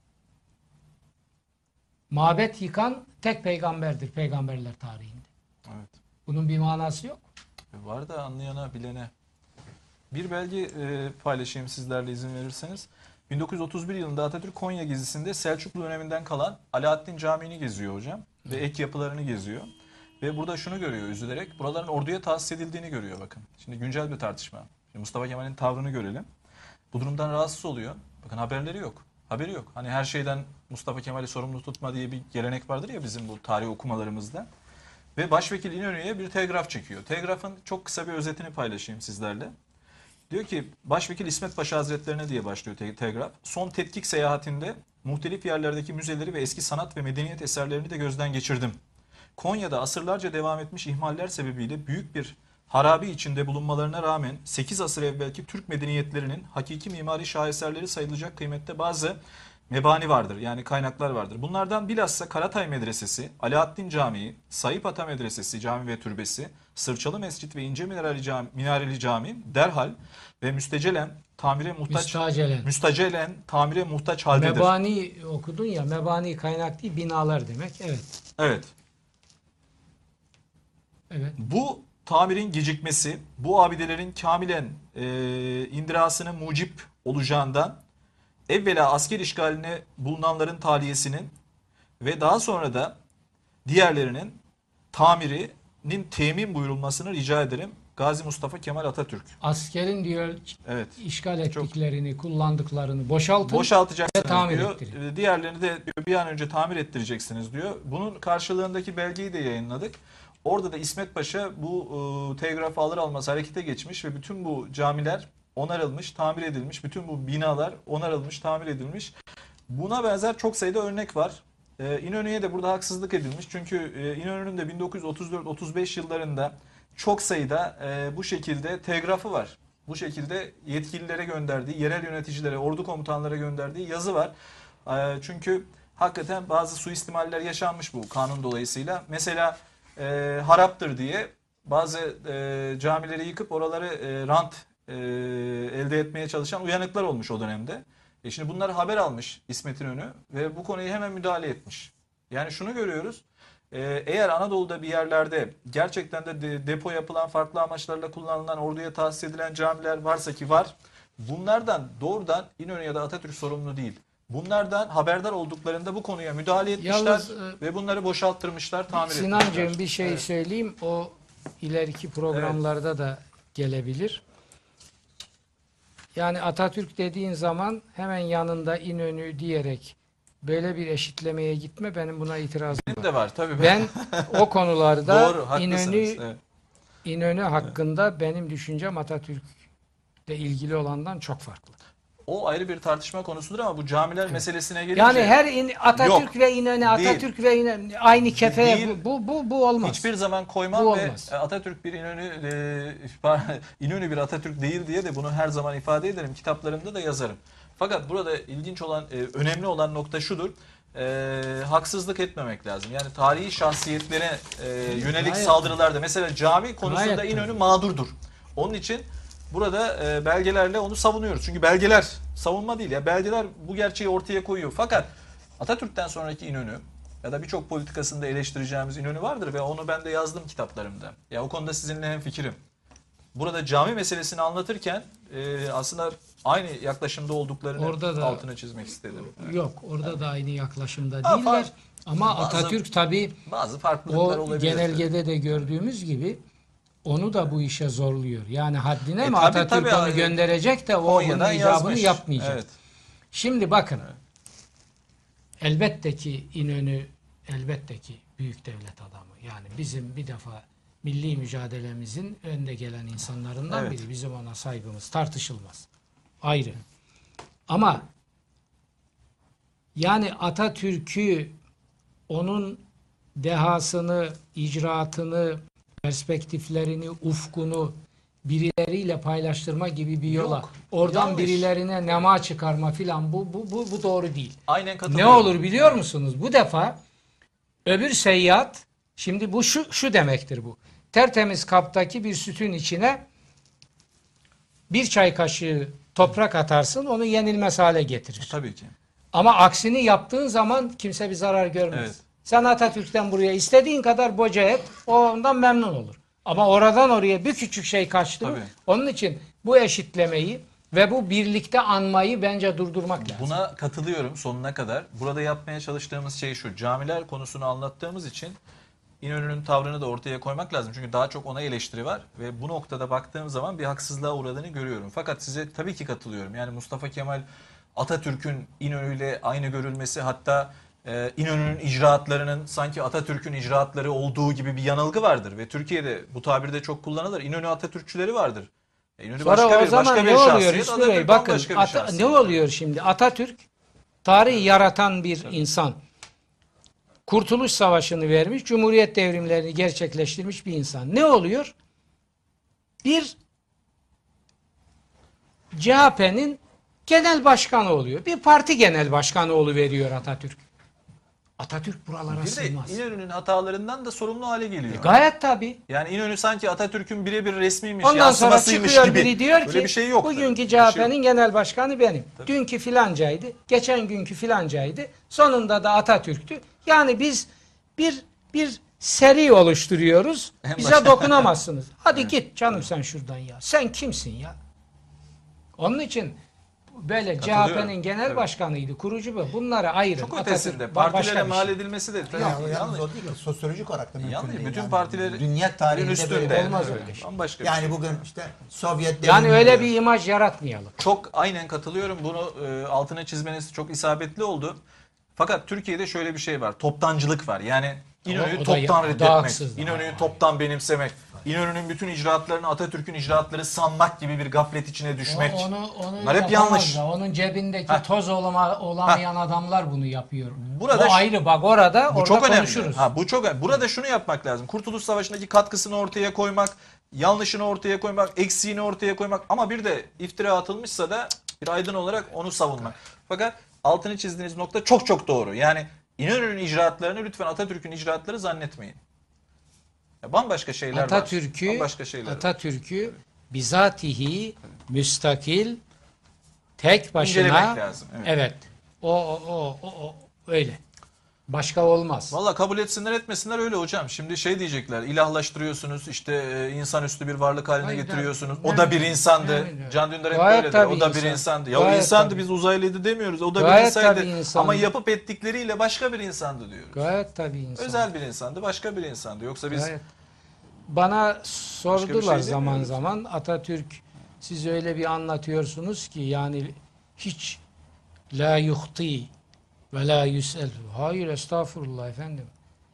C: Mabet yıkan tek peygamberdir peygamberler tarihinde.
B: Evet.
C: Bunun bir manası yok.
B: Var da anlayana, bilene. Bir belge e, paylaşayım sizlerle izin verirseniz. bin dokuz yüz otuz bir yılında Atatürk Konya gezisinde Selçuklu döneminden kalan Alaaddin Camii'ni geziyor hocam. Ve ek yapılarını geziyor. Ve burada şunu görüyor üzülerek. Buraların orduya tahsis edildiğini görüyor bakın. Şimdi güncel bir tartışma. Şimdi Mustafa Kemal'in tavrını görelim. Bu durumdan rahatsız oluyor. Bakın haberleri yok. Haberi yok. Hani her şeyden Mustafa Kemal'i sorumlu tutma diye bir gelenek vardır ya bizim bu tarih okumalarımızda. Ve Başvekil İnönü'ye bir telgraf çekiyor. Telgrafın çok kısa bir özetini paylaşayım sizlerle. Diyor ki Başvekil İsmet Paşa Hazretlerine diye başlıyor te- telgraf. Son tetkik seyahatinde muhtelif yerlerdeki müzeleri ve eski sanat ve medeniyet eserlerini de gözden geçirdim. Konya'da asırlarca devam etmiş ihmaller sebebiyle büyük bir harabi içinde bulunmalarına rağmen sekiz asır evvelki Türk medeniyetlerinin hakiki mimari şaheserleri sayılacak kıymette bazı mebani vardır. Yani kaynaklar vardır. Bunlardan bilhassa Karatay Medresesi, Alaaddin Camii, Sayıp Ata Medresesi Cami ve Türbesi, Sırçalı Mescit ve İnce Minareli Cami, Minareli Cami derhal ve müstecelen tamire muhtaç
C: Müstacelen.
B: müstacelen tamire muhtaç haldedir.
C: Mebani okudun ya, mebani kaynak değil, binalar demek. Evet.
B: Evet.
C: Evet.
B: Bu tamirin gecikmesi, bu abidelerin kamilen e, indirasının mucip olacağından evvela asker işgaline bulunanların taliyesinin ve daha sonra da diğerlerinin tamirinin temin buyurulmasını rica ederim. Gazi Mustafa Kemal Atatürk.
C: Askerin diyor
B: Evet.
C: işgal ettiklerini, kullandıklarını boşaltın.
B: Boşaltacaksınız
C: ve tamir
B: diyor.
C: ettirin.
B: E, Diğerlerini de diyor, bir an önce tamir ettireceksiniz diyor. Bunun karşılığındaki belgeyi de yayınladık. Orada da İsmet Paşa bu e, telgrafı alır almaz harekete geçmiş ve bütün bu camiler onarılmış, tamir edilmiş. Bütün bu binalar onarılmış, tamir edilmiş. Buna benzer çok sayıda örnek var. E, İnönü'ye de burada haksızlık edilmiş. Çünkü e, İnönü'nün de bin dokuz yüz otuz dört otuz beş yıllarında çok sayıda e, bu şekilde telgrafı var. Bu şekilde yetkililere gönderdiği, yerel yöneticilere, ordu komutanlara gönderdiği yazı var. E, çünkü hakikaten bazı suistimaller yaşanmış bu kanun dolayısıyla. Mesela e, haraptır diye bazı e, camileri yıkıp oraları e, rant e, elde etmeye çalışan uyanıklar olmuş o dönemde. E şimdi bunları haber almış İsmet İnönü ve bu konuya hemen müdahale etmiş. Yani şunu görüyoruz. e, Eğer Anadolu'da bir yerlerde gerçekten de de- depo yapılan, farklı amaçlarla kullanılan, orduya tahsis edilen camiler varsa ki var. Bunlardan doğrudan İnönü ya da Atatürk sorumlu değil. Bunlardan haberdar olduklarında bu konuya müdahale etmişler
C: Yalnız, e,
B: ve bunları boşalttırmışlar, tamir
C: Sinancığım
B: etmişler.
C: bir şey
B: Evet.
C: söyleyeyim. O ileriki programlarda da gelebilir. Yani Atatürk dediğin zaman hemen yanında İnönü diyerek böyle bir eşitlemeye gitme, benim buna itirazım
B: Benim
C: var.
B: de var tabii.
C: Ben o konularda
B: Doğru, haklısınız.
C: İnönü
B: Evet.
C: İnönü hakkında benim düşüncem Atatürk'le ilgili olandan çok farklı.
B: O ayrı bir tartışma konusudur ama bu camiler meselesine gelince
C: Yani her in- Atatürk
B: Yok,
C: ve İnönü,
B: değil.
C: Atatürk ve İnönü aynı kefeye
B: Değil.
C: bu, bu bu bu olmaz.
B: hiçbir zaman koymam
C: Bu
B: ve
C: olmaz.
B: Atatürk bir İnönü e, İnönü bir Atatürk değil diye de bunu her zaman ifade ederim. Kitaplarımda da yazarım. Fakat burada ilginç olan, e, önemli olan nokta şudur. E, haksızlık etmemek lazım. Yani tarihi şahsiyetlere e, yönelik
C: Gayet.
B: saldırılarda mesela cami konusunda
C: Gayet
B: İnönü
C: tabii.
B: mağdurdur. Onun için burada e, belgelerle onu savunuyoruz. Çünkü belgeler savunma değil ya. Belgeler bu gerçeği ortaya koyuyor. Fakat Atatürk'ten sonraki İnönü ya da birçok politikasında eleştireceğimiz İnönü vardır ve onu ben de yazdım kitaplarımda. Ya o konuda sizinle hemfikirim. Burada cami meselesini anlatırken e, aslında aynı yaklaşımda olduklarını
C: Orada da-
B: altına çizmek istedim.
C: Yok, orada da aynı yaklaşımda
B: Ha,
C: değiller.
B: fa-
C: Ama
B: bazı-
C: Atatürk tabii
B: Bazı farklılıklar
C: o
B: olabilir.
C: genelgede de gördüğümüz gibi onu da bu işe zorluyor. Yani haddine
B: E,
C: mi
B: tabii,
C: Atatürk
B: tabii,
C: onu
B: abi.
C: gönderecek de o bunun
B: Konya'dan
C: icabını
B: yazmış.
C: yapmayacak.
B: Evet.
C: Şimdi bakın. Elbette ki İnönü elbette ki büyük devlet adamı. Yani bizim bir defa milli mücadelemizin önde gelen insanlarından
B: Evet.
C: biri. Bizim ona saygımız tartışılmaz. Ayrı. Ama yani Atatürk'ü onun dehasını, icraatını, perspektiflerini, ufkunu birileriyle paylaştırma gibi bir yola,
B: Yok,
C: oradan
B: yanlış.
C: birilerine nema çıkarma filan bu, bu, bu, bu doğru değil.
B: Aynen
C: Ne
B: katılıyorum.
C: olur biliyor musunuz? Bu defa öbür seyyat, şimdi bu şu, şu demektir bu. Tertemiz kaptaki bir sütün içine bir çay kaşığı toprak atarsın, onu yenilmez hale getirir.
B: Tabii ki.
C: Ama aksini yaptığın zaman kimse bir zarar görmez.
B: Evet.
C: Sen Atatürk'ten buraya istediğin kadar boca et, o ondan memnun olur. Ama oradan oraya bir küçük şey kaçtı mı,
B: Tabii.
C: onun için bu eşitlemeyi ve bu birlikte anmayı bence durdurmak lazım.
B: Buna katılıyorum sonuna kadar. Burada yapmaya çalıştığımız şey şu. Camiler konusunu anlattığımız için İnönü'nün tavrını da ortaya koymak lazım. Çünkü daha çok ona eleştiri var ve bu noktada baktığım zaman bir haksızlığa uğradığını görüyorum. Fakat size tabii ki katılıyorum. Yani Mustafa Kemal Atatürk'ün İnönü'yle aynı görülmesi, hatta e, İnönü'nün icraatlarının sanki Atatürk'ün icraatları olduğu gibi bir yanılgı vardır ve Türkiye'de bu tabir de çok kullanılır. İnönü Atatürkçüleri vardır. E, İnönü
C: Sonra
B: başka
C: o
B: bir
C: zaman
B: başka
C: ne
B: bir
C: oluyor
B: şahsiyet,
C: Hüsnü
B: Atatürk
C: Bey? Bakın
B: bambaşka bir
C: Ata-
B: şahsiyet.
C: ne oluyor şimdi? Atatürk tarihi yaratan bir insan. Kurtuluş Savaşı'nı vermiş, Cumhuriyet devrimlerini gerçekleştirmiş bir insan. Ne oluyor? Bir C H P'nin genel başkanı oluyor. Bir parti genel başkanı oluveriyor Atatürk. Atatürk buralara
B: Bir de
C: sığmaz.
B: İnönü'nün hatalarından da sorumlu hale geliyor.
C: Gayet tabii.
B: Yani İnönü sanki Atatürk'ün birebir resmiymiş,
C: Ondan sonra
B: yansımasıymış
C: çıkıyor
B: gibi.
C: biri diyor
B: Öyle
C: ki
B: bir şey yok.
C: bugünkü
B: tabii.
C: C
B: Bir
C: H
B: şey yok.
C: P'nin genel başkanı benim. Dünkü filancaydı. Geçen günkü filancaydı. Sonunda da Atatürk'tü. Yani biz bir bir seri oluşturuyoruz.
B: En
C: Bize
B: başta-
C: dokunamazsınız. Hadi git canım sen şuradan ya. Sen kimsin ya? Onun için böyle C H
B: Katılıyorum.
C: P'nin genel
B: Tabii.
C: başkanıydı, kurucu bu. Bunları ayırın.
B: Çok
C: Atatürk
B: ötesinde.
C: ba- başka
B: Partilere
C: bir
B: mal
C: şey.
B: edilmesi de tabii
D: Ya,
B: ki
D: yalnız
B: yanlış.
D: o değil ki sosyolojik olarak da mümkün
B: Yanlış.
D: değil.
B: Bütün
D: Yani
B: partilerin
D: dünya tarihinde
B: üstünde.
D: böyle
C: olmaz
B: Evet,
C: öyle şey.
B: Bambaşka bir
D: Yani
B: şey.
D: bugün işte Sovyet
C: Yani
D: devrimi
C: öyle
D: diyor.
C: bir imaj yaratmayalım.
B: Çok aynen katılıyorum. Bunu e, altına çizmeniz çok isabetli oldu. Fakat Türkiye'de şöyle bir şey var. Toptancılık var. Yani İnönü'yü
C: O- o da-
B: toptan
C: o da
B: reddetmek,
C: haksız.
B: İnönü'yü toptan benimsemek, İnönü'nün bütün icraatlarını Atatürk'ün icraatları sanmak gibi bir gaflet içine düşmek.
C: O- Onu, onu
B: Bunlar hep
C: yapamaz
B: yanlış.
C: da. Onun cebindeki
B: Ha.
C: toz olama, olamayan adamlar bunu yapıyor.
B: Burada
C: bu
B: şu-
C: ayrı bak orada
B: Bu
C: orada
B: çok önemli.
C: konuşuruz.
B: Ha, bu çok önemli. Burada şunu yapmak lazım. Kurtuluş Savaşı'ndaki katkısını ortaya koymak, yanlışını ortaya koymak, eksiğini ortaya koymak ama bir de iftira atılmışsa da bir aydın olarak onu savunmak. Fakat altını çizdiğiniz nokta çok çok doğru. Yani İnönü'nün icraatlarını lütfen Atatürk'ün icraatları zannetmeyin. Ya bambaşka şeyler var.
C: Atatürk'ü
B: Bambaşka şeyler var.
C: Atatürk'ü bizatihi müstakil tek başına
B: İncelemek lazım, evet.
C: evet. O, o o o o öyle. Başka olmaz.
B: Valla kabul etsinler etmesinler öyle hocam. Şimdi şey diyecekler, ilahlaştırıyorsunuz, işte e, insanüstü bir varlık haline
C: Hayır,
B: getiriyorsunuz.
C: yani-
B: O da bir insandı.
C: yani-
B: Can Dündar hep
C: Gayet
B: böyledir.
C: tabii
B: O da bir
C: insan.
B: insandı. Ya o
C: Gayet
B: insandı,
C: tabii.
B: biz uzaylıydı demiyoruz. O da bir
C: Gayet
B: insaydı.
C: tabii insandı.
B: Ama yapıp ettikleriyle başka bir insandı diyoruz.
C: Gayet tabii insan.
B: Özel bir insandı, başka bir insandı. Yoksa biz
C: Gayet. Bana sordular
B: şey
C: zaman
B: demiyoruz.
C: zaman Atatürk siz öyle bir anlatıyorsunuz ki yani hiç la yuhti ve la yüsel. Hayır estağfurullah efendim.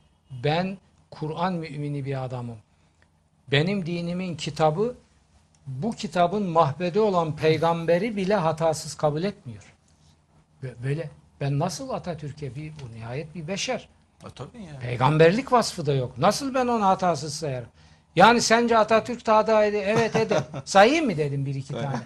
C: Ben Kur'an mümini bir adamım. Benim dinimin kitabı bu kitabın mahvedi olan peygamberi bile hatasız kabul etmiyor. Bö- Böyle ben nasıl Atatürk'e bir bu nihayet bir beşer.
B: Ha, tabii ya.
C: Peygamberlik vasfı da yok. Nasıl ben onu hatasız sayarım? Yani sence Atatürk hata ede? Evet eder. Sayayım mı dedim bir iki tane.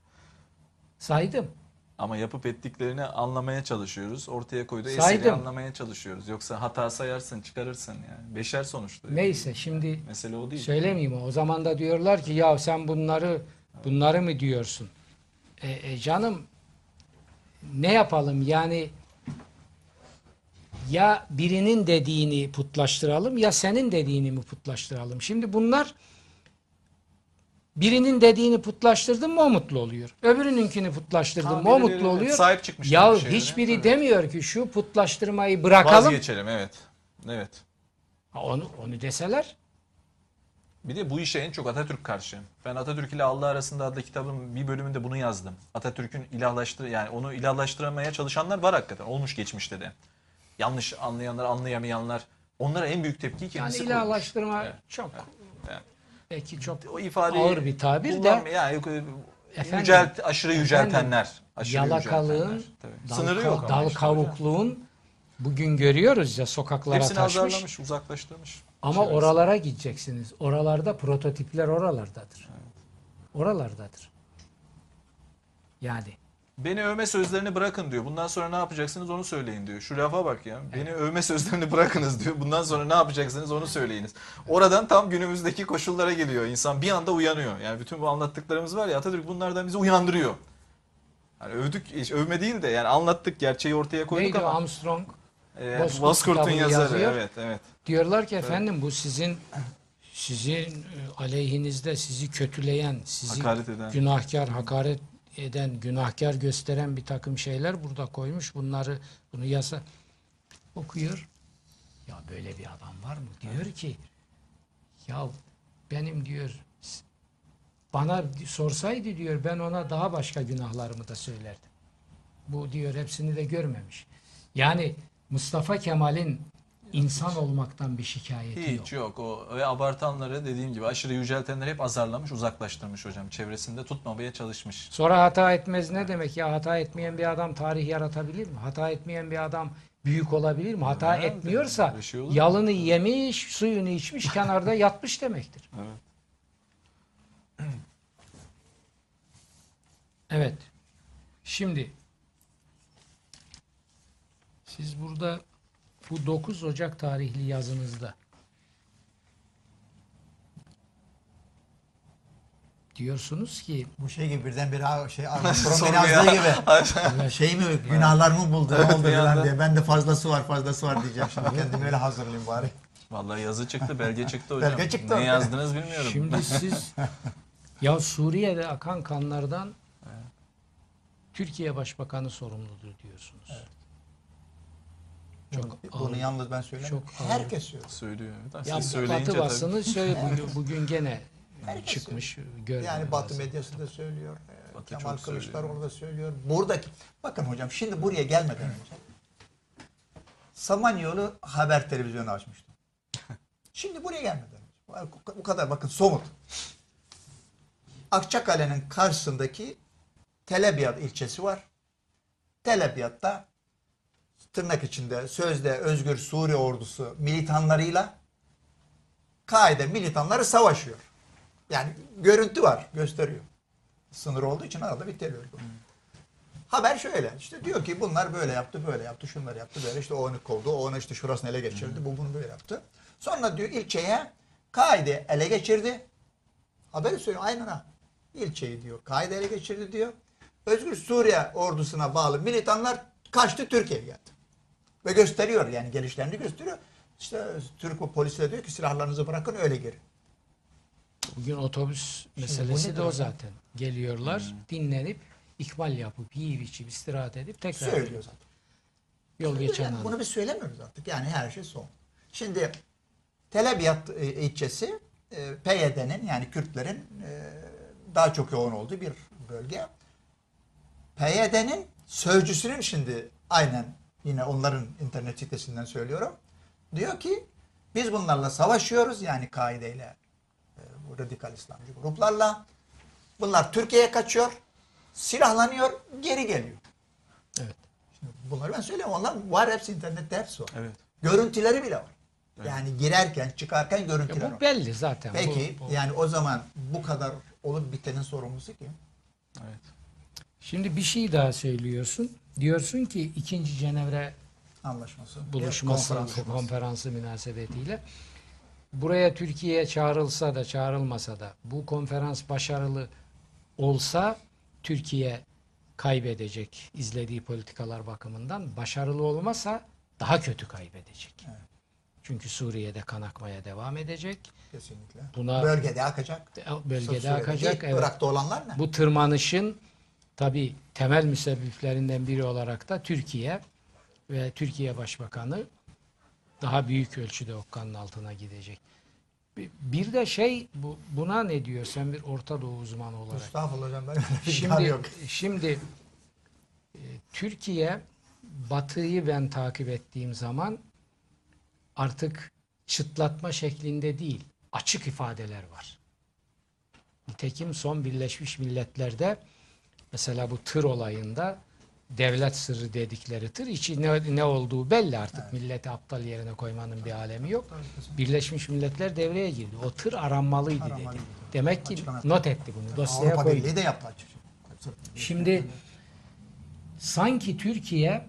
C: Saydım.
B: Ama yapıp ettiklerini anlamaya çalışıyoruz. Ortaya koyduğu eseri
C: Saydım.
B: anlamaya çalışıyoruz. Yoksa hata sayarsın, çıkarırsın yani. Beşer sonuçta.
C: Neyse şimdi
B: Mesele o değil.
C: söylemeyeyim o. O zaman da diyorlar ki ya sen bunları bunları mı diyorsun? E, e, canım ne yapalım yani ya birinin dediğini putlaştıralım ya senin dediğini mi putlaştıralım? Şimdi bunlar birinin dediğini putlaştırdın mı o mutlu oluyor. Öbürününkini putlaştırdın
B: Ha,
C: mı o
B: birileri
C: mutlu oluyor.
B: sahip çıkmışlar
C: Ya
B: bir şeylere.
C: hiçbiri
B: Evet.
C: demiyor ki şu putlaştırmayı bırakalım.
B: Vazgeçelim, evet. Evet.
C: Ha, Onu, onu deseler
B: Bir de bu işe en çok Atatürk karşı. Ben Atatürk ile Allah arasında adlı kitabın bir bölümünde bunu yazdım. Atatürk'ün ilahlaştır yani onu ilahlaştıramaya çalışanlar var hakikaten. Olmuş geçmişte de. Yanlış anlayanlar, anlayamayanlar. Onlara en büyük tepkiyi
C: yani
B: kendisi koymuş.
C: ilahlaştırma
B: Evet.
C: çok
B: Evet.
C: belki çok
B: O ifadeyi
C: ağır bir tabir de
B: kullanma- yani yok,
C: Efendim,
B: yücelt, aşırı
C: efendim,
B: yüceltenler. Aşırı
C: yalakalığın,
B: yüceltenler. Tabii.
C: dal,
B: Sınırı
C: ka-
B: yok ama
C: dal
B: işte hocam.
C: kavukluğun bugün görüyoruz ya sokaklara
B: Hepsini
C: taşmış.
B: azarlamış, uzaklaştırmış.
C: Ama
B: Çevresinde.
C: oralara gideceksiniz. Oralarda prototipler oralardadır. Oralardadır. Yani
B: Beni övme sözlerini bırakın diyor. Bundan sonra ne yapacaksınız onu söyleyin diyor. Şu lafa bak ya. Beni övme sözlerini bırakınız diyor. Bundan sonra ne yapacaksınız onu söyleyiniz. Oradan tam günümüzdeki koşullara geliyor. İnsan bir anda uyanıyor. Yani bütün bu anlattıklarımız var ya, Atatürk bunlardan bizi uyandırıyor. Yani övdük, hiç övme değil de yani anlattık, gerçeği ortaya koyduk
C: neydi o
B: ama.
C: Armstrong?
B: E,
C: Bozkurt
B: Bozkurt'un
C: kitabını
B: yazarı.
C: yazıyor.
B: Evet, evet.
C: Diyorlar ki efendim bu sizin sizin e, aleyhinizde sizi kötüleyen, sizi
B: Hakaret eden.
C: günahkar, hakaret eden, günahkar gösteren bir takım şeyler burada koymuş. Bunları bunu yasa okuyor. Ya böyle bir adam var mı? Diyor ki ya benim diyor bana sorsaydı diyor ben ona daha başka günahlarımı da söylerdim. Bu diyor hepsini de görmemiş. Yani Mustafa Kemal'in insan olmaktan bir şikayeti yok.
B: Hiç yok. O ve abartanları dediğim gibi aşırı yüceltenleri hep azarlamış, uzaklaştırmış hocam. Çevresinde tutmamaya çalışmış.
C: Sonra hata etmez ne demek ya? Hata etmeyen bir adam tarih yaratabilir mi? Hata etmeyen bir adam büyük olabilir mi? Hata
B: Herhalde.
C: etmiyorsa
B: Öyle şey olur mu?
C: yalını yemiş, suyunu içmiş, kenarda yatmış demektir.
B: Evet.
C: Evet. Şimdi siz burada bu dokuz Ocak tarihli yazınızda diyorsunuz ki
D: Bu şey gibi birdenbire ha- şey Armstrong'un
B: Sorgu
D: yazdığı
B: ya.
D: gibi. Şey mi günahlar mı buldu ne oldu
B: bir
D: falan
B: anda.
D: diye. Ben de fazlası var fazlası var diyeceğim şimdi. Kendimi öyle hazırlayayım bari.
B: Vallahi yazı çıktı, belge çıktı hocam.
D: Belge çıktı
B: Ne
D: ortaya.
B: yazdınız bilmiyorum.
C: şimdi siz ya Suriye'de akan kanlardan Türkiye Başbakanı sorumludur diyorsunuz. Çok
D: Bunu, bunu
C: ağır.
D: yalnız ben söylemiyorum.
C: Çok ağır.
D: Herkes söylüyor.
B: Söylüyor. Evet.
C: Ya
B: Siz söyleyince
C: Batı
B: tabii.
C: basını şöyle bugün, bugün gene
D: Herkes
C: çıkmış görmüyor.
D: Yani Batı
C: lazım.
D: medyası da söylüyor. e,
B: Batı
D: Kemal
B: çok
D: Kılıçdaroğlu da söylüyor. Buradaki bakın hocam şimdi buraya gelmeden önce Samanyolu Haber Televizyonu açmıştım. Şimdi buraya gelmeden önce. Bu kadar bakın somut. Akçakale'nin karşısındaki Telebiyat ilçesi var. Telebiyat'ta tırnak içinde sözde Özgür Suriye Ordusu militanlarıyla Kaide militanları savaşıyor. Yani görüntü var, gösteriyor. Sınır olduğu için arada bir tel örgü. Haber şöyle, işte diyor ki bunlar böyle yaptı, böyle yaptı, şunları yaptı, böyle işte o onu kovdu, o onu işte şurasını ele geçirdi, bu bunu böyle yaptı. Sonra diyor ilçeye Kaide ele geçirdi. Haberi söylüyor, aynen ha. İlçeyi diyor, Kaide ele geçirdi diyor. Özgür Suriye ordusuna bağlı militanlar kaçtı, Türkiye'ye geldi. Ve gösteriyor yani gelişlerini gösteriyor. İşte Türk polisi de diyor ki silahlarınızı bırakın öyle girin.
C: Bugün otobüs
D: bu
C: meselesi
D: nedir
C: de o
D: hocam?
C: zaten. Geliyorlar, dinlenip, ikmal yapıp, yiyip içip, istirahat edip tekrar
D: Söylüyor zaten.
C: yol geçen
D: Yani
C: an.
D: bunu biz söylemiyoruz artık. Yani her şey son. Şimdi Telebiyat e, ilçesi e, P Y D'nin yani Kürtlerin e, daha çok yoğun olduğu bir bölge. P Y D'nin sözcüsünün şimdi aynen yine onların internet sitesinden söylüyorum. Diyor ki biz bunlarla savaşıyoruz yani Kaide ile e, bu radikal İslamcı gruplarla. Bunlar Türkiye'ye kaçıyor, silahlanıyor, geri geliyor.
C: Evet.
D: Şimdi bunları ben söylüyorum. Onlar var hepsi internette hepsi var.
B: Evet.
D: Görüntüleri bile var. Yani girerken çıkarken görüntüler
C: Ya bu
D: var.
C: belli zaten.
D: Peki
C: Bu- bu-
D: yani o zaman bu kadar olup bitenin sorumlusu kim?
B: Evet.
C: Şimdi bir şey daha söylüyorsun. Diyorsun ki ikinci Cenevre
D: Anlaşması.
C: buluşması,
D: konferans.
C: konferansı münasebetiyle buraya Türkiye çağrılsa da çağrılmasa da bu konferans başarılı olsa Türkiye kaybedecek izlediği politikalar bakımından. Başarılı olmasa daha kötü kaybedecek.
D: Evet.
C: Çünkü Suriye'de kan akmaya devam edecek.
D: Kesinlikle.
C: Buna
D: Bölgede akacak.
C: bölgede
D: Suriye'deki,
C: akacak. Evet.
D: Irak'ta olanlar ne?
C: Bu tırmanışın tabii temel müsebbiplerinden biri olarak da Türkiye ve Türkiye Başbakanı daha büyük ölçüde okkanın altına gidecek. Bir- Bir de şey bu, buna ne diyor sen bir Orta Doğu uzmanı olarak?
D: Estağfurullah hocam ben öyle bir iddiam
C: Şimdi
D: yok.
C: şimdi e, Türkiye Batı'yı ben takip ettiğim zaman artık çıtlatma şeklinde değil, açık ifadeler var. Nitekim son Birleşmiş Milletler'de mesela bu tır olayında devlet sırrı dedikleri tır içi ne, ne olduğu belli artık.
D: Evet.
C: Milleti aptal yerine koymanın bir alemi yok. Birleşmiş Milletler devreye girdi. O tır aranmalıydı
D: Aranmalıydı.
C: dedi. Demek ki
D: Açıklama
C: not etti bunu. Dosyaya
D: Avrupa
C: koydu.
D: Birliği de yaptı açıkçası.
C: Şimdi sanki Türkiye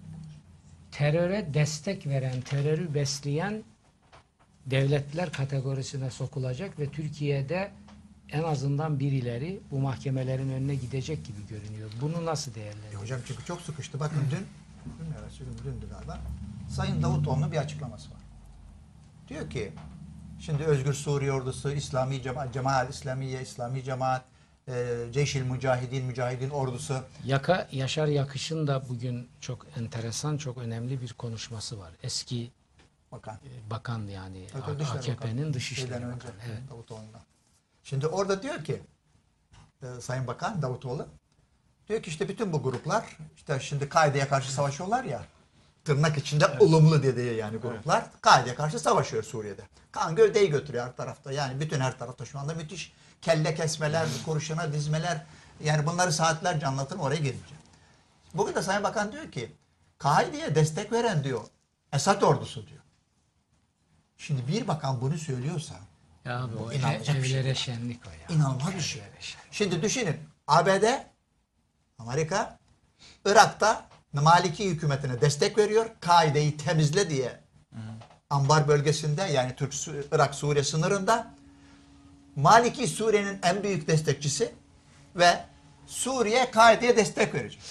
C: teröre destek veren, terörü besleyen devletler kategorisine sokulacak ve Türkiye'de en azından birileri bu mahkemelerin önüne gidecek gibi görünüyor. Bunu nasıl
D: E
C: değerlendiriyorsunuz?
D: hocam çünkü çok sıkıştı. Bakın dün, dün mü evet, dün, dündü galiba. Sayın Davutoğlu'nun bir açıklaması var. Diyor ki, şimdi Özgür Suriye Ordusu, İslami Cemaat, Cemaat İslamiye, İslami Cemaat, e, Ceyşil Mücahidin, Mücahidin Ordusu.
C: Yaka, Yaşar Yakış'ın da bugün çok enteresan, çok önemli bir konuşması var. Eski
D: Bakan.
C: e, bakan yani
D: Tabii, Dışişleri
C: A K P'nin
D: Bakanı.
C: Dışişleri
D: Şeyden önce,
C: Bakanı. Evet.
D: Davutoğlu'ndan. Şimdi orada diyor ki, e, Sayın Bakan Davutoğlu, diyor ki işte bütün bu gruplar, işte şimdi Kaide'ye karşı savaşıyorlar ya, tırnak içinde ılımlı dediği yani gruplar, Kaide'ye karşı savaşıyor Suriye'de. Kan gövdeyi götürüyor her tarafta. Yani bütün her tarafta şu anda müthiş kelle kesmeler, kurşuna dizmeler. Yani bunları saatlerce anlatırım, oraya girmeyeceğim. Bugün de Sayın Bakan diyor ki, Kaide'ye destek veren diyor, Esad ordusu diyor. Şimdi bir bakan bunu söylüyorsa,
C: Ya abi o
D: İnanılacak
C: ev,
D: bir şey.
C: evlere şenlik o ya.
D: İnanılmaz bir şey.
C: Evlere şenlik.
D: Şimdi düşünün, A B D, Amerika, Irak'ta Maliki hükümetine destek veriyor. Kaide'yi temizle diye. Ambar bölgesinde yani Türk Irak Suriye sınırında Maliki Suriye'nin en büyük destekçisi ve Suriye Kaide'ye destek verecek.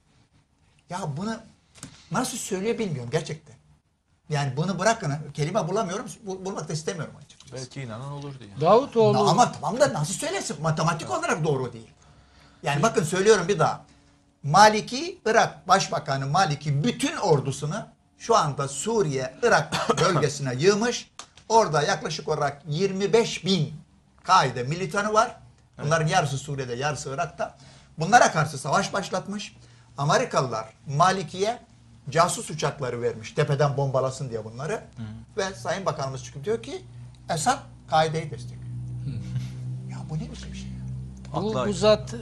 D: Ya bunu nasıl söylüyor bilmiyorum gerçekten. Yani bunu bırakın, kelime bulamıyorum, bul- bulmak da istemiyorum açıkçası.
B: Belki inanan olur diye.
C: Davutoğlu
D: Ama tamam da nasıl söylesin? Matematik olarak doğru değil. Yani bakın söylüyorum bir daha. Maliki, Irak Başbakanı Maliki bütün ordusunu şu anda Suriye, Irak bölgesine yığmış. Orada yaklaşık olarak yirmi beş bin Kaide militanı var. Bunların yarısı Suriye'de, yarısı Irak'ta. Bunlara karşı savaş başlatmış. Amerikalılar Maliki'ye casus uçakları vermiş. Tepeden bombalasın diye bunları. Hı. Ve Sayın Bakanımız çıkıp diyor ki Esad Kaide'yi destekliyor. Ya bu ne biçim bir şey ya?
C: bu,
B: Haklı.
C: bu zat e,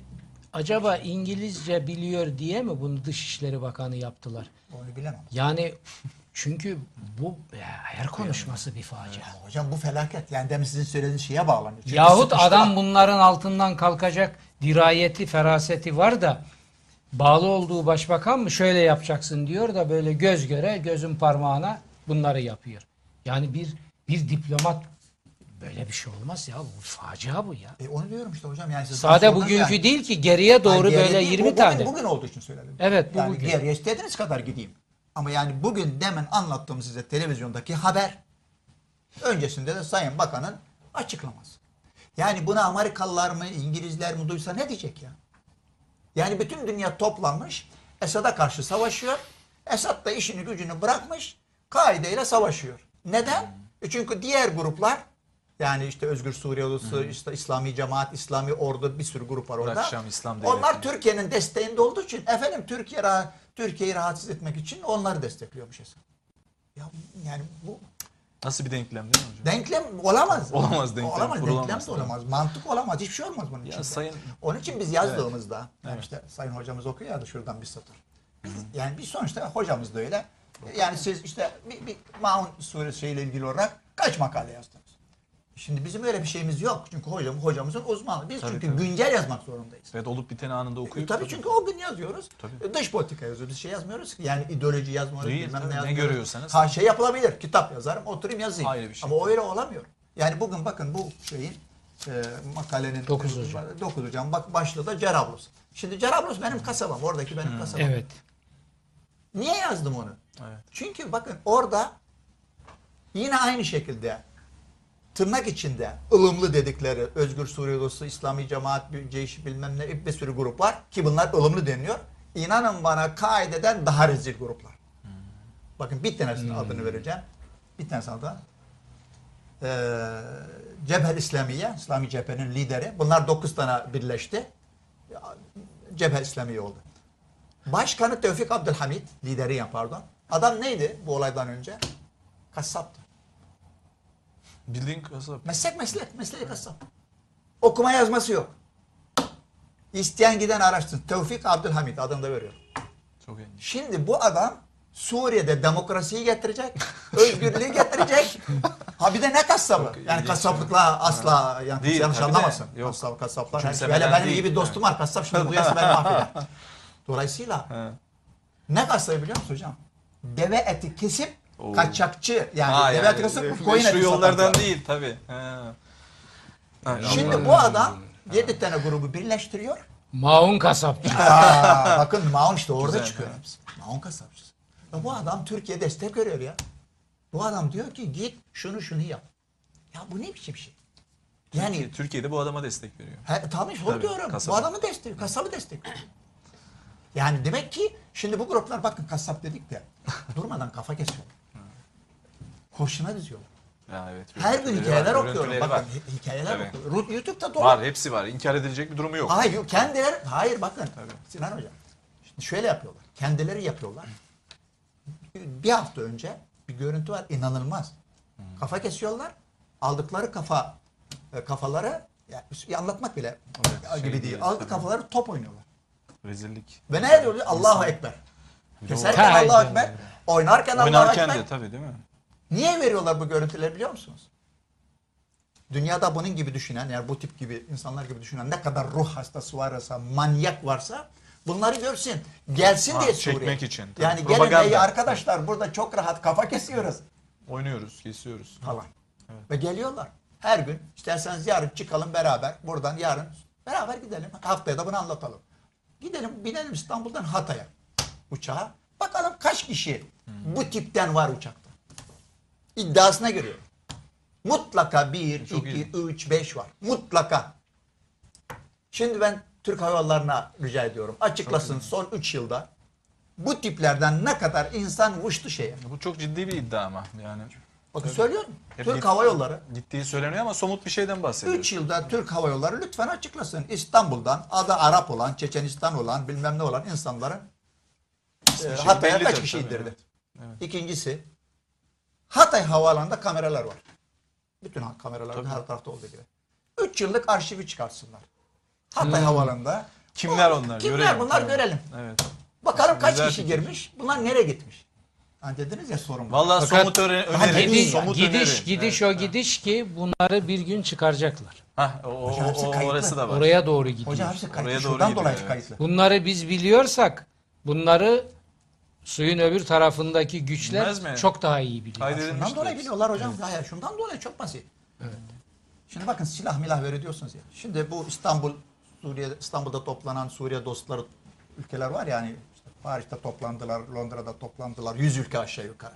C: acaba İngilizce biliyor diye mi bunu Dışişleri Bakanı yaptılar?
D: Onu bilemem.
C: Yani çünkü bu ya, her konuşması bir facia.
D: Hocam bu felaket. Yani demin sizin söylediğiniz şeye bağlanıyor. Çünkü
C: Yahut
D: sıkıştılar.
C: adam bunların altından kalkacak dirayeti, feraseti var da bağlı olduğu başbakan mı şöyle yapacaksın diyor da böyle göz göre gözün parmağına bunları yapıyor. Yani bir bir diplomat böyle bir şey olmaz ya. Bu facia bu ya.
D: E onu diyorum işte hocam. Yani siz
C: Sade
D: sordunuz
C: bugünkü
D: yani.
C: değil ki geriye doğru
D: Hayır,
C: böyle
D: geriye değil,
C: yirmi
D: bu
C: tane.
D: Bugün, bugün olduğu için söyledim.
C: Evet, bu
D: yani
C: bugün.
D: geriye istediğiniz kadar gideyim. Ama yani bugün demin anlattığım size televizyondaki haber öncesinde de Sayın Bakan'ın açıklaması. Yani buna Amerikalılar mı, İngilizler mi duysa ne diyecek ya? Yani bütün dünya toplanmış, Esad'a karşı savaşıyor. Esad da işini gücünü bırakmış, Kaide ile savaşıyor. Neden? E çünkü diğer gruplar, yani işte Özgür Suriye Ordusu, işte İslami Cemaat, İslami Ordu bir sürü grup var orada.
B: Irak Şam İslam Devleti.
D: Onlar Türkiye'nin desteğinde olduğu için efendim Türkiye rah- Türkiye'yi rahatsız etmek için onları destekliyormuş Esad. Ya yani bu
B: Nasıl bir denklem değil mi hocam?
D: denklem olamaz.
B: Olamaz denklem,
D: Olamaz,
B: kurulamaz,
D: denklem de olamaz. Mantık olamaz. Hiçbir şey olmaz bunun
B: Ya
D: için.
B: sayın-
D: Onun için biz yazdığımızda, yani
B: Evet.
D: işte Sayın Hocamız okuyor ya da şuradan bir satır. Biz, yani bir sonuçta hocamız da öyle. Yani siz işte bir, bir Maun suresi ile ilgili olarak kaç makale yazdınız? Şimdi bizim öyle bir şeyimiz yok. Çünkü hocam, hocamızın uzmanı. Biz
B: Tabii,
D: çünkü
B: tabii.
D: güncel yazmak zorundayız.
B: Evet, olup biteni anında
D: E,
B: okuyup.
D: tabii çünkü o gün yazıyoruz.
B: Tabii.
D: E, Dış politika yazıyoruz. Bir şey yazmıyoruz ki. Yani ideoloji yazmıyoruz.
B: Değil,
D: bilmem
B: tabii.
D: ne
B: Ne
D: yazmıyoruz.
B: görüyorsanız.
D: Ha şey yapılabilir. Kitap yazarım. Oturayım yazayım.
B: Ayrı bir şey.
D: Ama o öyle olamıyor. Yani bugün bakın bu şeyin e, makalenin
C: Dokuz hocam.
D: dokuz hocam. Bak başlığı da Cerablus'un. Şimdi Cerablos benim kasabam. Oradaki benim kasabam.
C: Evet.
D: Niye yazdım onu?
B: Evet.
D: Çünkü bakın orada yine aynı şekilde tırnak içinde ılımlı dedikleri Özgür Suriye Ordusu, İslami Cemaat, Ceyşi bilmem ne bir sürü grup var ki bunlar ılımlı deniyor. İnanın bana Kaide'den daha rezil gruplar. Hmm. Bakın bir tanesinin hmm. adını vereceğim. Bir tanesi adı. Ee, Cebhel İslamiye, İslami cephenin lideri. Bunlar dokuz tane birleşti. Cebhel İslamiye oldu. Başkanı Tevfik Abdülhamid, lideri ya pardon. Adam neydi bu olaydan önce? Kassaptı.
B: Bildiğin kasap.
D: Meslek meslek, mesleği kasap. Okuma yazması yok. İsteyen giden araştırsın. Tevfik Abdülhamid adını da veriyorum.
B: Çok ilginç.
D: Şimdi bu adam Suriye'de demokrasiyi getirecek, özgürlüğü getirecek. Ha bir de ne kasabı?
B: Çok
D: Yani
B: ilginç.
D: kasaplıkla asla yani
B: Değil,
D: yanlış
B: tabii de.
D: anlamasın.
B: Yok.
D: Kasap, kasaplar. Yani
B: Küçümsemeden
D: hele benim
B: değil.
D: gibi dostum var kasap şimdi bu yasa beni mahveder. Dolayısıyla
B: He.
D: ne kasabı biliyor musun hocam? Deve eti kesip
B: Oo.
D: kaçakçı yani
B: Ha,
D: deve eti kesip
B: meşru
D: koyun eti
B: yollardan
D: satarlar.
B: değil tabii. He. Ha,
D: Şimdi bu adam yedi tane grubu birleştiriyor.
C: Maun kasapçı.
D: Aa, bakın Maun işte orada
B: Güzel,
D: çıkıyor
B: ha.
D: hepsi. Maun kasapçısı. Ya bu adam Türkiye destek veriyor ya. Bu adam diyor ki git şunu şunu yap. Ya bu ne biçim şey? Yani
B: Türkiye'de bu adama destek veriyor.
D: he, tamam işte
B: Tabii,
D: onu diyorum.
B: kasabı.
D: Bu adamı destek, kasabı destek. Yani demek ki şimdi bu gruplar bakın kasap dedik de durmadan kafa kesiyorlar. Hoşuna diziyorlar.
B: Ya evet.
D: Her gün
B: görüntüleri
D: hikayeler
B: var,
D: okuyorum.
B: görüntüleri
D: Bakın
B: var.
D: hi- hikayeler
B: Evet.
D: okuyorum. Ru- YouTube'da dolu.
B: Var, hepsi var. İnkar edilecek bir durumu yok.
D: Hayır yok, kendileri hayır bakın
B: Tabii.
D: Sinan Hocam. Şimdi şöyle yapıyorlar. Kendileri yapıyorlar. Bir hafta önce bir görüntü var inanılmaz. Kafa kesiyorlar. Aldıkları kafa e, kafaları yani anlatmak bile
B: Evet,
D: gibi
B: şey
D: değil.
B: değil,
D: Aldığı
B: tabii.
D: kafaları top oynuyorlar.
B: Rezillik.
D: Ve ne diyor? Allahu Ekber.
B: Bir de o-
D: Keserken
C: Haydi.
D: Allahu Ekber. Oynarken Allahu
B: Oynarken
D: Ekber.
B: de tabii değil mi?
D: Niye veriyorlar bu görüntüleri biliyor musunuz? Dünyada bunun gibi düşünen, yani bu tip gibi insanlar gibi düşünen ne kadar ruh hastası varsa, manyak varsa bunları görsün. Gelsin
B: Ha,
D: diye
B: çekmek
D: Suriye.
B: için, tabii.
D: Yani gelin
B: Propaganda.
D: ey arkadaşlar burada çok rahat kafa kesiyoruz
B: Oynuyoruz, kesiyoruz.
D: falan. Ve geliyorlar. Her gün isterseniz yarın çıkalım beraber. Buradan yarın beraber gidelim. Haftaya da bunu anlatalım. Gidelim binelim İstanbul'dan Hatay'a uçağa. Bakalım kaç kişi bu tipten var uçakta. İddiasına göre. Mutlaka bir,
B: Çok
D: iki,
B: iyi.
D: üç, beş var. Mutlaka. Şimdi ben Türk Hava Yolları'na rica ediyorum. Açıklasın son üç yılda bu tiplerden ne kadar insan uçtu şeye.
B: Bu çok ciddi bir iddia ama yani.
D: Bakın söylüyorum.
B: Hep
D: Türk
B: git-
D: Hava Yolları
B: Gittiği söyleniyor ama somut bir şeyden bahsediyoruz.
D: üç yılda Türk Hava Yolları lütfen açıklasın. İstanbul'dan adı Arap olan, Çeçenistan olan, bilmem ne olan insanların e,
B: şey
D: Hatay'a
B: bellidir
D: kaç kişi
B: tabii,
D: indirdi?
B: evet. Evet.
D: İkincisi, Hatay Havaalanı'nda kameralar var. Bütün ha- kameralar
B: Tabii.
D: her tarafta olduğu gibi. üç yıllık arşivi çıkarsınlar. Hatay Havaalanı'nda.
B: Kimler
D: O-
B: onlar?
D: Kimler
B: Görelim,
D: bunlar
B: tabii.
D: görelim.
B: Evet.
D: Bakalım kaç
B: Güzel
D: kişi
B: fikir.
D: girmiş, bunlar nereye gitmiş? Hani dediniz ya sorun. var.
B: Vallahi
C: Fakat-
B: somut öne-
D: Hadi
B: öneri.
C: Gidiş,
B: somut
C: gidiş,
B: öneri.
C: gidiş
B: Evet,
C: o gidiş ki bunları bir gün çıkaracaklar.
B: Hah, o, o,
D: Hocam hepsi
B: o-
D: kayıtlı.
B: orası da var.
C: Oraya doğru gidiyor.
D: Hocam hepsi kayıtlı.
B: Oraya doğru
D: Şuradan
B: gidiyor,
D: dolayı
B: evet.
D: kayıtlı.
C: Bunları biz biliyorsak bunları suyun öbür tarafındaki güçler
B: Bilmez mi?
C: çok daha iyi biliyor.
B: Haydi.
D: Şundan
B: Edilmiştir
D: dolayı
B: hepsi.
D: biliyorlar hocam. Hayır, şundan dolayı çok basit. Şimdi bakın silah milah veriyor diyorsunuz ya. Şimdi bu İstanbul, Suriye, İstanbul'da toplanan Suriye dostları ülkeler var ya hani işte Paris'te toplandılar, Londra'da toplandılar, yüz ülke aşağı yukarı.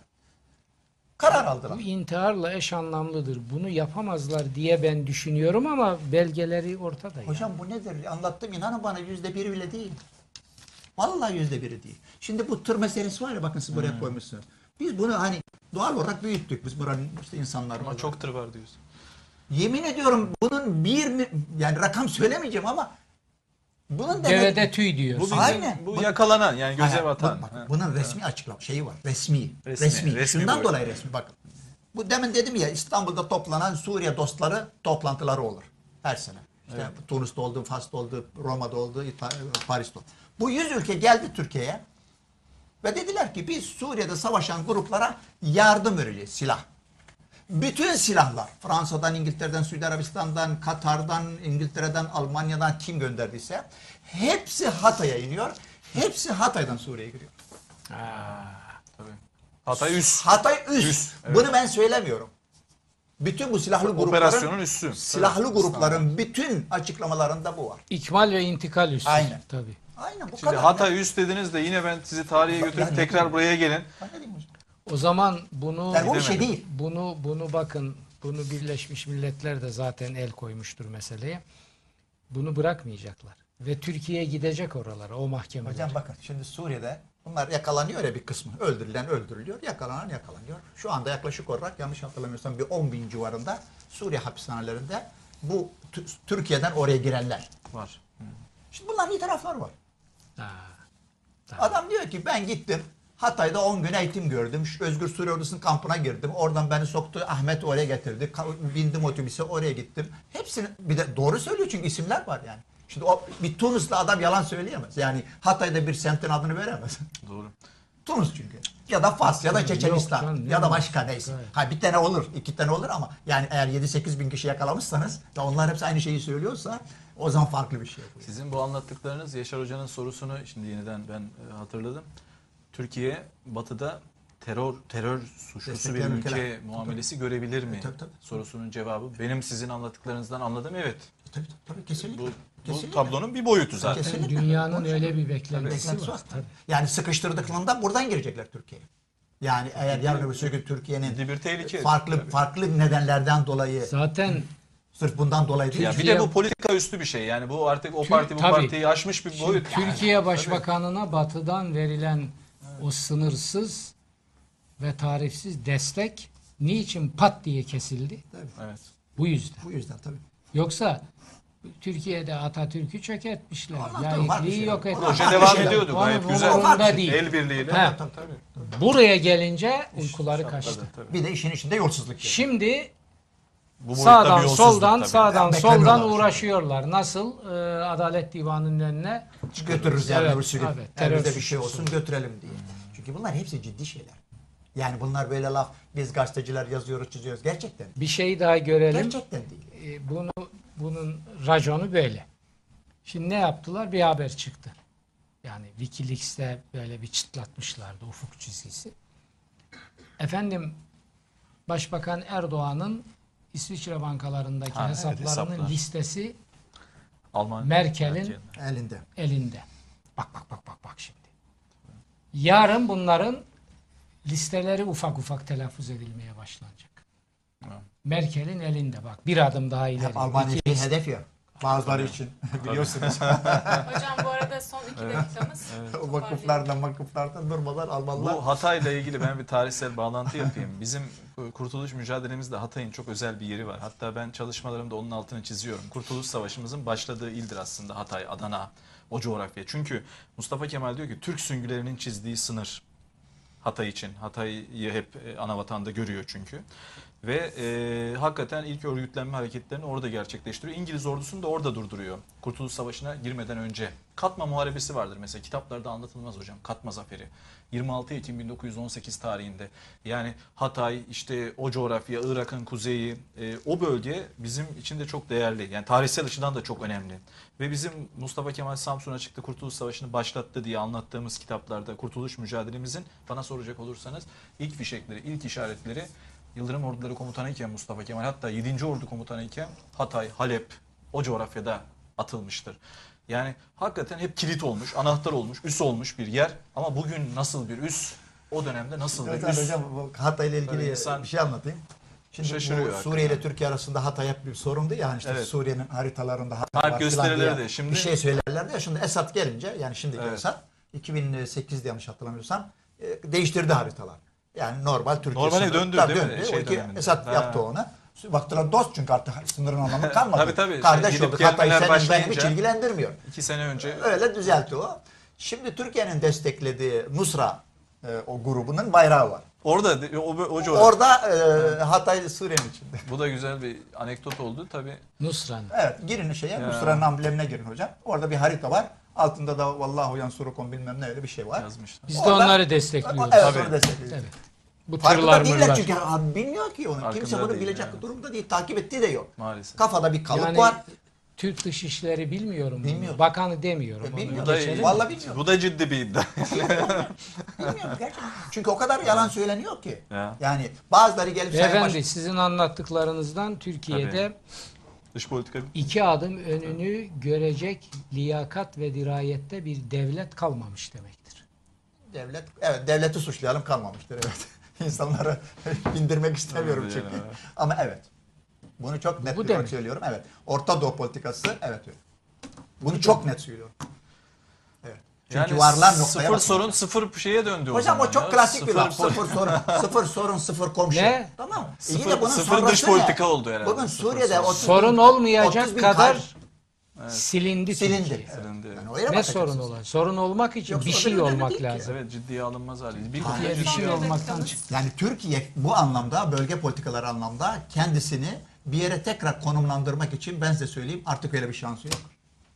D: Karar aldılar.
C: Bu intiharla eş anlamlıdır. Bunu yapamazlar diye ben düşünüyorum ama belgeleri ortada. yani.
D: Hocam bu nedir? Anlattım inanın bana yüzde biri bile değil. Vallahi yüzde biri değil. Şimdi bu tır meselesi var ya bakın siz buraya koymuşsunuz. Biz bunu hani doğal olarak büyüttük biz buranın işte insanları.
B: Ama çok tır var diyorsun.
D: Yemin ediyorum bunun bir mi- yani rakam söylemeyeceğim ama bunun demek
C: Devede tüy diyor.
B: Bu bizim,
D: Aynen.
B: bu
D: Bak-
B: yakalanan yani göze
D: Hayır,
B: batan.
D: bak- bak,
B: Ha.
D: bunun resmi açıklama şeyi var. Resmi. Resmi.
B: Resmi, resmi
D: Şundan
B: bu.
D: dolayı resmi bakın. Bu demin dedim ya İstanbul'da toplanan Suriye dostları toplantıları olur her sene. İşte Tunus'ta oldu, Fas'ta oldu, Roma'da oldu, İta- Paris'te oldu. Bu yüz ülke geldi Türkiye'ye ve dediler ki biz Suriye'de savaşan gruplara yardım vereceğiz, silah. Bütün silahlar Fransa'dan, İngiltere'den, Suudi Arabistan'dan, Katar'dan, İngiltere'den, Almanya'dan kim gönderdiyse hepsi Hatay'a iniyor. Hepsi Hatay'dan Suriye'ye giriyor.
B: Tabii. Hatay üst.
D: Hatay üst.
B: Üst, evet.
D: Bunu ben söylemiyorum. Bütün bu silahlı grupların
B: Operasyonun üssü.
D: silahlı
B: Tabii.
D: grupların bütün açıklamalarında bu var.
C: İkmal ve intikal üstü.
D: Aynen.
C: Tabii.
D: Aynen bu
B: Şimdi
D: kadar.
B: Hatay üst dediniz de yine ben sizi tarihe
D: Bak,
B: götürüp
D: yani-
B: tekrar buraya gelin.
D: Ben ne diyeyim hocam?
C: O zaman bunu
D: Yani bu bir şey
B: Gidemedim.
D: değil.
C: bunu bunu bakın bunu Birleşmiş Milletler de zaten el koymuştur meseleye. Bunu bırakmayacaklar. Ve Türkiye gidecek oralara, o mahkemelere.
D: Hocam bakın şimdi Suriye'de bunlar yakalanıyor ya bir kısmı. Öldürülen öldürülüyor, yakalanan yakalanıyor. Şu anda yaklaşık olarak yanlış hatırlamıyorsam bir on bin civarında Suriye hapishanelerinde bu Tü- Türkiye'den oraya girenler.
B: Var.
D: Şimdi bunların iyi tarafları var.
C: Ha,
D: Adam diyor ki ben gittim Hatay'da on gün eğitim gördüm. Şu Özgür Suriye Ordusu'nun kampına girdim. Oradan beni soktu. Ahmet oraya getirdi. Ka- Bindim otobüse oraya gittim. Hepsini bir de doğru söylüyor çünkü isimler var yani. Şimdi o bir Tunuslu adam yalan söyleyemez. Yani Hatay'da bir semtin adını veremez.
B: Doğru.
D: Tunus çünkü. Ya da Fas ya da Çeçenistan
C: canım,
D: ya da
C: yok.
D: başka neyse.
C: Evet.
D: Ha bir tane olur, iki tane olur ama yani eğer yedi sekiz bin kişi yakalamışsanız ve onlar hepsi aynı şeyi söylüyorsa o zaman farklı bir şey. Bu.
B: Sizin bu anlattıklarınız Yaşar Hoca'nın sorusunu şimdi yeniden ben e, hatırladım. Türkiye batıda terör terör suçlusu bir
D: Destekleyen
B: ülke
D: ülkeler.
B: muamelesi görebilir mi?
D: Tabii, tabii.
B: Sorusunun cevabı benim sizin anlattıklarınızdan anladım, evet.
D: Tabii tabii, tabii kesinlikle.
B: Bu, bu
D: Kesinlikle.
B: tablonun bir boyutu zaten.
D: Kesinlikle.
C: Dünyanın öyle bir beklentisi
D: Beklentisi
C: var.
D: var.
C: Tabii.
D: Yani sıkıştırdıklarında buradan girecekler Türkiye'ye. Yani eğer yarın öbür gün Türkiye'nin
B: Ciddi bir tehlike.
D: farklı
B: Tabii.
D: farklı nedenlerden dolayı
C: Zaten
D: sırf bundan dolayı değil.
B: Ya bir
C: Türkiye-
B: de bu politika üstü bir şey. Yani bu artık o
C: Tür-
B: parti bu
C: tabii.
B: partiyi aşmış bir boyut.
C: Türkiye Başbakanı'na batıdan verilen o sınırsız ve tarifsiz destek niçin pat diye kesildi?
B: Evet.
C: Bu yüzden.
D: Bu yüzden tabii.
C: Yoksa Türkiye'de Atatürk'ü çökertmişler.
D: Ondan tabii var bir
C: Laikliği
D: şey.
C: yok etmişler.
B: Proje
D: Farklı
B: devam
D: şeyler.
B: ediyordu
C: Onun
B: gayet güzel.
C: umurunda değil.
B: El birliğiyle.
C: He.
D: Tabii, tabii.
C: Buraya gelince uykuları kaçtı.
B: Tabii.
D: Bir de işin içinde yolsuzluk. geliyor.
C: Şimdi
B: Bu boyutta bir
C: sağdan
B: yolsuzluk
C: soldan
B: tabii.
C: sağdan
D: Beklemiyorlar
C: soldan
D: şimdi.
C: uğraşıyorlar. Nasıl? Ee, Adalet Divanı'nın önüne
D: Götürürüz yani
C: Evet,
D: öbür gün.
C: evet,
D: Elimizde
C: terör
D: bir şey
C: suçlusu.
D: olsun götürelim diye. Çünkü bunlar hepsi ciddi şeyler. Yani bunlar böyle laf biz gazeteciler yazıyoruz çiziyoruz. Gerçekten.
C: bir şey daha görelim.
D: Gerçekten değil.
C: Ee, bunu bunun raconu böyle. Şimdi ne yaptılar? Bir haber çıktı. Yani WikiLeaks'te böyle bir çıtlatmışlardı ufuk çizgisi. Efendim Başbakan Erdoğan'ın İsviçre bankalarındaki
B: Ha, evet,
C: hesaplarının
B: hesaplar.
C: listesi
B: Alman
C: Merkel'in
D: Elinde.
C: elinde. Bak bak bak bak bak şimdi. Yarın bunların listeleri ufak ufak telaffuz edilmeye başlanacak.
B: Evet.
C: Merkel'in elinde bak. Bir adım daha ileri.
D: Hep Almanya
C: İki-
D: için hedef ya. Bazıları için biliyorsunuz.
A: Hocam bu arada son iki dakikamız.
D: O vakıflardan vakıflardan durmadan Almanlar.
B: Bu Hatay'la ilgili ben bir tarihsel bağlantı yapayım. Bizim kurtuluş mücadelemizde Hatay'ın çok özel bir yeri var. Hatta ben çalışmalarımda onun altını çiziyorum. Kurtuluş Savaşımızın başladığı ildir aslında Hatay, Adana, o coğrafya. Çünkü Mustafa Kemal diyor ki Türk süngülerinin çizdiği sınır Hatay için. Hatay'ı hep e, ana vatanda görüyor çünkü. Ve e, hakikaten ilk örgütlenme hareketlerini orada gerçekleştiriyor. İngiliz ordusunu da orada durduruyor. Kurtuluş Savaşı'na girmeden önce. Katma Muharebesi vardır mesela. Kitaplarda anlatılmaz hocam. Katma Zaferi. yirmi altı Ekim bin dokuz yüz on sekiz tarihinde. Yani Hatay, işte o coğrafya, Irak'ın kuzeyi, e, o bölge bizim için de çok değerli. Yani tarihsel açıdan da çok önemli. Ve bizim Mustafa Kemal Samsun'a çıktı, Kurtuluş Savaşı'nı başlattı diye anlattığımız kitaplarda kurtuluş mücadelemizin, bana soracak olursanız, ilk fişekleri, ilk işaretleri Yıldırım Orduları Komutanı iken Mustafa Kemal, hatta yedinci Ordu Komutanı iken Hatay, Halep, o coğrafyada atılmıştır. Yani hakikaten hep kilit olmuş, anahtar olmuş, üs olmuş bir yer. Ama bugün nasıl bir üs, o dönemde nasıl bir
D: Evet
B: üs?
D: hocam bu Hatay ile ilgili
B: Tabii insan
D: bir şey anlatayım. Şimdi
B: şaşırıyor
D: bu Suriye ile Türkiye arasında Hatay hep bir sorundu ya. Yani işte
B: Evet.
D: Suriye'nin haritalarında Hatay
B: Harp
D: var filan
B: gösterilirdi.
D: diye
B: Şimdi-
D: bir şey söylerlerdi ya. Şimdi Esad gelince yani şimdiki
B: Evet.
D: Esad iki bin sekizde yanlış hatırlamıyorsam e, değiştirdi haritalar. Yani normal Türkiye
B: Normale
D: sınırı-
B: döndü
D: Tabii
B: değil mi?
D: döndü.
B: Şey
D: o iki
B: döneminde.
D: Esad
B: Ha.
D: yaptı onu. Baktılar dost çünkü artık sınırın anlamı kalmadı.
B: Tabii, tabii.
D: Kardeş
B: Gidip
D: olduk. Hatay
B: gelmeler
D: senin benim hiç
B: başlayınca-
D: ilgilendirmiyor.
B: iki sene önce
D: Öyle düzeltti o. Şimdi Türkiye'nin desteklediği Nusra e, o grubunun bayrağı var.
B: orada o, o coğrafya.
D: Orada e, Hatay Suriye'nin içinde.
B: Bu da güzel bir anekdot oldu tabii.
C: Nusran.
D: Evet girin şeye
B: Ya.
D: Nusra'nın amblemine girin hocam. Orada bir harita var. Altında da vallahu yansurukum bilmem ne öyle bir şey var.
B: Yazmışlar.
C: Biz de
D: Orada-
C: onları destekliyoruz.
D: Evet
B: Tabii.
D: onu destekliyoruz.
C: Evet. Bu
D: Farkında
C: tırlar
D: değiller
C: mırlar.
D: çünkü abi bilmiyor ki onu.
B: Farkında
D: Kimse bunu
B: değil
D: bilecek
B: yani.
D: durumda değil. Takip ettiği de yok.
B: Maalesef.
D: Kafada bir kalıp
C: Yani
D: var.
C: Türk Dışişleri bilmiyorum.
D: Bilmiyorum.
C: Bunu. Bakanı demiyorum.
D: E,
C: Onu
D: bilmiyorum.
B: Bu da,
C: geçelim.
D: Vallahi bilmiyorum.
B: bu da ciddi bir iddia.
D: Bilmiyorum gerçekten. Çünkü o kadar yalan söyleniyor ki.
B: Ya.
D: Yani bazıları gelip Sayın
C: Beyefendi
D: Baş-
C: sizin anlattıklarınızdan Türkiye'de
B: Tabii. Dış politika
C: iki adım önünü görecek liyakat ve dirayette bir devlet kalmamış demektir.
D: devlet evet devleti suçlayalım kalmamıştır evet. İnsanları bindirmek istemiyorum
B: Evet,
D: çünkü.
B: yani, evet.
D: Ama evet. Bunu çok net
C: Bu
D: bir
C: demek.
D: olarak söylüyorum. Evet. Orta Doğu politikası evet öyle. Bunu çok net söylüyorum. Evet. Çünkü
B: yani
D: varılan noktaya
B: sıfır
D: bakın.
B: sorun sıfır şeye döndü o
D: Hocam
B: zaman
D: o çok
B: ya.
D: klasik bir
B: Sıfır
D: laf. Sıfır sorun, sıfır sorun, sıfır komşu.
C: Ne?
D: Tamam mı? E
B: Sıfır-
D: yine bunun
B: sıfır
D: sonrası
B: dış
D: ne?
B: politika oldu herhalde.
D: Bugün
B: Sıfır
D: Suriye'de
B: sorun.
D: otuz
C: Sorun
D: bin-
C: olmayacak
D: otuz bin
C: kadar
D: kar-
C: silindi,
D: silindi.
C: Türkiye.
D: Evet.
B: Silindi.
D: Yani
B: Evet.
D: öyle
C: Ne
D: bakacaksınız.
C: sorun olan? Sorun olmak için
D: Yoksa
C: bir
D: o
C: şey
D: kadar önemli
C: olmak
D: değil ki.
C: lazım.
B: Evet, ciddiye alınmaz hali. Bir
C: Türkiye bir şey olmaktan çıktı.
D: Yani Türkiye bu anlamda bölge politikaları anlamda kendisini bir yere tekrar konumlandırmak için ben size söyleyeyim artık öyle bir şansı yok.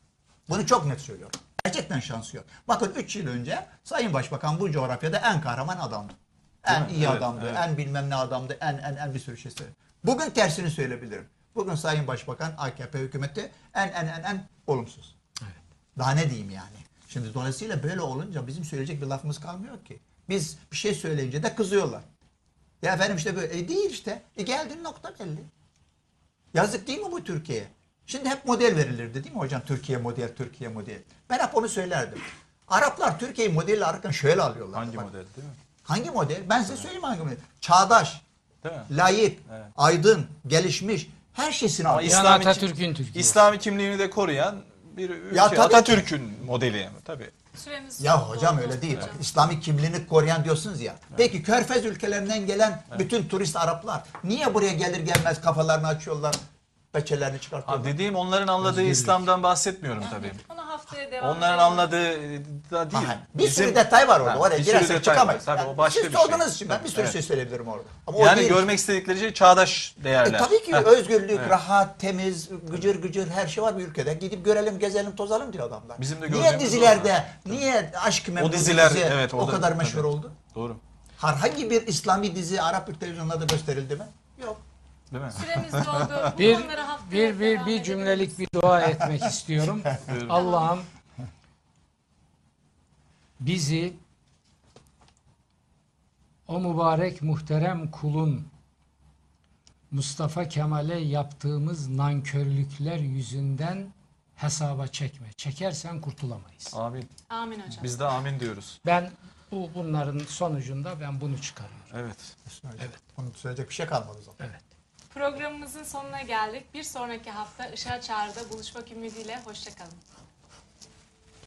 D: Bunu çok net söylüyorum. Gerçekten şansı yok. Bakın üç yıl önce Sayın Başbakan bu coğrafyada en kahraman adamdı. En
B: mi?
D: iyi
B: Evet,
D: adamdı,
B: evet.
D: en bilmem ne adamdı, en en en bir sürü şey söyledi. Bugün tersini söyleyebilirim. Bugün Sayın Başbakan A K P hükümeti en en en en olumsuz. Daha ne diyeyim yani. Şimdi dolayısıyla böyle olunca bizim söyleyecek bir lafımız kalmıyor ki. Biz bir şey söyleyince de kızıyorlar. Ya efendim işte böyle e değil işte. E geldiğin nokta belli. Yazık değil mi bu Türkiye'ye? Şimdi hep model verilirdi değil mi hocam? Türkiye model, Türkiye model. Ben hep onu söylerdim. Araplar Türkiye'yi modelle ararken şöyle alıyorlar.
B: Hangi
D: Bak,
B: model değil mi?
D: Hangi model? Ben size söyleyeyim hangi model. Çağdaş,
B: Değil mi?
D: layık,
B: Evet.
D: aydın, gelişmiş, her şeysini
B: Ama
D: alıyor.
C: Yani
B: İslami,
C: Atatürk'ün Türkiye'si.
B: İslami kimliğini de koruyan bir ülke.
D: Ya tabii
B: Atatürk'ün modeli tabii.
A: Süremiz
D: Ya
A: doldu
D: hocam öyle değil.
A: hocam.
D: Bak, İslami kimliğini koruyan diyorsunuz ya. Peki Körfez ülkelerinden gelen bütün turist Araplar niye buraya gelir gelmez kafalarını açıyorlar, peçelerini
B: Ha,
D: çıkartıyorlar?
B: dediğim onların anladığı İslam'dan bahsetmiyorum tabii.
A: Onu haftaya devam
B: Onların
A: edelim.
B: anladığı da değil.
D: Ha, bir
B: Bizim-
D: sürü detay var orada.
B: Ha,
D: Oraya
B: bir sürü
D: girersek
B: detay var.
D: çıkamayız.
B: Tabii
D: Yani
B: o başka
D: siz
B: bir şey.
D: sorduğunuz için ben bir sürü
B: Evet.
D: şey söyleyebilirim orada. Ama o
B: Yani
D: değil.
B: görmek istedikleri şey çağdaş değerler.
D: E, tabii ki
B: Heh.
D: özgürlük,
B: Evet.
D: rahat, temiz, gıcır gıcır her şey var bir ülkede. Gidip görelim, gezelim, tozalım diyor adamlar.
B: Bizim de
D: niye
B: gördüğümüz
D: dizilerde, niye Aşk-ı Memnu
B: diziler,
D: dizi
B: evet,
D: o
B: orada-
D: kadar meşhur
B: tabii.
D: oldu?
B: Doğru.
D: Herhangi bir İslami dizi Arap televizyonlarda gösterildi mi? Yok.
B: Değil mi?
A: Süremiz doldu. Bu
C: Bir
A: konuları haftaya
C: bir bir
A: devam
C: bir
A: edelim.
C: cümlelik bir dua etmek istiyorum.
B: Buyurun.
C: Allah'ım bizi o mübarek muhterem kulun Mustafa Kemal'e yaptığımız nankörlükler yüzünden hesaba çekme. Çekersen kurtulamayız.
B: Amin.
A: Amin hocam.
B: Biz de amin diyoruz.
C: Ben bu bunların sonucunda ben bunu çıkarıyorum.
B: Evet.
D: Evet. Bunu söyleyecek bir şey kalmadı zaten.
C: Evet.
A: Programımızın sonuna geldik. Bir sonraki hafta Işığa Çağrı'da buluşmak ümidiyle. Hoşçakalın.